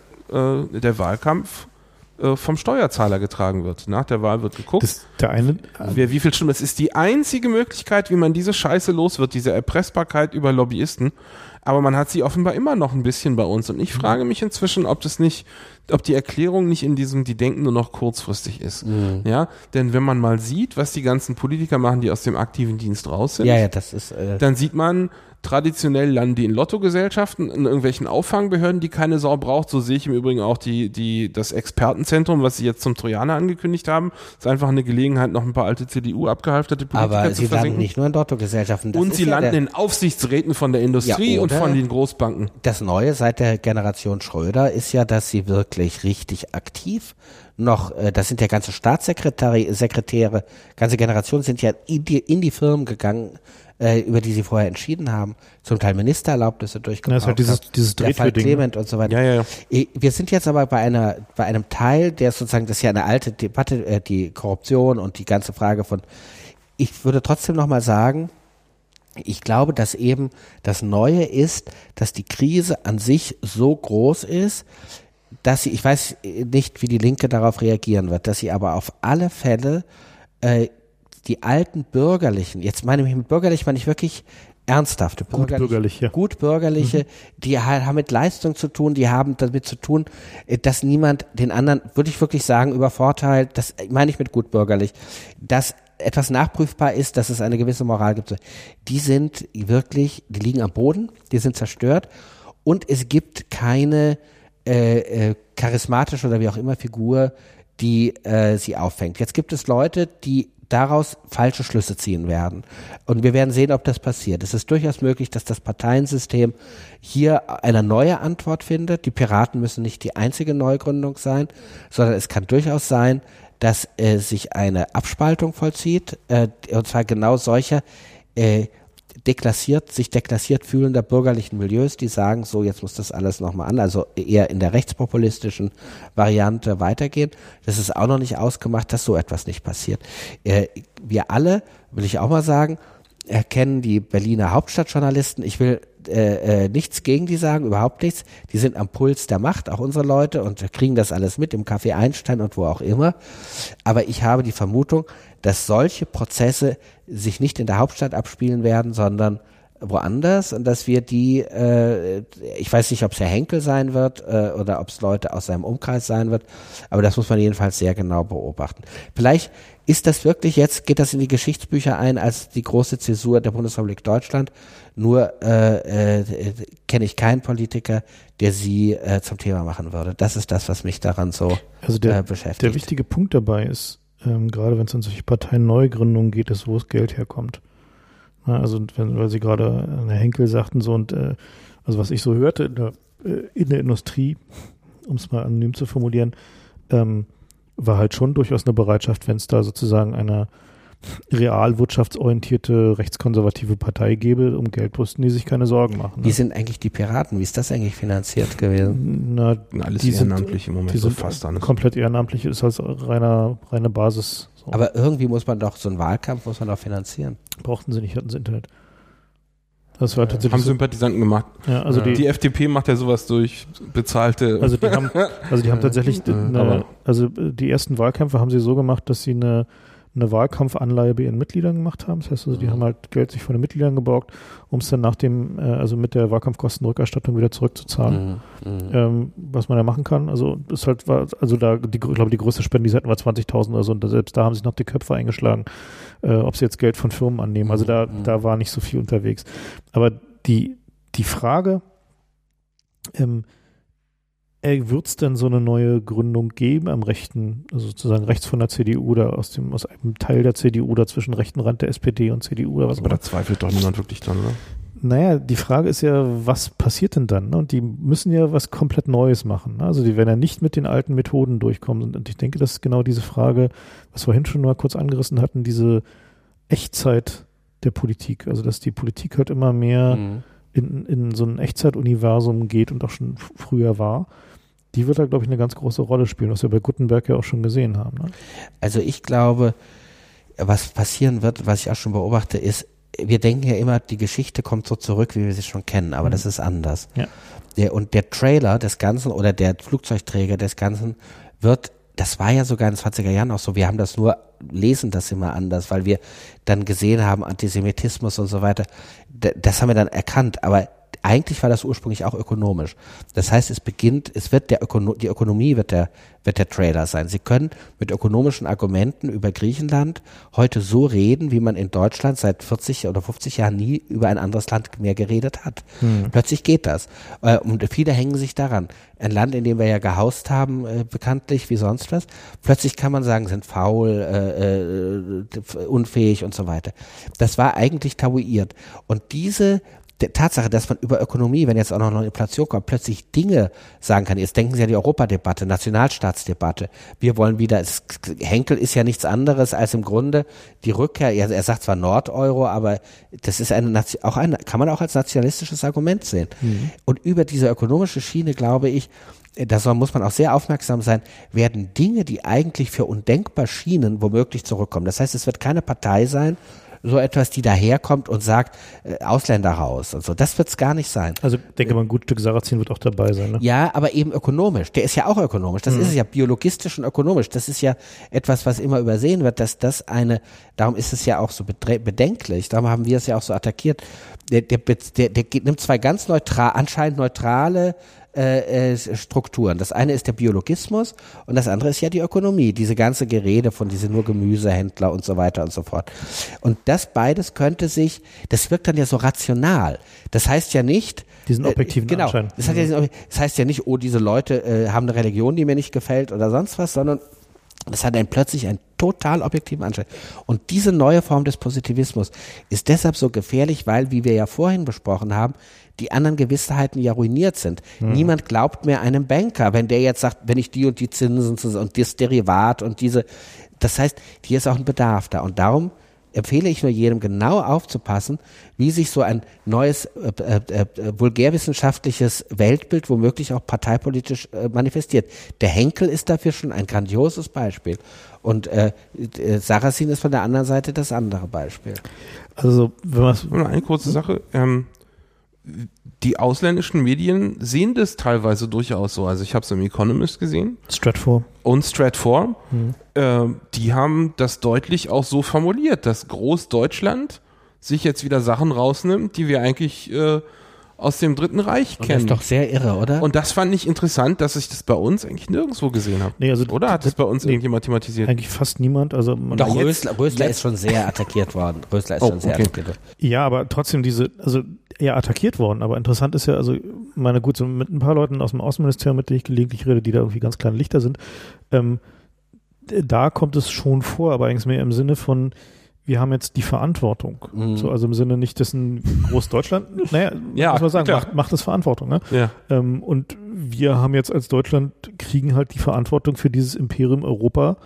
Wahlkampf vom Steuerzahler getragen wird. Nach der Wahl wird geguckt, wie viel Stimmen. Es ist die einzige Möglichkeit, wie man diese Scheiße los wird, diese Erpressbarkeit über Lobbyisten. Aber man hat sie offenbar immer noch ein bisschen bei uns. Und ich frage mich inzwischen, ob die Erklärung nicht in diesem, die denken nur noch kurzfristig ist. Ja, denn wenn man mal sieht, was die ganzen Politiker machen, die aus dem aktiven Dienst raus sind, dann sieht man, traditionell landen die in Lottogesellschaften, in irgendwelchen Auffangbehörden, die keine Sau braucht. So sehe ich im Übrigen auch das Expertenzentrum, was sie jetzt zum Trojaner angekündigt haben. Ist einfach eine Gelegenheit, noch ein paar alte CDU-abgehalfterte Politiker zu versenken. Aber sie landen nicht nur in Lottogesellschaften. Und sie landen in Aufsichtsräten von der Industrie und von den Großbanken. Das Neue seit der Generation Schröder ist ja, dass sie wirklich richtig aktiv noch, das sind ja ganze Staatssekretäre, ganze Generationen sind ja in die Firmen gegangen, über die sie vorher entschieden haben, zum Teil Ministererlaubnisse durchgebracht. Das ist halt dieses der Fall Clement und so weiter. Ja. Wir sind jetzt aber bei einem Teil, der sozusagen, das ist ja eine alte Debatte, die Korruption und die ganze Frage von, ich würde trotzdem nochmal sagen, ich glaube, dass eben das Neue ist, dass die Krise an sich so groß ist, dass sie, ich weiß nicht, wie die Linke darauf reagieren wird, dass sie aber auf alle Fälle die alten Bürgerlichen, jetzt meine ich mit bürgerlich, meine ich wirklich ernsthafte Gutbürgerliche, die haben mit Leistung zu tun, die haben damit zu tun, dass niemand den anderen, würde ich wirklich sagen, übervorteilt, das meine ich mit gutbürgerlich, dass etwas nachprüfbar ist, dass es eine gewisse Moral gibt. Die liegen am Boden, die sind zerstört und es gibt keine charismatische oder wie auch immer Figur, die sie auffängt. Jetzt gibt es Leute, die daraus falsche Schlüsse ziehen werden. Und wir werden sehen, ob das passiert. Es ist durchaus möglich, dass das Parteiensystem hier eine neue Antwort findet. Die Piraten müssen nicht die einzige Neugründung sein, sondern es kann durchaus sein, dass sich eine Abspaltung vollzieht, und zwar genau solcher sich deklassiert fühlender bürgerlichen Milieus, die sagen, so jetzt muss das alles nochmal an, also eher in der rechtspopulistischen Variante weitergehen. Das ist auch noch nicht ausgemacht, dass so etwas nicht passiert. Wir alle, will ich auch mal sagen, kennen die Berliner Hauptstadtjournalisten. Ich will nichts gegen die sagen, überhaupt nichts. Die sind am Puls der Macht, auch unsere Leute, und kriegen das alles mit im Café Einstein und wo auch immer. Aber ich habe die Vermutung, dass solche Prozesse sich nicht in der Hauptstadt abspielen werden, sondern woanders, und dass wir die, ich weiß nicht, ob es Herr Henkel sein wird oder ob es Leute aus seinem Umkreis sein wird, aber das muss man jedenfalls sehr genau beobachten. Vielleicht ist das wirklich jetzt, geht das in die Geschichtsbücher ein als die große Zäsur der Bundesrepublik Deutschland, nur kenne ich keinen Politiker, der sie zum Thema machen würde. Das ist das, was mich daran so beschäftigt. Der wichtige Punkt dabei ist, gerade wenn es um solche Parteienneugründungen geht, ist, wo das Geld herkommt. Ja, also weil Sie gerade Herr Henkel sagten so, und also was ich so hörte in der Industrie, um es mal anonym zu formulieren, war halt schon durchaus eine Bereitschaft, wenn es da sozusagen eine realwirtschaftsorientierte, rechtskonservative Partei gäbe, um Geld mussten die sich keine Sorgen machen. Ne? Wie sind eigentlich die Piraten? Wie ist das eigentlich finanziert gewesen? Na, alles ehrenamtlich im Moment. Die sind fast alles. Komplett ehrenamtlich, ist halt reine Basis. So. Aber irgendwie muss man doch, so einen Wahlkampf muss man doch finanzieren. Brauchten sie nicht, hatten sie Internet. Das war tatsächlich haben Sympathisanten gemacht. Ja, also die FDP macht ja sowas durch bezahlte. Also die haben tatsächlich die ersten Wahlkämpfe haben sie so gemacht, dass sie eine Wahlkampfanleihe bei ihren Mitgliedern gemacht haben. Das heißt also, die haben halt Geld sich von den Mitgliedern geborgt, um es dann nach dem, also mit der Wahlkampfkostenrückerstattung wieder zurückzuzahlen. Was man ja machen kann. Also ist halt, ich glaube, die größte Spendenseite war 20.000 oder so, und selbst da haben sich noch die Köpfe eingeschlagen, ob sie jetzt Geld von Firmen annehmen. Also da war nicht so viel unterwegs. Aber die Frage, wird es denn so eine neue Gründung geben am rechten, also sozusagen rechts von der CDU oder aus einem Teil der CDU oder zwischen rechten Rand der SPD und CDU oder was? Aber da zweifelt doch niemand wirklich dran, oder? Naja, die Frage ist ja, was passiert denn dann? Ne? Und die müssen ja was komplett Neues machen. Ne? Also die werden ja nicht mit den alten Methoden durchkommen. Und ich denke, das ist genau diese Frage, was wir vorhin schon mal kurz angerissen hatten, diese Echtzeit der Politik. Also dass die Politik halt immer mehr in so ein Echtzeituniversum geht und auch schon früher war. Die wird da, glaube ich, eine ganz große Rolle spielen, was wir bei Gutenberg ja auch schon gesehen haben. Ne? Also ich glaube, was passieren wird, was ich auch schon beobachte, ist, wir denken ja immer, die Geschichte kommt so zurück, wie wir sie schon kennen, aber das ist anders. Ja. Und der Trailer des Ganzen oder der Flugzeugträger des Ganzen das war ja sogar in den 20er Jahren auch so, wir haben das nur, lesen das immer anders, weil wir dann gesehen haben, Antisemitismus und so weiter, das haben wir dann erkannt, aber eigentlich war das ursprünglich auch ökonomisch. Das heißt, die Ökonomie wird der Trailer sein. Sie können mit ökonomischen Argumenten über Griechenland heute so reden, wie man in Deutschland seit 40 oder 50 Jahren nie über ein anderes Land mehr geredet hat. Plötzlich geht das. Und viele hängen sich daran. Ein Land, in dem wir ja gehaust haben, bekanntlich wie sonst was. Plötzlich kann man sagen, sind faul, unfähig und so weiter. Das war eigentlich tabuiert. Und diese Tatsache, dass man über Ökonomie, wenn jetzt auch noch eine Inflation kommt, plötzlich Dinge sagen kann. Jetzt denken Sie an die Europadebatte, Nationalstaatsdebatte. Wir wollen wieder, Henkel ist ja nichts anderes als im Grunde die Rückkehr, er sagt zwar Nordeuro, aber das ist kann man auch als nationalistisches Argument sehen. Und über diese ökonomische Schiene, glaube ich, muss man auch sehr aufmerksam sein, werden Dinge, die eigentlich für undenkbar schienen, womöglich zurückkommen. Das heißt, es wird keine Partei sein, so etwas, die daherkommt und sagt, Ausländer raus und so. Das wird es gar nicht sein. Also ich denke mal, ein gutes Stück Sarrazin wird auch dabei sein. Ne? Ja, aber eben ökonomisch. Der ist ja auch ökonomisch. Das ist ja biologistisch und ökonomisch. Das ist ja etwas, was immer übersehen wird, dass darum ist es ja auch so bedenklich, darum haben wir es ja auch so attackiert. Der nimmt zwei ganz anscheinend neutrale Strukturen. Das eine ist der Biologismus und das andere ist ja die Ökonomie. Diese ganze Gerede von diese nur Gemüsehändler und so weiter und so fort. Und das beides das wirkt dann ja so rational. Das heißt ja nicht, diesen objektiven Anschein. Das heißt ja nicht, oh, diese Leute haben eine Religion, die mir nicht gefällt oder sonst was, sondern das hat plötzlich einen total objektiven Anschein. Und diese neue Form des Positivismus ist deshalb so gefährlich, weil, wie wir ja vorhin besprochen haben, die anderen Gewissheiten ja ruiniert sind. Niemand glaubt mehr einem Banker, wenn der jetzt sagt, wenn ich die und die Zinsen und das Derivat und das heißt, hier ist auch ein Bedarf da. Und darum empfehle ich nur jedem genau aufzupassen, wie sich so ein neues vulgärwissenschaftliches Weltbild womöglich auch parteipolitisch manifestiert. Der Henkel ist dafür schon ein grandioses Beispiel und Sarrazin ist von der anderen Seite das andere Beispiel. Also wenn man eine kurze Sache, die ausländischen Medien sehen das teilweise durchaus so. Also ich habe es im Economist gesehen. Stratfor. Und Stratfor. Die haben das deutlich auch so formuliert, dass Großdeutschland sich jetzt wieder Sachen rausnimmt, die wir eigentlich aus dem Dritten Reich kennen. Das ist doch sehr irre, oder? Und das fand ich interessant, dass ich das bei uns eigentlich nirgendwo gesehen habe. Nee, also oder hat das bei uns irgendjemand thematisiert? Eigentlich fast niemand. Also doch, Rösler ist schon sehr attackiert worden. Attackiert worden. Ja, aber trotzdem attackiert worden. Aber interessant ist ja, also meine gut, so mit ein paar Leuten aus dem Außenministerium, mit denen ich gelegentlich rede, die da irgendwie ganz kleine Lichter sind, da kommt es schon vor, aber eigentlich mehr im Sinne von, wir haben jetzt die Verantwortung. So, also im Sinne nicht, dass ein Großdeutschland, muss man sagen, macht das Verantwortung. Ne? Ja. Und wir haben jetzt als Deutschland, kriegen halt die Verantwortung für dieses Imperium Europa,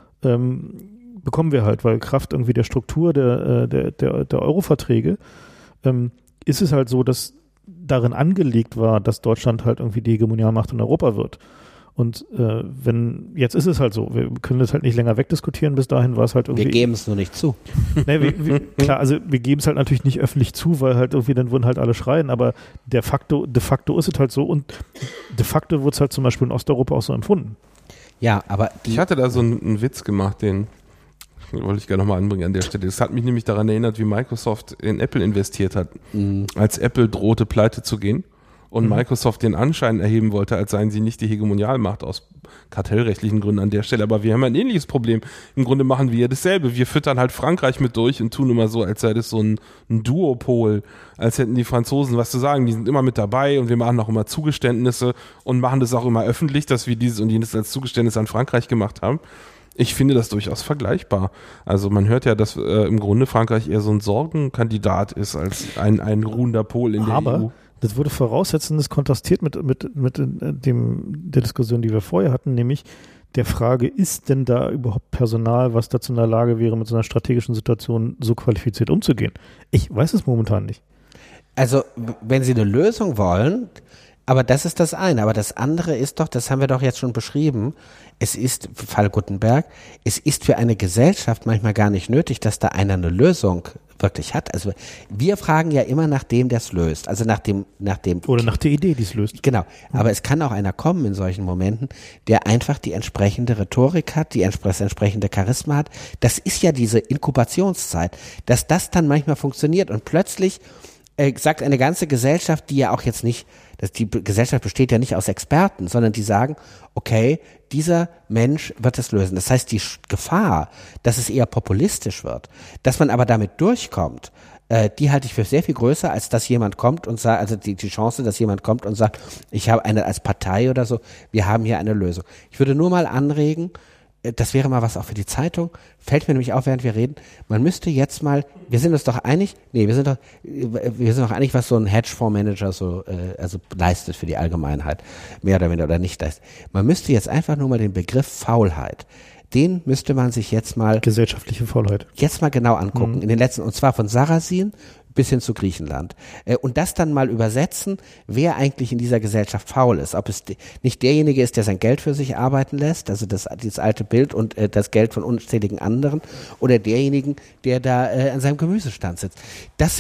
bekommen wir halt, weil Kraft irgendwie der Struktur der Euro-Verträge ist es halt so, dass darin angelegt war, dass Deutschland halt irgendwie die Hegemonialmacht in Europa wird. Und jetzt ist es halt so, wir können das halt nicht länger wegdiskutieren, bis dahin war es halt irgendwie... Wir geben es nur nicht zu. Klar, also wir geben es halt natürlich nicht öffentlich zu, weil halt irgendwie, dann würden halt alle schreien, aber de facto ist es halt so und de facto wird es halt zum Beispiel in Osteuropa auch so empfunden. Ja, aber... Ich hatte da so einen Witz gemacht, den wollte ich gerne nochmal anbringen an der Stelle. Das hat mich nämlich daran erinnert, wie Microsoft in Apple investiert hat, als Apple drohte, pleite zu gehen. Und Microsoft den Anschein erheben wollte, als seien sie nicht die Hegemonialmacht aus kartellrechtlichen Gründen an der Stelle. Aber wir haben ein ähnliches Problem. Im Grunde machen wir ja dasselbe. Wir füttern halt Frankreich mit durch und tun immer so, als sei das so ein Duopol, als hätten die Franzosen was zu sagen. Die sind immer mit dabei und wir machen auch immer Zugeständnisse und machen das auch immer öffentlich, dass wir dieses und jenes als Zugeständnis an Frankreich gemacht haben. Ich finde das durchaus vergleichbar. Also man hört ja, dass im Grunde Frankreich eher so ein Sorgenkandidat ist als ein ruhender Pol in der EU. Das würde voraussetzen, das kontrastiert mit der Diskussion, die wir vorher hatten, nämlich der Frage, ist denn da überhaupt Personal, was dazu in der Lage wäre, mit so einer strategischen Situation so qualifiziert umzugehen? Ich weiß es momentan nicht. Also, wenn Sie eine Lösung wollen, aber das ist das eine. Aber das andere ist doch, das haben wir doch jetzt schon beschrieben, es ist, Fall Gutenberg, es ist für eine Gesellschaft manchmal gar nicht nötig, dass da einer eine Lösung wirklich hat. Also wir fragen ja immer nach dem, der es löst. Also nach dem oder nach der Idee, die es löst. Genau. Aber es kann auch einer kommen in solchen Momenten, der einfach die entsprechende Rhetorik hat, das entsprechende Charisma hat. Das ist ja diese Inkubationszeit, dass das dann manchmal funktioniert und plötzlich sagt eine ganze Gesellschaft, die ja auch jetzt nicht, die Gesellschaft besteht ja nicht aus Experten, sondern die sagen, okay, dieser Mensch wird es lösen. Das heißt, die Gefahr, dass es eher populistisch wird, dass man aber damit durchkommt, die halte ich für sehr viel größer, als dass jemand kommt und sagt, also die Chance, dass jemand kommt und sagt, ich habe als Partei oder so, wir haben hier eine Lösung. Ich würde nur mal anregen, das wäre mal was auch für die Zeitung, fällt mir nämlich auf, während wir reden, man müsste jetzt mal, wir sind uns doch einig, wir sind doch einig, was so ein Hedgefondsmanager so, also leistet für die Allgemeinheit, mehr oder weniger oder nicht leistet. Man müsste jetzt einfach nur mal den Begriff Faulheit, den müsste man sich jetzt mal gesellschaftliche Faulheit jetzt mal genau angucken, in den letzten, und zwar von Sarrazin bis hin zu Griechenland. Und das dann mal übersetzen, wer eigentlich in dieser Gesellschaft faul ist. Ob es nicht derjenige ist, der sein Geld für sich arbeiten lässt, also dieses alte Bild und das Geld von unzähligen anderen, oder derjenigen, der da an seinem Gemüsestand sitzt. Das sind,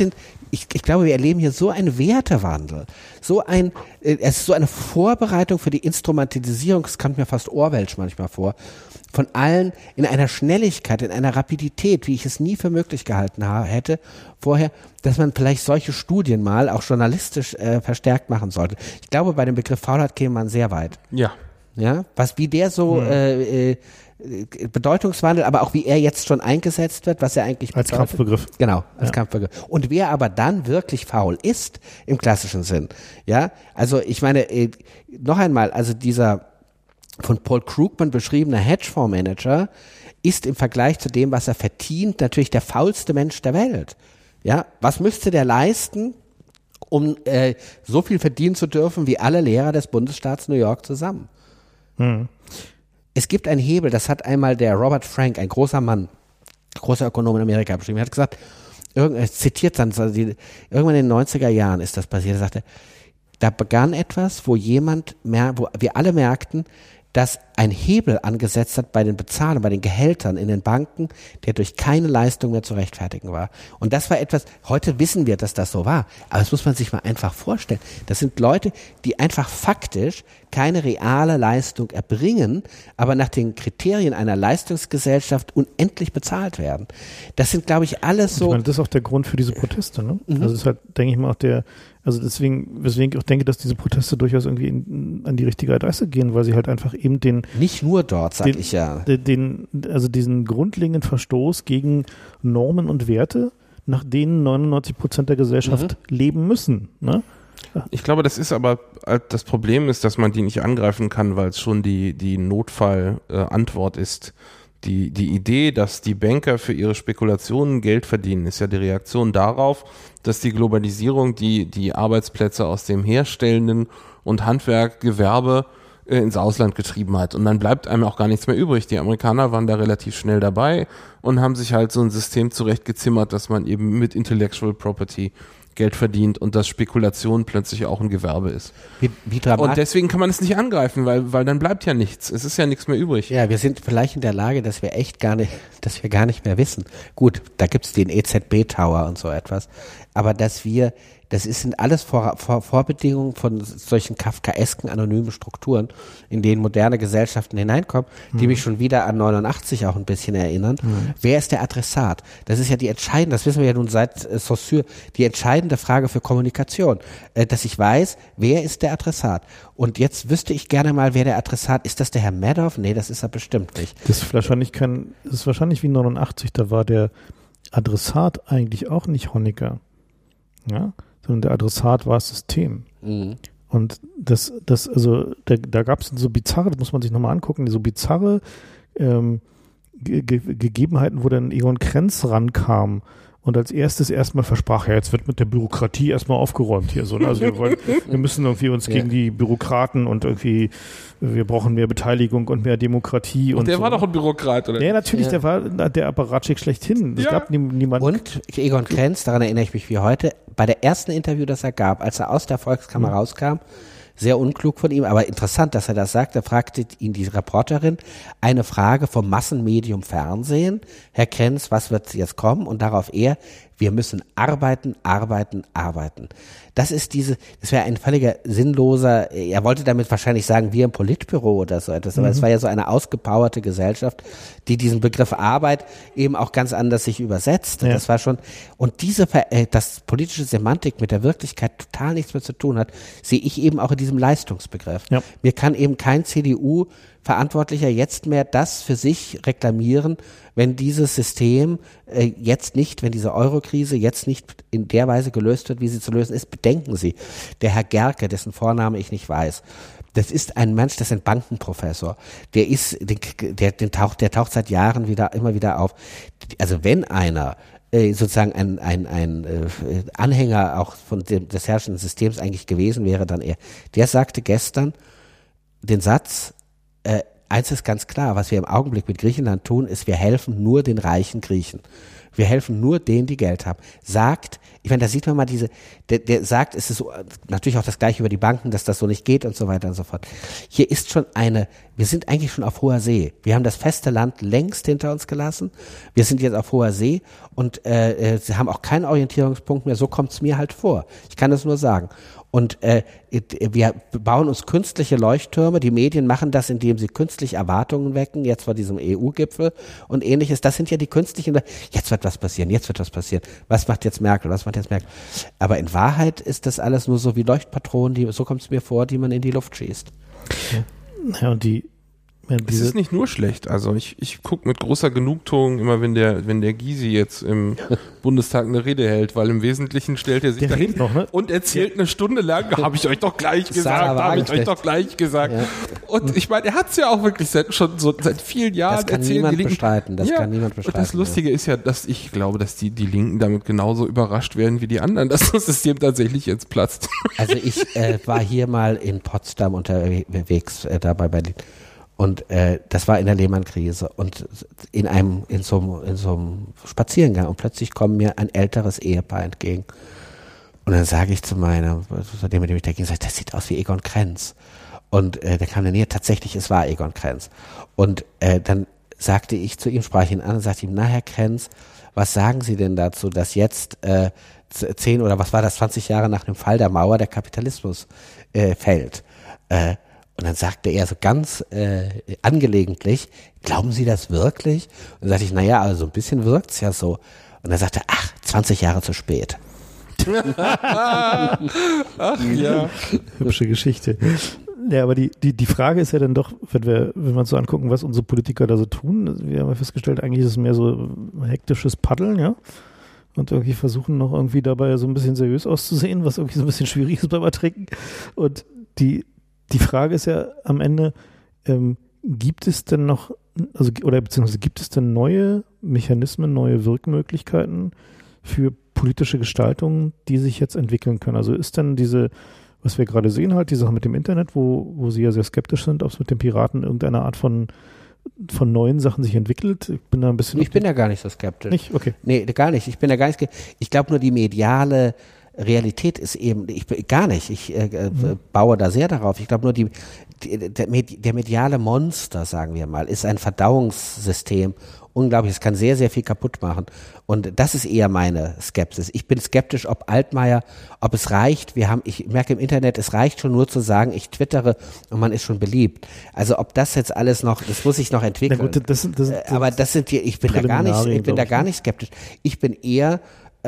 ich glaube, wir erleben hier so einen Wertewandel, es ist so eine Vorbereitung für die Instrumentalisierung, es kommt mir fast Orwellsch manchmal vor, von allen in einer Schnelligkeit, in einer Rapidität, wie ich es nie für möglich gehalten hätte vorher, dass man vielleicht solche Studien mal auch journalistisch verstärkt machen sollte. Ich glaube, bei dem Begriff Faulheit käme man sehr weit. Ja. Ja, wie der so Bedeutungswandel, aber auch wie er jetzt schon eingesetzt wird, was er eigentlich bedeutet. Als Kampfbegriff. Genau, als Kampfbegriff. Und wer aber dann wirklich faul ist, im klassischen Sinn, ja, also ich meine, noch einmal, also dieser von Paul Krugman beschriebene Hedgefondsmanager ist im Vergleich zu dem, was er verdient, natürlich der faulste Mensch der Welt. Ja, was müsste der leisten, um so viel verdienen zu dürfen wie alle Lehrer des Bundesstaats New York zusammen? Es gibt einen Hebel, das hat einmal der Robert Frank, ein großer Mann, großer Ökonom in Amerika beschrieben. Er hat gesagt, er zitiert dann, irgendwann in den 90er Jahren ist das passiert, er sagte, da begann etwas, wo wir alle merkten, dass ein Hebel angesetzt hat bei den Bezahlungen, bei den Gehältern in den Banken, der durch keine Leistung mehr zu rechtfertigen war. Und das war etwas, heute wissen wir, dass das so war, aber das muss man sich mal einfach vorstellen. Das sind Leute, die einfach faktisch keine reale Leistung erbringen, aber nach den Kriterien einer Leistungsgesellschaft unendlich bezahlt werden. Das sind, glaube ich, alles so. Ich meine, das ist auch der Grund für diese Proteste, ne? Also das ist halt, denke ich mal, auch weswegen ich auch denke, dass diese Proteste durchaus irgendwie an die richtige Adresse gehen, weil sie halt einfach eben nicht nur dort, sag ich ja. Also diesen grundlegenden Verstoß gegen Normen und Werte, nach denen 99% der Gesellschaft leben müssen, ne? Ich glaube, das ist aber, das Problem ist, dass man die nicht angreifen kann, weil es schon die Notfallantwort ist. Die Idee, dass die Banker für ihre Spekulationen Geld verdienen, ist ja die Reaktion darauf, dass die Globalisierung die Arbeitsplätze aus dem herstellenden und Handwerkgewerbe ins Ausland getrieben hat. Und dann bleibt einem auch gar nichts mehr übrig. Die Amerikaner waren da relativ schnell dabei und haben sich halt so ein System zurechtgezimmert, dass man eben mit Intellectual Property Geld verdient und dass Spekulation plötzlich auch ein Gewerbe ist. Wie dramatisch. Und deswegen kann man es nicht angreifen, weil dann bleibt ja nichts. Es ist ja nichts mehr übrig. Ja, wir sind vielleicht in der Lage, dass wir gar nicht mehr wissen. Gut, da gibt's den EZB-Tower und so etwas. Aber sind alles Vorbedingungen von solchen kafkaesken anonymen Strukturen, in denen moderne Gesellschaften hineinkommen, die mich schon wieder an 89 auch ein bisschen erinnern. Wer ist der Adressat? Das ist ja das wissen wir ja nun seit Saussure, die entscheidende Frage für Kommunikation, dass ich weiß, wer ist der Adressat? Und jetzt wüsste ich gerne mal, wer der Adressat ist. Das der Herr Madoff? Nee, das ist er bestimmt nicht. Das ist wahrscheinlich wie 89, da war der Adressat eigentlich auch nicht Honecker. Ja, sondern der Adressat war das System. Und da gab es so bizarre, das muss man sich nochmal angucken, so bizarre Gegebenheiten, wo dann Egon Krenz rankam und als erstes erstmal versprach, ja, jetzt wird mit der Bürokratie erstmal aufgeräumt hier so. Ne? Also wir müssen irgendwie uns gegen die Bürokraten und irgendwie, wir brauchen mehr Beteiligung und mehr Demokratie. Und der so. war doch ein Bürokrat, oder? Ja, natürlich, der war der Apparatschik schlechthin. Es gab niemanden. Und Egon Krenz, daran erinnere ich mich wie heute, bei der ersten Interview, das er gab, als er aus der Volkskammer rauskam, sehr unklug von ihm, aber interessant, dass er das sagt. Da fragte ihn die Reporterin eine Frage vom Massenmedium Fernsehen. Herr Krenz, was wird jetzt kommen? Und darauf wir müssen arbeiten, arbeiten, arbeiten. Das wäre ein völliger sinnloser, er wollte damit wahrscheinlich sagen, wir im Politbüro oder so etwas, aber es war ja so eine ausgepowerte Gesellschaft, die diesen Begriff Arbeit eben auch ganz anders sich übersetzt. Ja. Das war schon, und dass politische Semantik mit der Wirklichkeit total nichts mehr zu tun hat, sehe ich eben auch in diesem Leistungsbegriff. Ja. Mir kann eben kein CDU-Verantwortlicher jetzt mehr das für sich reklamieren, wenn dieses System wenn diese Eurokrise jetzt nicht in der Weise gelöst wird, wie sie zu lösen ist. Bedenken Sie, der Herr Gerke, dessen Vorname ich nicht weiß, das ist ein Mensch, das ist ein Bankenprofessor. Der taucht seit Jahren immer wieder auf. Also wenn einer sozusagen ein Anhänger auch des herrschenden Systems eigentlich gewesen wäre, dann er. Der sagte gestern den Satz, eins ist ganz klar, was wir im Augenblick mit Griechenland tun, ist, wir helfen nur den reichen Griechen. Wir helfen nur denen, die Geld haben. Ich meine, da sieht man mal der sagt, es ist so, natürlich auch das Gleiche über die Banken, dass das so nicht geht und so weiter und so fort. Hier ist schon wir sind eigentlich schon auf hoher See. Wir haben das feste Land längst hinter uns gelassen. Wir sind jetzt auf hoher See und sie haben auch keinen Orientierungspunkt mehr. So kommt es mir halt vor. Ich kann das nur sagen. Und wir bauen uns künstliche Leuchttürme. Die Medien machen das, indem sie künstlich Erwartungen wecken, jetzt vor diesem EU-Gipfel und ähnliches. Das sind ja die künstlichen, jetzt wird was passieren, jetzt wird was passieren. Was macht jetzt Merkel? Aber in Wahrheit ist das alles nur so wie Leuchtpatronen, so kommt es mir vor, die man in die Luft schießt. Ja, und es ist nicht nur schlecht. Also ich gucke mit großer Genugtuung immer, wenn der Gysi jetzt im Bundestag eine Rede hält, weil im Wesentlichen stellt er sich dahin noch, ne? und erzählt eine Stunde lang, habe ich euch doch gleich gesagt. Ja. Und ich meine, er hat es ja auch wirklich seit vielen Jahren erzählt. Das kann niemand bestreiten. Und das Lustige ist ja, dass ich glaube, dass die Linken damit genauso überrascht werden wie die anderen, dass das System tatsächlich jetzt platzt. Also ich war hier mal in Potsdam unterwegs, da bei Berlin. Und das war in der Lehmann-Krise und in so einem Spaziergang und plötzlich kommt mir ein älteres Ehepaar entgegen. Und dann sage ich zu dem, mit dem ich da ging, das sieht aus wie Egon Krenz. Und der kam in der Nähe, tatsächlich, es war Egon Krenz. Und dann sagte ich zu ihm, sprach ihn an und sagte ihm, na Herr Krenz, was sagen Sie denn dazu, dass jetzt 10 oder 20 Jahre nach dem Fall der Mauer der Kapitalismus fällt? Und dann sagte er so ganz angelegentlich, glauben Sie das wirklich? Und dann sagte ich, naja, also ein bisschen wirkt's ja so. Und dann sagte er, 20 Jahre zu spät. Ach ja. Hübsche Geschichte. Ja, aber die Frage ist ja dann doch, wenn wir uns so angucken, was unsere Politiker da so tun, wir haben ja festgestellt, eigentlich ist es mehr so hektisches Paddeln, ja. Und irgendwie versuchen noch irgendwie dabei so ein bisschen seriös auszusehen, was irgendwie so ein bisschen schwierig ist beim Ertrinken. Und die Frage ist ja am Ende, gibt es denn noch, beziehungsweise gibt es denn neue Mechanismen, neue Wirkmöglichkeiten für politische Gestaltungen, die sich jetzt entwickeln können? Also ist denn was wir gerade sehen, halt die Sache mit dem Internet, wo Sie ja sehr skeptisch sind, ob es mit den Piraten irgendeine Art von neuen Sachen sich entwickelt? Ich bin da gar nicht so skeptisch. Nicht? Okay. Nee, gar nicht. Ich bin da gar nicht skeptisch. Ich glaube nur, die mediale Realität ist eben, ich baue da sehr darauf. Ich glaube nur, der mediale Monster, sagen wir mal, ist ein Verdauungssystem. Unglaublich, es kann sehr, sehr viel kaputt machen. Und das ist eher meine Skepsis. Ich bin skeptisch, ob es reicht. Ich merke im Internet, es reicht schon nur zu sagen, ich twittere und man ist schon beliebt. Also ob das jetzt alles noch, das muss sich noch entwickeln. Na gut, aber das sind ich bin da gar nicht skeptisch. Ich bin eher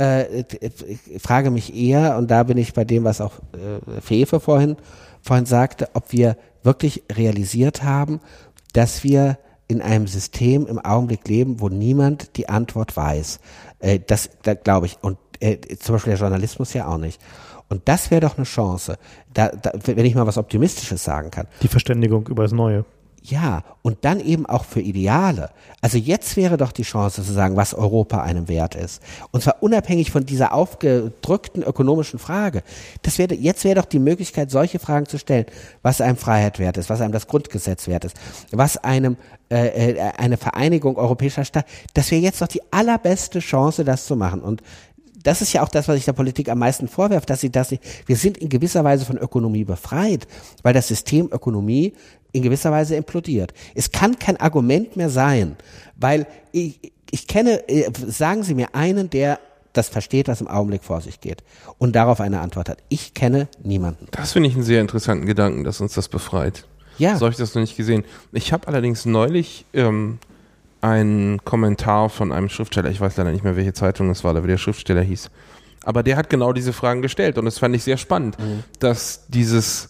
frage mich eher, und da bin ich bei dem, was auch Fefe vorhin sagte, ob wir wirklich realisiert haben, dass wir in einem System im Augenblick leben, wo niemand die Antwort weiß. Das glaube ich. Und zum Beispiel der Journalismus ja auch nicht. Und das wäre doch eine Chance, wenn ich mal was Optimistisches sagen kann. Die Verständigung über das Neue. Ja, und dann eben auch für Ideale. Also jetzt wäre doch die Chance zu sagen, was Europa einem wert ist. Und zwar unabhängig von dieser aufgedrückten ökonomischen Frage. Jetzt wäre doch die Möglichkeit, solche Fragen zu stellen, was einem Freiheit wert ist, was einem das Grundgesetz wert ist, was einem eine Vereinigung europäischer Staaten, das wäre jetzt doch die allerbeste Chance, das zu machen. Und das ist ja auch das, was ich der Politik am meisten vorwerfe, dass sie das nicht, wir sind in gewisser Weise von Ökonomie befreit, weil das System Ökonomie in gewisser Weise implodiert. Es kann kein Argument mehr sein, weil ich kenne, sagen Sie mir einen, der das versteht, was im Augenblick vor sich geht und darauf eine Antwort hat. Ich kenne niemanden. Das finde ich einen sehr interessanten Gedanken, dass uns das befreit. Ja. So habe ich das noch nicht gesehen. Ich habe allerdings neulich einen Kommentar von einem Schriftsteller, ich weiß leider nicht mehr, welche Zeitung es war, oder wie der Schriftsteller hieß, aber der hat genau diese Fragen gestellt und das fand ich sehr spannend, dass dieses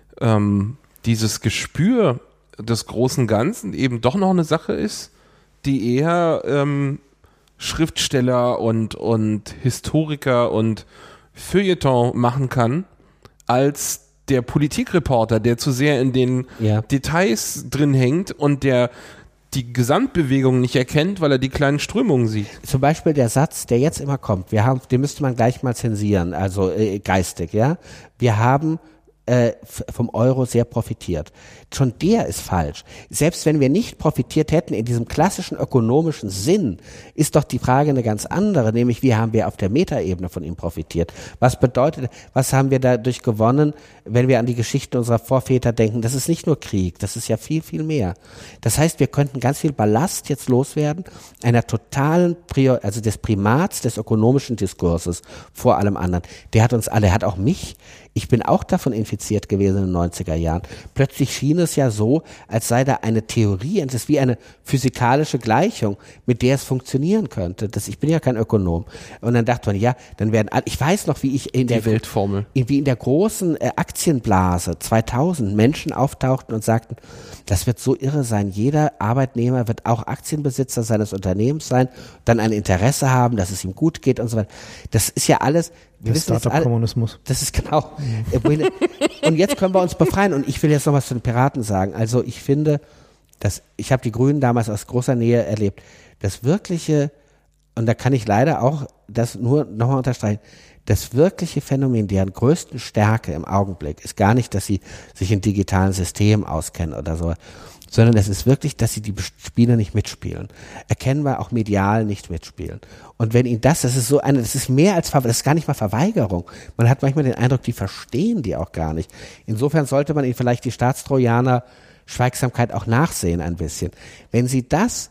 Gespür des großen Ganzen eben doch noch eine Sache ist, die eher Schriftsteller und Historiker und Feuilleton machen kann, als der Politikreporter, der zu sehr in den Details drin hängt und der die Gesamtbewegung nicht erkennt, weil er die kleinen Strömungen sieht. Zum Beispiel der Satz, der jetzt immer kommt, den müsste man gleich mal zensieren, also geistig, ja. Wir haben vom Euro sehr profitiert. Schon der ist falsch. Selbst wenn wir nicht profitiert hätten in diesem klassischen ökonomischen Sinn, ist doch die Frage eine ganz andere, nämlich wie haben wir auf der Metaebene von ihm profitiert? Was bedeutet, was haben wir dadurch gewonnen, wenn wir an die Geschichten unserer Vorväter denken? Das ist nicht nur Krieg, das ist ja viel, viel mehr. Das heißt, wir könnten ganz viel Ballast jetzt loswerden, einer totalen also des Primats des ökonomischen Diskurses vor allem anderen. Der hat uns alle, hat auch mich. Ich bin auch davon infiziert gewesen in den 90er Jahren. Plötzlich schien es ja so, als sei da eine Theorie, es ist wie eine physikalische Gleichung, mit der es funktionieren könnte. Ich bin ja kein Ökonom. Und dann dachte man, ja, dann werden alle, ich weiß noch, wie ich in der Weltformel, wie in der großen Aktienblase 2000 Menschen auftauchten und sagten, das wird so irre sein. Jeder Arbeitnehmer wird auch Aktienbesitzer seines Unternehmens sein, dann ein Interesse haben, dass es ihm gut geht und so weiter. Das ist ja alles. Der Startup-Kommunismus. Das ist genau. Und jetzt können wir uns befreien. Und ich will jetzt noch was zu den Piraten sagen. Also ich finde, ich habe die Grünen damals aus großer Nähe erlebt. Das wirkliche, und da kann ich leider auch das nur nochmal unterstreichen, das wirkliche Phänomen, deren größten Stärke im Augenblick ist gar nicht, dass sie sich in digitalen Systemen auskennen oder so, sondern es ist wirklich, dass sie die Spieler nicht mitspielen. Erkennbar auch medial nicht mitspielen. Und wenn ihnen das ist so das ist mehr als, das ist gar nicht mal Verweigerung. Man hat manchmal den Eindruck, die verstehen die auch gar nicht. Insofern sollte man ihnen vielleicht die Staatstrojaner Schweigsamkeit auch nachsehen ein bisschen. Wenn sie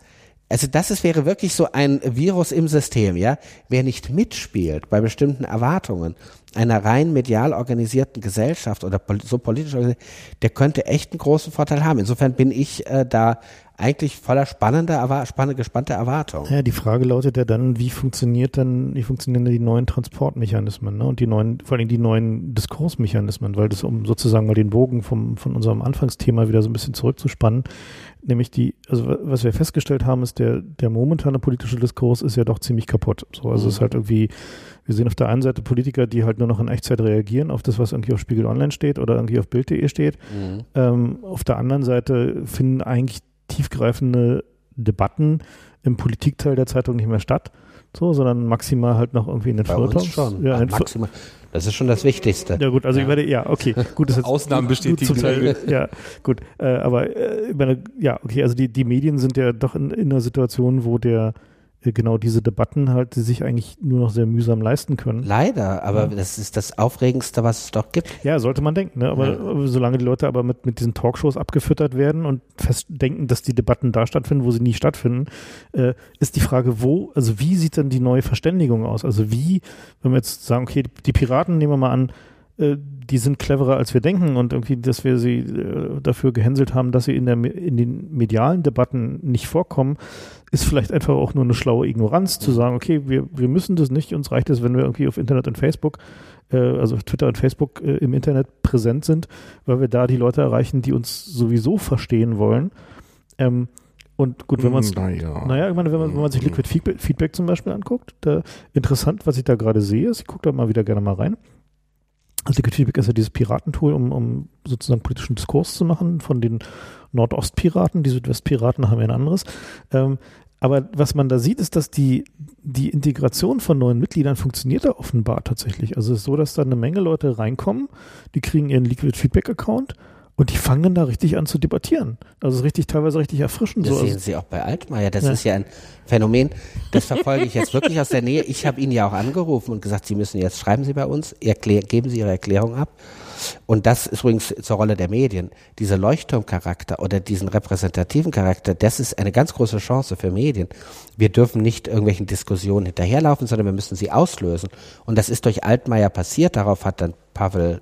wäre wirklich so ein Virus im System, ja. Wer nicht mitspielt bei bestimmten Erwartungen einer rein medial organisierten Gesellschaft oder so politisch organisiert, der könnte echt einen großen Vorteil haben. Insofern bin ich da eigentlich voller gespannter Erwartung. Ja, die Frage lautet ja dann, wie funktionieren die neuen Transportmechanismen, ne? Und vor allem die neuen Diskursmechanismen, weil das, um sozusagen mal den Bogen von unserem Anfangsthema wieder so ein bisschen zurückzuspannen, nämlich was wir festgestellt haben, ist der momentane politische Diskurs ist ja doch ziemlich kaputt. So, also es ist halt irgendwie, wir sehen auf der einen Seite Politiker, die halt nur noch in Echtzeit reagieren auf das, was irgendwie auf Spiegel Online steht oder irgendwie auf Bild.de steht. Auf der anderen Seite finden eigentlich tiefgreifende Debatten im Politikteil der Zeitung nicht mehr statt, sondern maximal halt noch irgendwie in den Feuilletones. Schon. Ja, maximal. Das ist schon das Wichtigste. Ja gut, also gut. Das Ausnahmen bestätigen. Ja, gut. Aber also die Medien sind ja doch in einer Situation, wo genau diese Debatten halt, die sich eigentlich nur noch sehr mühsam leisten können. Leider, aber das ist das Aufregendste, was es doch gibt. Ja, sollte man denken, ne? Aber solange die Leute aber mit diesen Talkshows abgefüttert werden und fest denken, dass die Debatten da stattfinden, wo sie nie stattfinden, ist die Frage, wie sieht denn die neue Verständigung aus? Also wenn wir jetzt sagen, okay, die Piraten, nehmen wir mal an, die sind cleverer, als wir denken und irgendwie, dass wir sie dafür gehänselt haben, dass sie in den medialen Debatten nicht vorkommen, ist vielleicht einfach auch nur eine schlaue Ignoranz, zu sagen, okay, wir müssen das nicht, uns reicht es, wenn wir irgendwie auf Internet und Facebook, also auf Twitter und Facebook im Internet präsent sind, weil wir da die Leute erreichen, die uns sowieso verstehen wollen. Und gut, wenn man wenn man sich Liquid Feedback zum Beispiel anguckt, interessant, was ich da gerade sehe, ich gucke da mal wieder gerne mal rein. Also Liquid Feedback ist ja dieses Piratentool, um sozusagen politischen Diskurs zu machen von den Nordostpiraten. Die Südwestpiraten haben ja ein anderes. Aber was man da sieht, ist, dass die Integration von neuen Mitgliedern funktioniert da offenbar tatsächlich. Also es ist so, dass da eine Menge Leute reinkommen, die kriegen ihren Liquid Feedback Account und die fangen dann da richtig an zu debattieren. Also es ist teilweise richtig erfrischen. Das sehen Sie auch bei Altmaier. Das ist ja ein Phänomen, das verfolge ich jetzt wirklich aus der Nähe. Ich habe ihn ja auch angerufen und gesagt, schreiben Sie bei uns, geben Sie Ihre Erklärung ab. Und das ist übrigens zur Rolle der Medien. Dieser Leuchtturmcharakter oder diesen repräsentativen Charakter, das ist eine ganz große Chance für Medien. Wir dürfen nicht irgendwelchen Diskussionen hinterherlaufen, sondern wir müssen sie auslösen. Und das ist durch Altmaier passiert. Darauf hat dann Pavel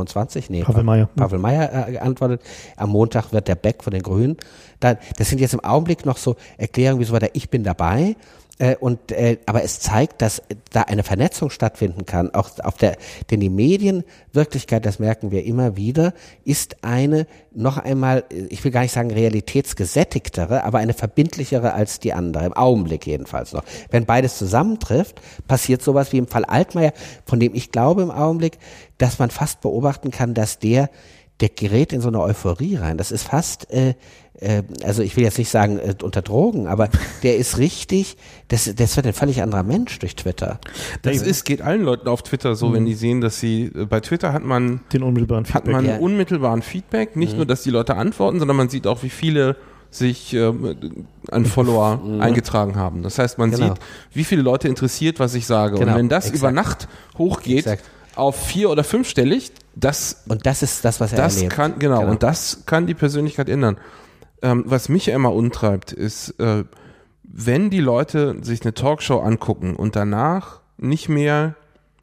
Meyer geantwortet. Am Montag wird der Beck von den Grünen. Das sind jetzt im Augenblick noch so Erklärungen wie so weiter, ich bin dabei. Aber es zeigt, dass da eine Vernetzung stattfinden kann. Auch denn die Medienwirklichkeit, das merken wir immer wieder, ist eine, noch einmal, ich will gar nicht sagen realitätsgesättigtere, aber eine verbindlichere als die andere, im Augenblick jedenfalls noch. Wenn beides zusammentrifft, passiert sowas wie im Fall Altmaier, von dem ich glaube im Augenblick, dass man fast beobachten kann, dass der der gerät in so eine Euphorie rein. Das ist fast, also ich will jetzt nicht sagen unter Drogen, aber der ist richtig, das wird ein völlig anderer Mensch durch Twitter. Geht allen Leuten auf Twitter so, wenn die sehen, dass sie, bei Twitter hat man unmittelbaren Feedback, nicht nur, dass die Leute antworten, sondern man sieht auch, wie viele sich an Follower eingetragen haben. Das heißt, man sieht, wie viele Leute interessiert, was ich sage. Und wenn das über Nacht hochgeht, auf 4- oder 5-stellig, und das ist das, was er erlebt. Und das kann die Persönlichkeit ändern. Was mich ja immer untreibt, ist, wenn die Leute sich eine Talkshow angucken und danach nicht mehr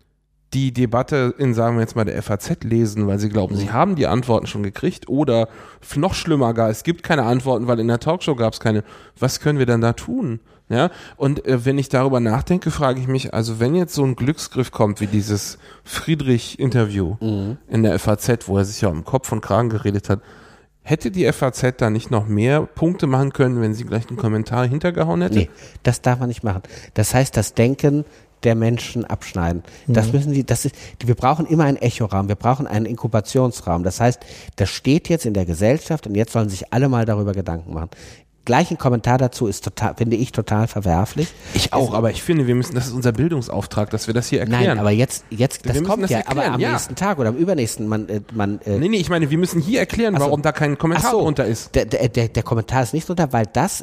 die Debatte in, sagen wir jetzt mal, der FAZ lesen, weil sie glauben, sie haben die Antworten schon gekriegt, oder noch schlimmer gar, es gibt keine Antworten, weil in der Talkshow gab es keine. Was können wir dann da tun? Ja, und wenn ich darüber nachdenke, frage ich mich, also wenn jetzt so ein Glücksgriff kommt, wie dieses Friedrich-Interview in der FAZ, wo er sich ja um Kopf und Kragen geredet hat, hätte die FAZ da nicht noch mehr Punkte machen können, wenn sie gleich einen Kommentar hintergehauen hätte? Nee, das darf man nicht machen. Das heißt, das Denken der Menschen abschneiden. Das müssen wir brauchen immer einen Echoraum, wir brauchen einen Inkubationsraum. Das heißt, das steht jetzt in der Gesellschaft und jetzt sollen sich alle mal darüber Gedanken machen. Gleich ein Kommentar dazu ist finde ich total verwerflich. Ich auch, aber ich finde, das ist unser Bildungsauftrag, dass wir das hier erklären. Nein, aber jetzt das kommt das erklären, aber am nächsten Tag oder am übernächsten, Nee, ich meine, wir müssen hier erklären, warum da kein Kommentar drunter ist. Der Kommentar ist nicht drunter, weil das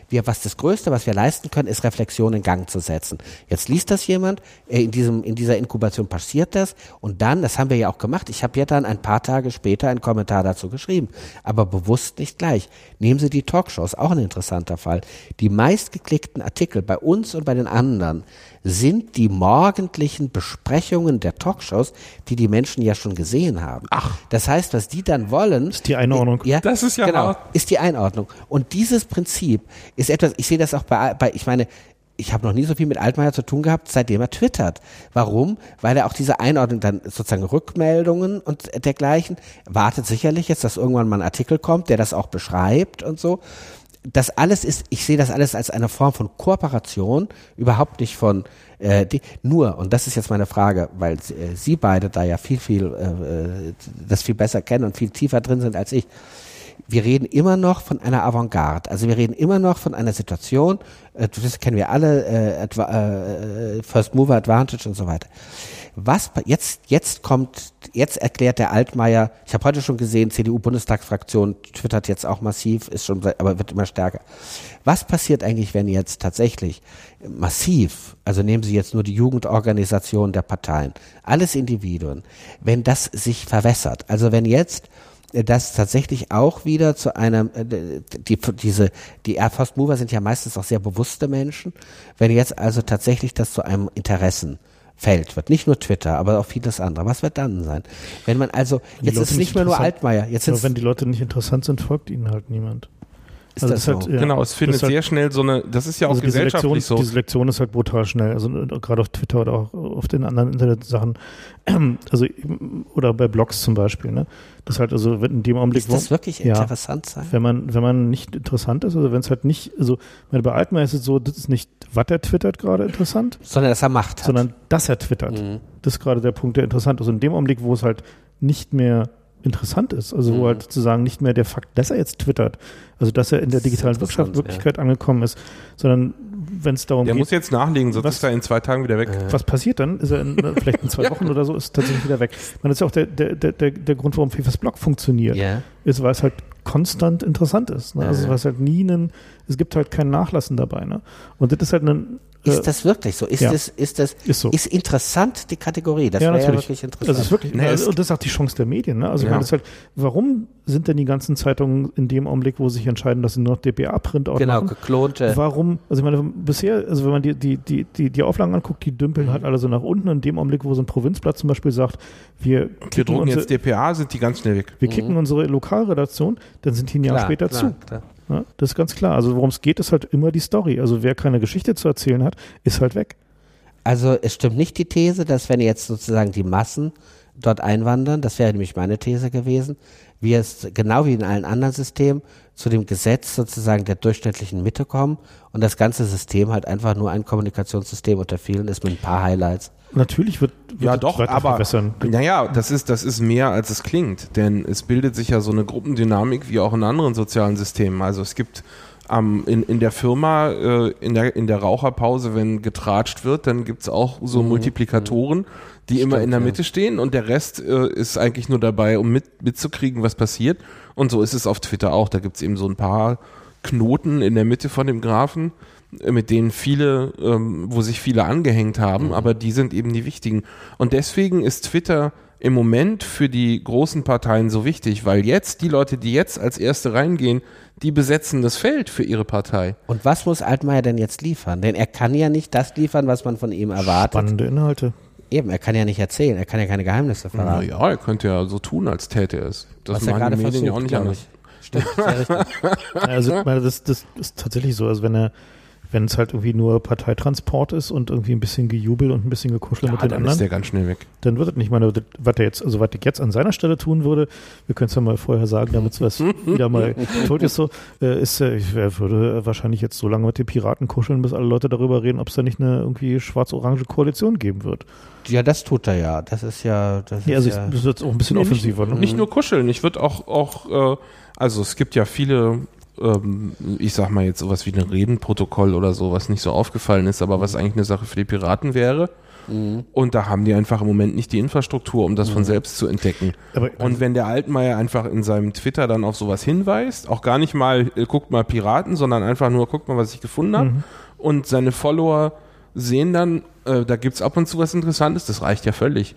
Größte, was wir leisten können, ist Reflexion in Gang zu setzen. Jetzt liest das jemand, in dieser Inkubation passiert das und dann, das haben wir ja auch gemacht, ich habe ja dann ein paar Tage später einen Kommentar dazu geschrieben, aber bewusst nicht gleich. Nehmen Sie die Talkshows, auch ein interessanter Fall. Die meistgeklickten Artikel bei uns und bei den anderen sind die morgendlichen Besprechungen der Talkshows, die Menschen ja schon gesehen haben. Ach. Das heißt, was die dann wollen... Ist die Einordnung. Das ist ja genau, ist die Einordnung. Und dieses Prinzip ist etwas, ich sehe das auch ich meine, ich habe noch nie so viel mit Altmaier zu tun gehabt, seitdem er twittert. Warum? Weil er auch diese Einordnung dann sozusagen Rückmeldungen und dergleichen wartet sicherlich jetzt, dass irgendwann mal ein Artikel kommt, der das auch beschreibt und so. Das alles ich sehe das alles als eine Form von Kooperation, überhaupt nicht von und das ist jetzt meine Frage, weil Sie beide da ja das viel besser kennen und viel tiefer drin sind als ich. Wir reden immer noch von einer Avantgarde. Also wir reden immer noch von einer Situation, das kennen wir alle, First Mover Advantage und so weiter. Was jetzt erklärt der Altmaier, ich habe heute schon gesehen, CDU-Bundestagsfraktion twittert jetzt auch massiv, aber wird immer stärker. Was passiert eigentlich, wenn jetzt tatsächlich massiv, also nehmen Sie jetzt nur die Jugendorganisation der Parteien, alles Individuen, wenn das sich verwässert, also wenn jetzt das tatsächlich auch wieder zu einem, die First Mover sind ja meistens auch sehr bewusste Menschen, wenn jetzt also tatsächlich das zu einem Interessenfeld wird, nicht nur Twitter, aber auch vieles andere. Was wird dann sein? Wenn man also, jetzt ist es nicht mehr nur Altmaier. Wenn die Leute nicht interessant sind, folgt ihnen halt niemand. Ist also das so? Halt, ja, genau, es findet sehr schnell so eine, das ist ja auch gesellschaftlich so. Diese Selektion ist halt brutal schnell, also gerade auf Twitter oder auch auf den anderen Internetsachen, oder bei Blogs zum Beispiel, ne? Das halt also in dem Augenblick, ist das wirklich interessant sein? Wenn man nicht interessant ist, also wenn es halt nicht, also bei Altmaier ist es so, das ist nicht, was er twittert gerade interessant, sondern dass er Macht hat. Sondern dass er twittert. Das ist gerade der Punkt, der interessant ist. Und in dem Augenblick, wo es halt nicht mehr interessant ist, also wo halt sozusagen nicht mehr der Fakt, dass er jetzt twittert, also dass er in der digitalen Wirklichkeit angekommen ist, sondern wenn es darum geht... Der muss jetzt nachlegen, sonst ist er in 2 Tagen wieder weg. Was passiert dann? Ist er vielleicht in 2 Wochen oder so, ist tatsächlich wieder weg. Das ist ja auch der Grund, warum Fefers Blog funktioniert, ist, weil es halt konstant interessant ist. Ne? Also weil es halt es gibt halt kein Nachlassen dabei. Ne? Und das ist halt ist das wirklich so? Ist interessant die Kategorie? Das wäre ja wirklich interessant. Also ist wirklich, und das ist auch die Chance der Medien. Ne? Also ich meine, das ist halt, warum sind denn die ganzen Zeitungen in dem Augenblick, wo sie sich entscheiden, dass sie nur noch DPA-Print machen? Genau, geklonte. Warum? Also ich meine, bisher, also wenn man die Auflagen anguckt, die dümpeln halt alle so nach unten. In dem Augenblick, wo so ein Provinzblatt zum Beispiel sagt, wir drucken jetzt DPA, sind die ganz schnell weg. Wir kicken unsere Lokalredaktion, dann sind die ein Jahr später zu. Klar. Ja, das ist ganz klar. Also worum es geht, ist halt immer die Story. Also wer keine Geschichte zu erzählen hat, ist halt weg. Also es stimmt nicht die These, dass wenn jetzt sozusagen die Massen dort einwandern, das wäre nämlich meine These gewesen, wir es genau wie in allen anderen Systemen zu dem Gesetz sozusagen der durchschnittlichen Mitte kommen und das ganze System halt einfach nur ein Kommunikationssystem unter vielen ist mit ein paar Highlights. Natürlich wird ja doch, weiter aber verbessern. naja, das ist mehr als es klingt, denn es bildet sich ja so eine Gruppendynamik wie auch in anderen sozialen Systemen. Also es gibt in der Firma, in der Raucherpause, wenn getratscht wird, dann gibt's auch so Multiplikatoren, die immer in der Mitte stehen und der Rest ist eigentlich nur dabei, um mitzukriegen, was passiert. Und so ist es auf Twitter auch. Da gibt's eben so ein paar Knoten in der Mitte von dem Graphen, mit denen wo sich viele angehängt haben, aber die sind eben die wichtigen. Und deswegen ist Twitter im Moment für die großen Parteien so wichtig, weil jetzt die Leute, die jetzt als Erste reingehen, die besetzen das Feld für ihre Partei. Und was muss Altmaier denn jetzt liefern? Denn er kann ja nicht das liefern, was man von ihm erwartet. Spannende Inhalte. Eben, er kann ja nicht erzählen, er kann ja keine Geheimnisse verraten. Naja, er könnte ja so tun, als täte er es. Das was er machen gerade die Medien ja auch versucht, nicht anders. Stimmt, sehr richtig. Also ich meine, das ist tatsächlich so. Also wenn es halt irgendwie nur Parteitransport ist und irgendwie ein bisschen Gejubel und ein bisschen Gekuschel mit den dann anderen, ist der ganz schnell weg. dann wird es nicht. Meine, was ich jetzt an seiner Stelle tun würde, wir können es ja mal vorher sagen, damit es was wieder mal tot ist so, ich würde wahrscheinlich jetzt so lange mit den Piraten kuscheln, bis alle Leute darüber reden, ob es da nicht eine irgendwie schwarz-orange Koalition geben wird. Ja, das tut er ja. Das ist ja. Das ist jetzt auch ein bisschen offensiver. Nicht nur kuscheln. Ich würde auch also es gibt ja viele, ich sag mal jetzt sowas wie ein Redenprotokoll oder so, was nicht so aufgefallen ist, aber was eigentlich eine Sache für die Piraten wäre. Und da haben die einfach im Moment nicht die Infrastruktur, um das von selbst zu entdecken. Und wenn der Altmaier einfach in seinem Twitter dann auf sowas hinweist, auch gar nicht mal, guckt mal Piraten, sondern einfach nur, guckt mal, was ich gefunden habe, und seine Follower sehen dann, da gibt's ab und zu was Interessantes, das reicht ja völlig.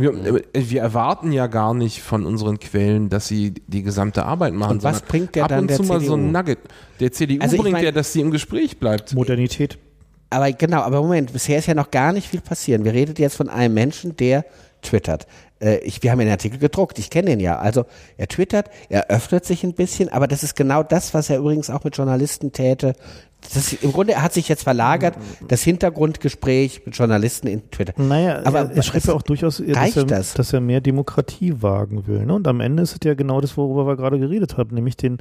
Wir erwarten ja gar nicht von unseren Quellen, dass sie die gesamte Arbeit machen. Und was bringt der dann der CDU? Ab und zu mal so ein Nugget. Der CDU bringt ja, dass sie im Gespräch bleibt. Modernität. Aber Moment, bisher ist ja noch gar nicht viel passieren. Wir reden jetzt von einem Menschen, der twittert. Wir haben ja den Artikel gedruckt, ich kenne den ja. Also er twittert, er öffnet sich ein bisschen, aber das ist genau das, was er übrigens auch mit Journalisten täte. Im Grunde, er hat sich jetzt verlagert, das Hintergrundgespräch mit Journalisten in Twitter. Naja, aber er schreibt ja auch durchaus, dass er mehr Demokratie wagen will. Ne? Und am Ende ist es ja genau das, worüber wir gerade geredet haben, nämlich den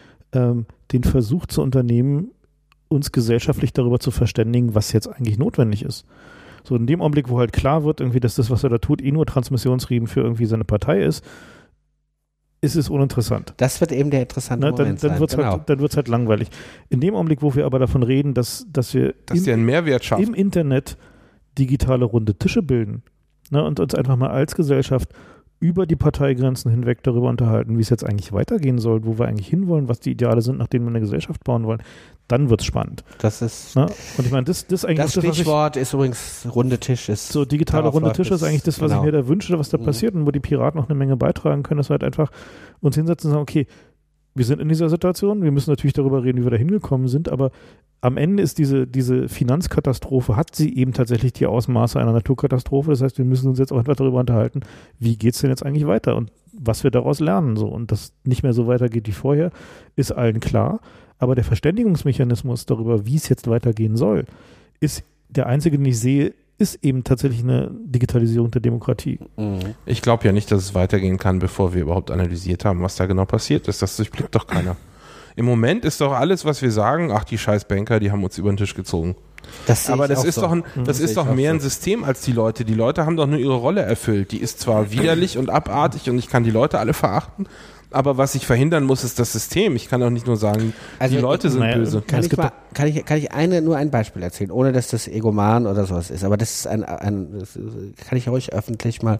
Versuch zu unternehmen, uns gesellschaftlich darüber zu verständigen, was jetzt eigentlich notwendig ist. So in dem Augenblick, wo halt klar wird, irgendwie, dass das, was er da tut, nur Transmissionsriemen für irgendwie seine Partei ist es uninteressant. Das wird eben der interessante Moment sein. Dann wird's halt langweilig. In dem Augenblick, wo wir aber davon reden, dass wir einen Mehrwert schaffen, im Internet digitale runde Tische bilden, ne, und uns einfach mal als Gesellschaft über die Parteigrenzen hinweg darüber unterhalten, wie es jetzt eigentlich weitergehen soll, wo wir eigentlich hinwollen, was die Ideale sind, nach denen wir eine Gesellschaft bauen wollen, dann wird's spannend. Das ist. Ne? Und ich meine, das eigentlich das Stichwort ist übrigens runde Tisch. So digitale runde Tische ist eigentlich das, was ich mir da wünsche, was da passiert und wo die Piraten noch eine Menge beitragen können, dass wir halt einfach uns hinsetzen und sagen, okay, wir sind in dieser Situation, wir müssen natürlich darüber reden, wie wir da hingekommen sind, aber am Ende ist diese Finanzkatastrophe, hat sie eben tatsächlich die Ausmaße einer Naturkatastrophe. Das heißt, wir müssen uns jetzt auch einfach darüber unterhalten, wie geht's denn jetzt eigentlich weiter und was wir daraus lernen. So. Und dass nicht mehr so weitergeht wie vorher, ist allen klar. Aber der Verständigungsmechanismus darüber, wie es jetzt weitergehen soll, ist der einzige, den ich sehe, ist eben tatsächlich eine Digitalisierung der Demokratie. Ich glaube ja nicht, dass es weitergehen kann, bevor wir überhaupt analysiert haben, was da genau passiert ist. Das durchblickt doch keiner. Im Moment ist doch alles, was wir sagen, ach, die scheiß Banker, die haben uns über den Tisch gezogen. Aber das ist doch mehr ein System als die Leute. Die Leute haben doch nur ihre Rolle erfüllt. Die ist zwar widerlich und abartig und ich kann die Leute alle verachten, aber was ich verhindern muss, ist das System. Ich kann auch nicht nur sagen, die Leute sind böse. Kann ich nur ein Beispiel erzählen, ohne dass das egoman oder sowas ist. Aber das ist das kann ich ruhig öffentlich mal.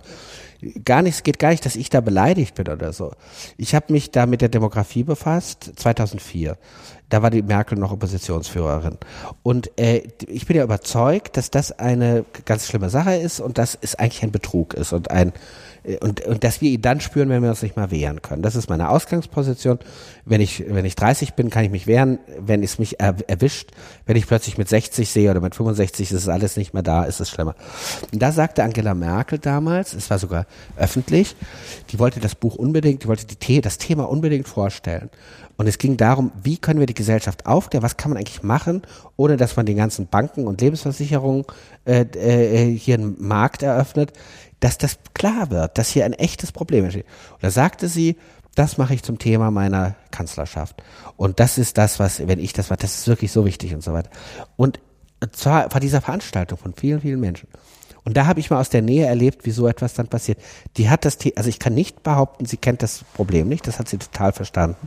Es geht gar nicht, dass ich da beleidigt bin oder so. Ich habe mich da mit der Demografie befasst, 2004. Da war die Merkel noch Oppositionsführerin. Und ich bin ja überzeugt, dass das eine ganz schlimme Sache ist und dass es eigentlich ein Betrug ist und dass wir ihn dann spüren, wenn wir uns nicht mal wehren können. Das ist meine Ausgangsposition. Wenn ich 30 bin, kann ich mich wehren. Wenn es mich erwischt, wenn ich plötzlich mit 60 sehe oder mit 65, ist es alles nicht mehr da, ist es schlimmer. Und da sagte Angela Merkel damals, es war sogar öffentlich, die wollte das Buch unbedingt, die wollte das Thema unbedingt vorstellen. Und es ging darum, wie können wir die Gesellschaft aufklären, was kann man eigentlich machen, ohne dass man den ganzen Banken und Lebensversicherungen hier einen Markt eröffnet. dass das klar wird, dass hier ein echtes Problem entsteht. Und da sagte sie, das mache ich zum Thema meiner Kanzlerschaft. Und das ist das, was, wenn ich das mache, das ist wirklich so wichtig und so weiter. Und zwar vor dieser Veranstaltung von vielen, vielen Menschen. Und da habe ich mal aus der Nähe erlebt, wie so etwas dann passiert. Die hat das, also ich kann nicht behaupten, sie kennt das Problem nicht, das hat sie total verstanden.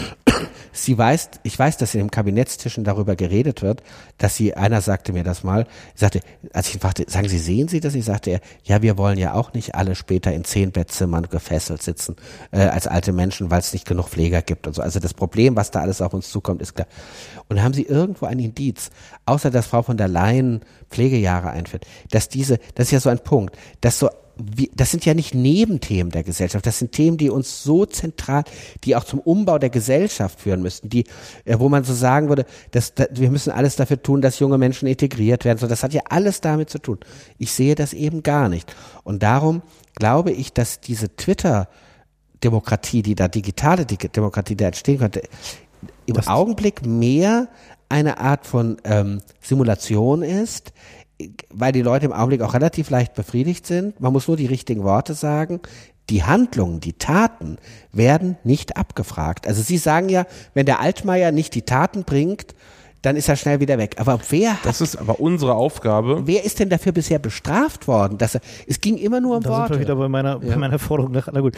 Ich weiß, dass in den Kabinettstischen darüber geredet wird, dass sie, einer sagte mir das mal, sagte, als ich ihn fragte, sagen Sie, sehen Sie das? Ich sagte, ja, wir wollen ja auch nicht alle später in 10 Bettzimmern gefesselt sitzen, als alte Menschen, weil es nicht genug Pfleger gibt und so. Also das Problem, was da alles auf uns zukommt, ist klar. Und haben Sie irgendwo ein Indiz, außer dass Frau von der Leyen Pflegejahre einführt, das ist ja so ein Punkt, das sind ja nicht Nebenthemen der Gesellschaft, das sind Themen, die uns so zentral, die auch zum Umbau der Gesellschaft führen müssten, wo man so sagen würde, wir müssen alles dafür tun, dass junge Menschen integriert werden. So, das hat ja alles damit zu tun. Ich sehe das eben gar nicht. Und darum glaube ich, dass diese Twitter-Demokratie, digitale Demokratie, die da entstehen könnte, im Augenblick mehr eine Art von Simulation ist, weil die Leute im Augenblick auch relativ leicht befriedigt sind. Man muss nur die richtigen Worte sagen. Die Handlungen, die Taten werden nicht abgefragt. Also Sie sagen ja, wenn der Altmaier nicht die Taten bringt, dann ist er schnell wieder weg. Aber das ist aber unsere Aufgabe. Wer ist denn dafür bisher bestraft worden? Es ging immer nur um Worte. Da sind wir wieder bei meiner Forderung nach. Na gut,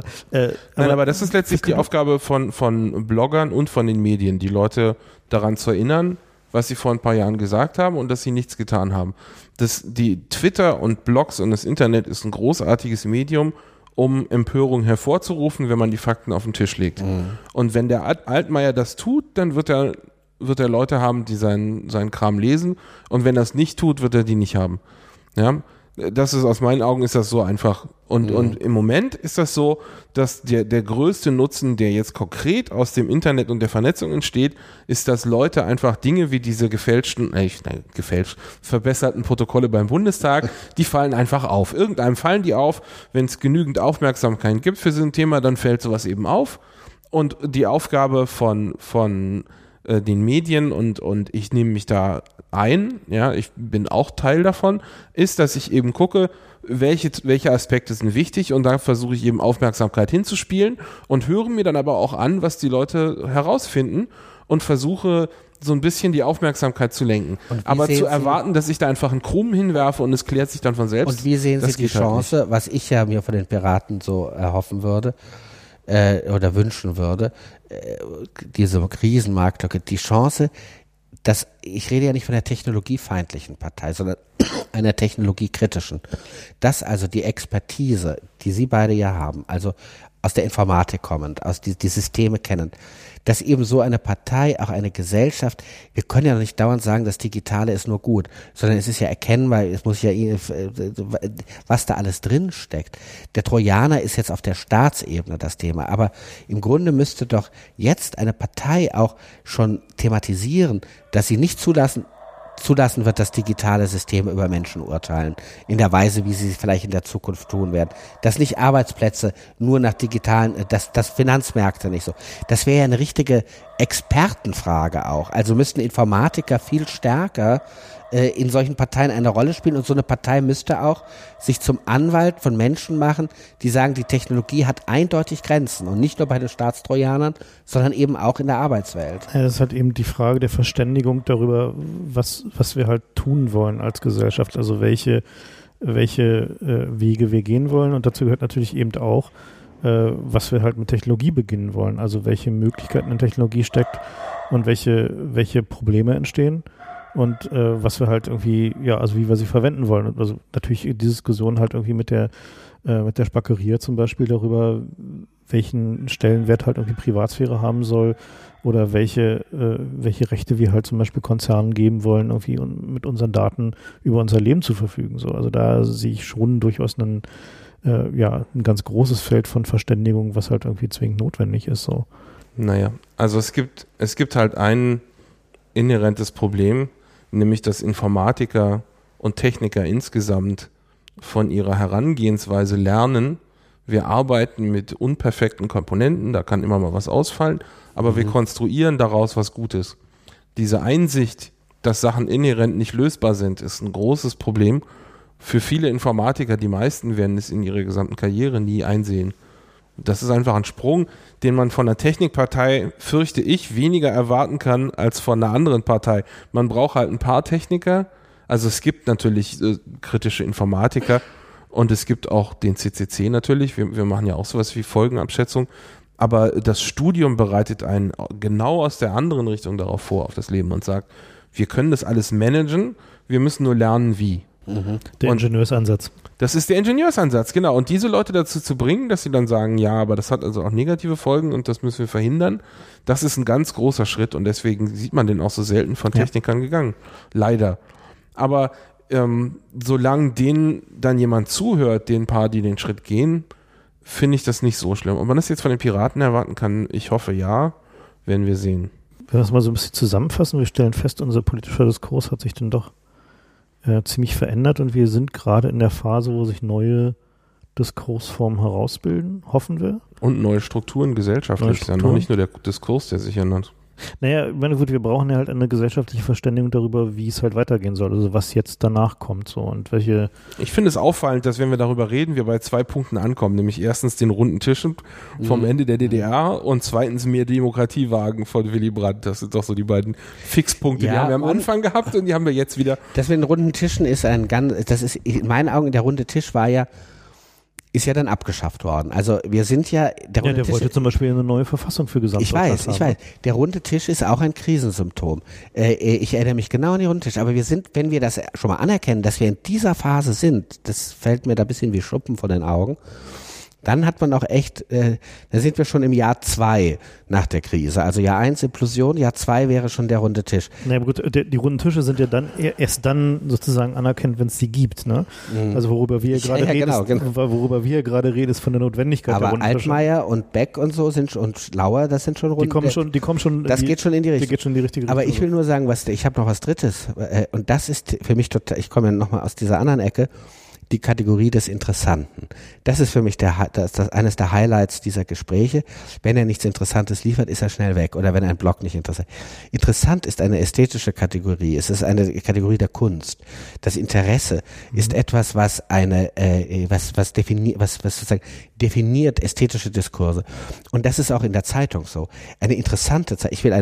aber das ist letztlich die Aufgabe von Bloggern und von den Medien, die Leute daran zu erinnern, was sie vor ein paar Jahren gesagt haben und dass sie nichts getan haben. Die Twitter und Blogs und das Internet ist ein großartiges Medium, um Empörung hervorzurufen, wenn man die Fakten auf den Tisch legt. Mhm. Und wenn der Altmaier das tut, dann wird er Leute haben, die seinen Kram lesen, und wenn er es nicht tut, wird er die nicht haben. Ja, das ist, aus meinen Augen ist das so einfach. Und im Moment ist das so, dass der größte Nutzen, der jetzt konkret aus dem Internet und der Vernetzung entsteht, ist, dass Leute einfach Dinge wie diese verbesserten Protokolle beim Bundestag, die fallen einfach auf. Irgendeinem fallen die auf. Wenn es genügend Aufmerksamkeit gibt für so ein Thema, dann fällt sowas eben auf. Und die Aufgabe von den Medien und ich nehme mich da ein, ja, ich bin auch Teil davon, ist, dass ich eben gucke, welche Aspekte sind wichtig, und da versuche ich eben Aufmerksamkeit hinzuspielen und höre mir dann aber auch an, was die Leute herausfinden, und versuche so ein bisschen die Aufmerksamkeit zu lenken. Aber zu erwarten, dass ich da einfach einen Krumm hinwerfe und es klärt sich dann von selbst. Und wie sehen Sie die Chance, halt, was ich ja mir von den Piraten so erhoffen würde, oder wünschen würde, diese Riesenmarktlücke, die Chance, dass, ich rede ja nicht von der technologiefeindlichen Partei, sondern einer technologiekritischen, dass also die Expertise, die Sie beide ja haben, also aus der Informatik kommend, aus die Systeme kennend, dass eben so eine Partei, auch eine Gesellschaft, wir können ja noch nicht dauernd sagen, das Digitale ist nur gut, sondern es ist ja erkennbar, es muss ja, was da alles drin steckt. Der Trojaner ist jetzt auf der Staatsebene das Thema, aber im Grunde müsste doch jetzt eine Partei auch schon thematisieren, dass sie nicht zulassen wird, dass digitale Systeme über Menschen urteilen, in der Weise, wie sie es vielleicht in der Zukunft tun werden. Dass nicht Arbeitsplätze nur nach digitalen, dass Finanzmärkte nicht so. Das wäre ja eine richtige Expertenfrage auch. Also müssten Informatiker viel stärker in solchen Parteien eine Rolle spielen, und so eine Partei müsste auch sich zum Anwalt von Menschen machen, die sagen, die Technologie hat eindeutig Grenzen, und nicht nur bei den Staatstrojanern, sondern eben auch in der Arbeitswelt. Ja, das ist halt eben die Frage der Verständigung darüber, was wir halt tun wollen als Gesellschaft, also welche Wege wir gehen wollen, und dazu gehört natürlich eben auch, was wir halt mit Technologie beginnen wollen, also welche Möglichkeiten in Technologie steckt und welche Probleme entstehen. Und was wir halt irgendwie, ja, also wie wir sie verwenden wollen. Und also natürlich die Diskussion halt irgendwie mit der Spackeria zum Beispiel darüber, welchen Stellenwert halt irgendwie Privatsphäre haben soll, oder welche Rechte wir halt zum Beispiel Konzernen geben wollen, irgendwie mit unseren Daten über unser Leben zu verfügen. So, also da sehe ich schon durchaus ein ganz großes Feld von Verständigung, was halt irgendwie zwingend notwendig ist. So. Naja, also es gibt halt ein inhärentes Problem, nämlich dass Informatiker und Techniker insgesamt von ihrer Herangehensweise lernen, wir arbeiten mit unperfekten Komponenten, da kann immer mal was ausfallen, aber wir konstruieren daraus was Gutes. Diese Einsicht, dass Sachen inhärent nicht lösbar sind, ist ein großes Problem, für viele Informatiker, die meisten werden es in ihrer gesamten Karriere nie einsehen. Das ist einfach ein Sprung, den man von einer Technikpartei, fürchte ich, weniger erwarten kann als von einer anderen Partei. Man braucht halt ein paar Techniker. Also es gibt natürlich kritische Informatiker und es gibt auch den CCC natürlich. Wir machen ja auch sowas wie Folgenabschätzung. Aber das Studium bereitet einen genau aus der anderen Richtung darauf vor, auf das Leben und sagt, wir können das alles managen, wir müssen nur lernen, wie. Der Ingenieursansatz. Das ist der Ingenieursansatz, genau. Und diese Leute dazu zu bringen, dass sie dann sagen, ja, aber das hat also auch negative Folgen und das müssen wir verhindern, das ist ein ganz großer Schritt und deswegen sieht man den auch so selten von Technikern gegangen. Leider. Aber solange denen dann jemand zuhört, den paar, die den Schritt gehen, finde ich das nicht so schlimm. Ob man das jetzt von den Piraten erwarten kann, ich hoffe ja, werden wir sehen. Wenn wir das mal so ein bisschen zusammenfassen, wir stellen fest, unser politischer Diskurs hat sich dann doch ziemlich verändert und wir sind gerade in der Phase, wo sich neue Diskursformen herausbilden, hoffen wir. Und neue Strukturen gesellschaftlich. Ist ja noch nicht nur der Diskurs, der sich ändert. Naja, ich meine, gut, wir brauchen ja halt eine gesellschaftliche Verständigung darüber, wie es halt weitergehen soll, also was jetzt danach kommt so und welche... Ich finde es auffallend, dass wenn wir darüber reden, wir bei 2 Punkten ankommen, nämlich erstens den runden Tischen vom Ende der DDR und zweitens mehr Demokratie wagen von Willy Brandt. Das sind doch so die beiden Fixpunkte, die haben wir am Anfang gehabt und die haben wir jetzt wieder. Das mit den runden Tischen ist das ist in meinen Augen, der runde Tisch ist ja dann abgeschafft worden. Also wir sind ja... Der wollte zum Beispiel eine neue Verfassung für Gesamtdeutschland Ich weiß. Der runde Tisch ist auch ein Krisensymptom. Ich erinnere mich genau an den runden Tisch. Aber wir sind, wenn wir das schon mal anerkennen, dass wir in dieser Phase sind, das fällt mir da ein bisschen wie Schuppen von den Augen, dann hat man auch echt, da sind wir schon im Jahr 2 nach der Krise. Also Jahr 1 Implosion, Jahr 2 wäre schon der runde Tisch. Na gut, die runden Tische sind ja dann erst dann sozusagen anerkannt, wenn es die gibt, ne? Also worüber wir gerade reden, worüber wir gerade reden, ist von der Notwendigkeit der runden Tische. Aber Altmaier und Beck und so und Lauer, das sind schon runde Tische. Die kommen schon. Das geht schon in die Richtung. Geht schon in die richtige Richtung. Aber ich will nur sagen, ich habe noch was Drittes. Und das ist für mich total, ich komme ja nochmal aus dieser anderen Ecke, die Kategorie des Interessanten. Das ist für mich eines der Highlights dieser Gespräche. Wenn er nichts Interessantes liefert, ist er schnell weg. Oder wenn ein Blog nicht interessant ist. Interessant ist eine ästhetische Kategorie. Es ist eine Kategorie der Kunst. Das Interesse ist etwas, was definiert ästhetische Diskurse. Und das ist auch in der Zeitung so. Interessante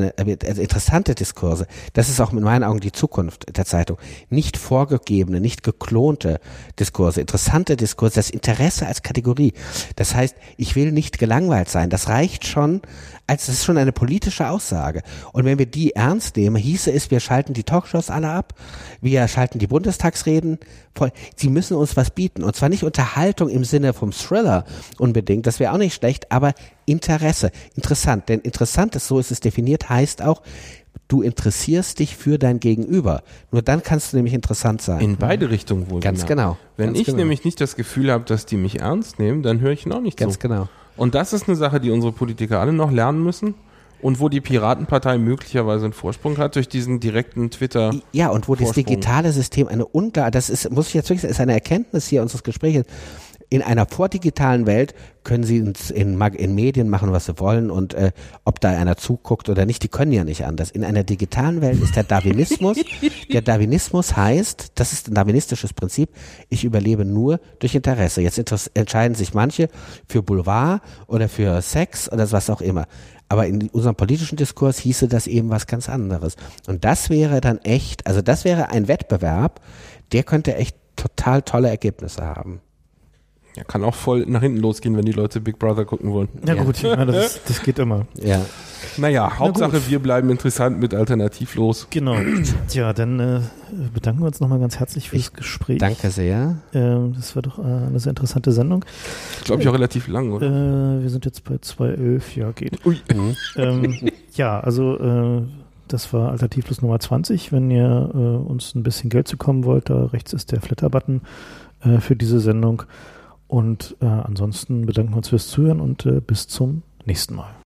Diskurse. Das ist auch in meinen Augen die Zukunft der Zeitung. Nicht vorgegebene, nicht geklonte Diskurse, interessante Diskurse, das Interesse als Kategorie. Das heißt, ich will nicht gelangweilt sein. Das reicht schon, das ist schon eine politische Aussage. Und wenn wir die ernst nehmen, hieße es, wir schalten die Talkshows alle ab, wir schalten die Bundestagsreden voll. Sie müssen uns was bieten. Und zwar nicht Unterhaltung im Sinne vom Thriller unbedingt, das wäre auch nicht schlecht, aber Interesse. Interessant. Denn interessant ist, so ist es definiert, heißt auch, du interessierst dich für dein Gegenüber. Nur dann kannst du nämlich interessant sein. In beide Richtungen wohl. Ganz genau. Wenn ich nämlich nicht das Gefühl habe, dass die mich ernst nehmen, dann höre ich ihnen auch nicht zu. Ganz genau. Und das ist eine Sache, die unsere Politiker alle noch lernen müssen. Und wo die Piratenpartei möglicherweise einen Vorsprung hat durch diesen direkten Twitter. Ja, und wo das digitale System das ist, muss ich jetzt wirklich sagen, ist eine Erkenntnis hier unseres Gesprächs. In einer vordigitalen Welt können sie in Medien machen, was sie wollen und ob da einer zuguckt oder nicht, die können ja nicht anders. In einer digitalen Welt ist der Darwinismus. Der Darwinismus heißt, das ist ein darwinistisches Prinzip, ich überlebe nur durch Interesse. Jetzt entscheiden sich manche für Boulevard oder für Sex oder was auch immer. Aber in unserem politischen Diskurs hieße das eben was ganz anderes. Und das wäre dann echt, also das wäre ein Wettbewerb, der könnte echt total tolle Ergebnisse haben. Ja, kann auch voll nach hinten losgehen, wenn die Leute Big Brother gucken wollen. Ja, gut, das geht immer. Ja. Naja, Hauptsache wir bleiben interessant mit Alternativlos. Genau. Tja, dann bedanken wir uns nochmal ganz herzlich fürs Gespräch. Danke sehr. Das war doch eine sehr interessante Sendung. Glaube ich auch relativ lang, oder? Wir sind jetzt bei 2:11, ja, geht. Ui. Ja, also das war Alternativlos Nummer 20. Wenn ihr uns ein bisschen Geld zukommen wollt, da rechts ist der Flatter-Button für diese Sendung. Und ansonsten bedanken wir uns fürs Zuhören und bis zum nächsten Mal.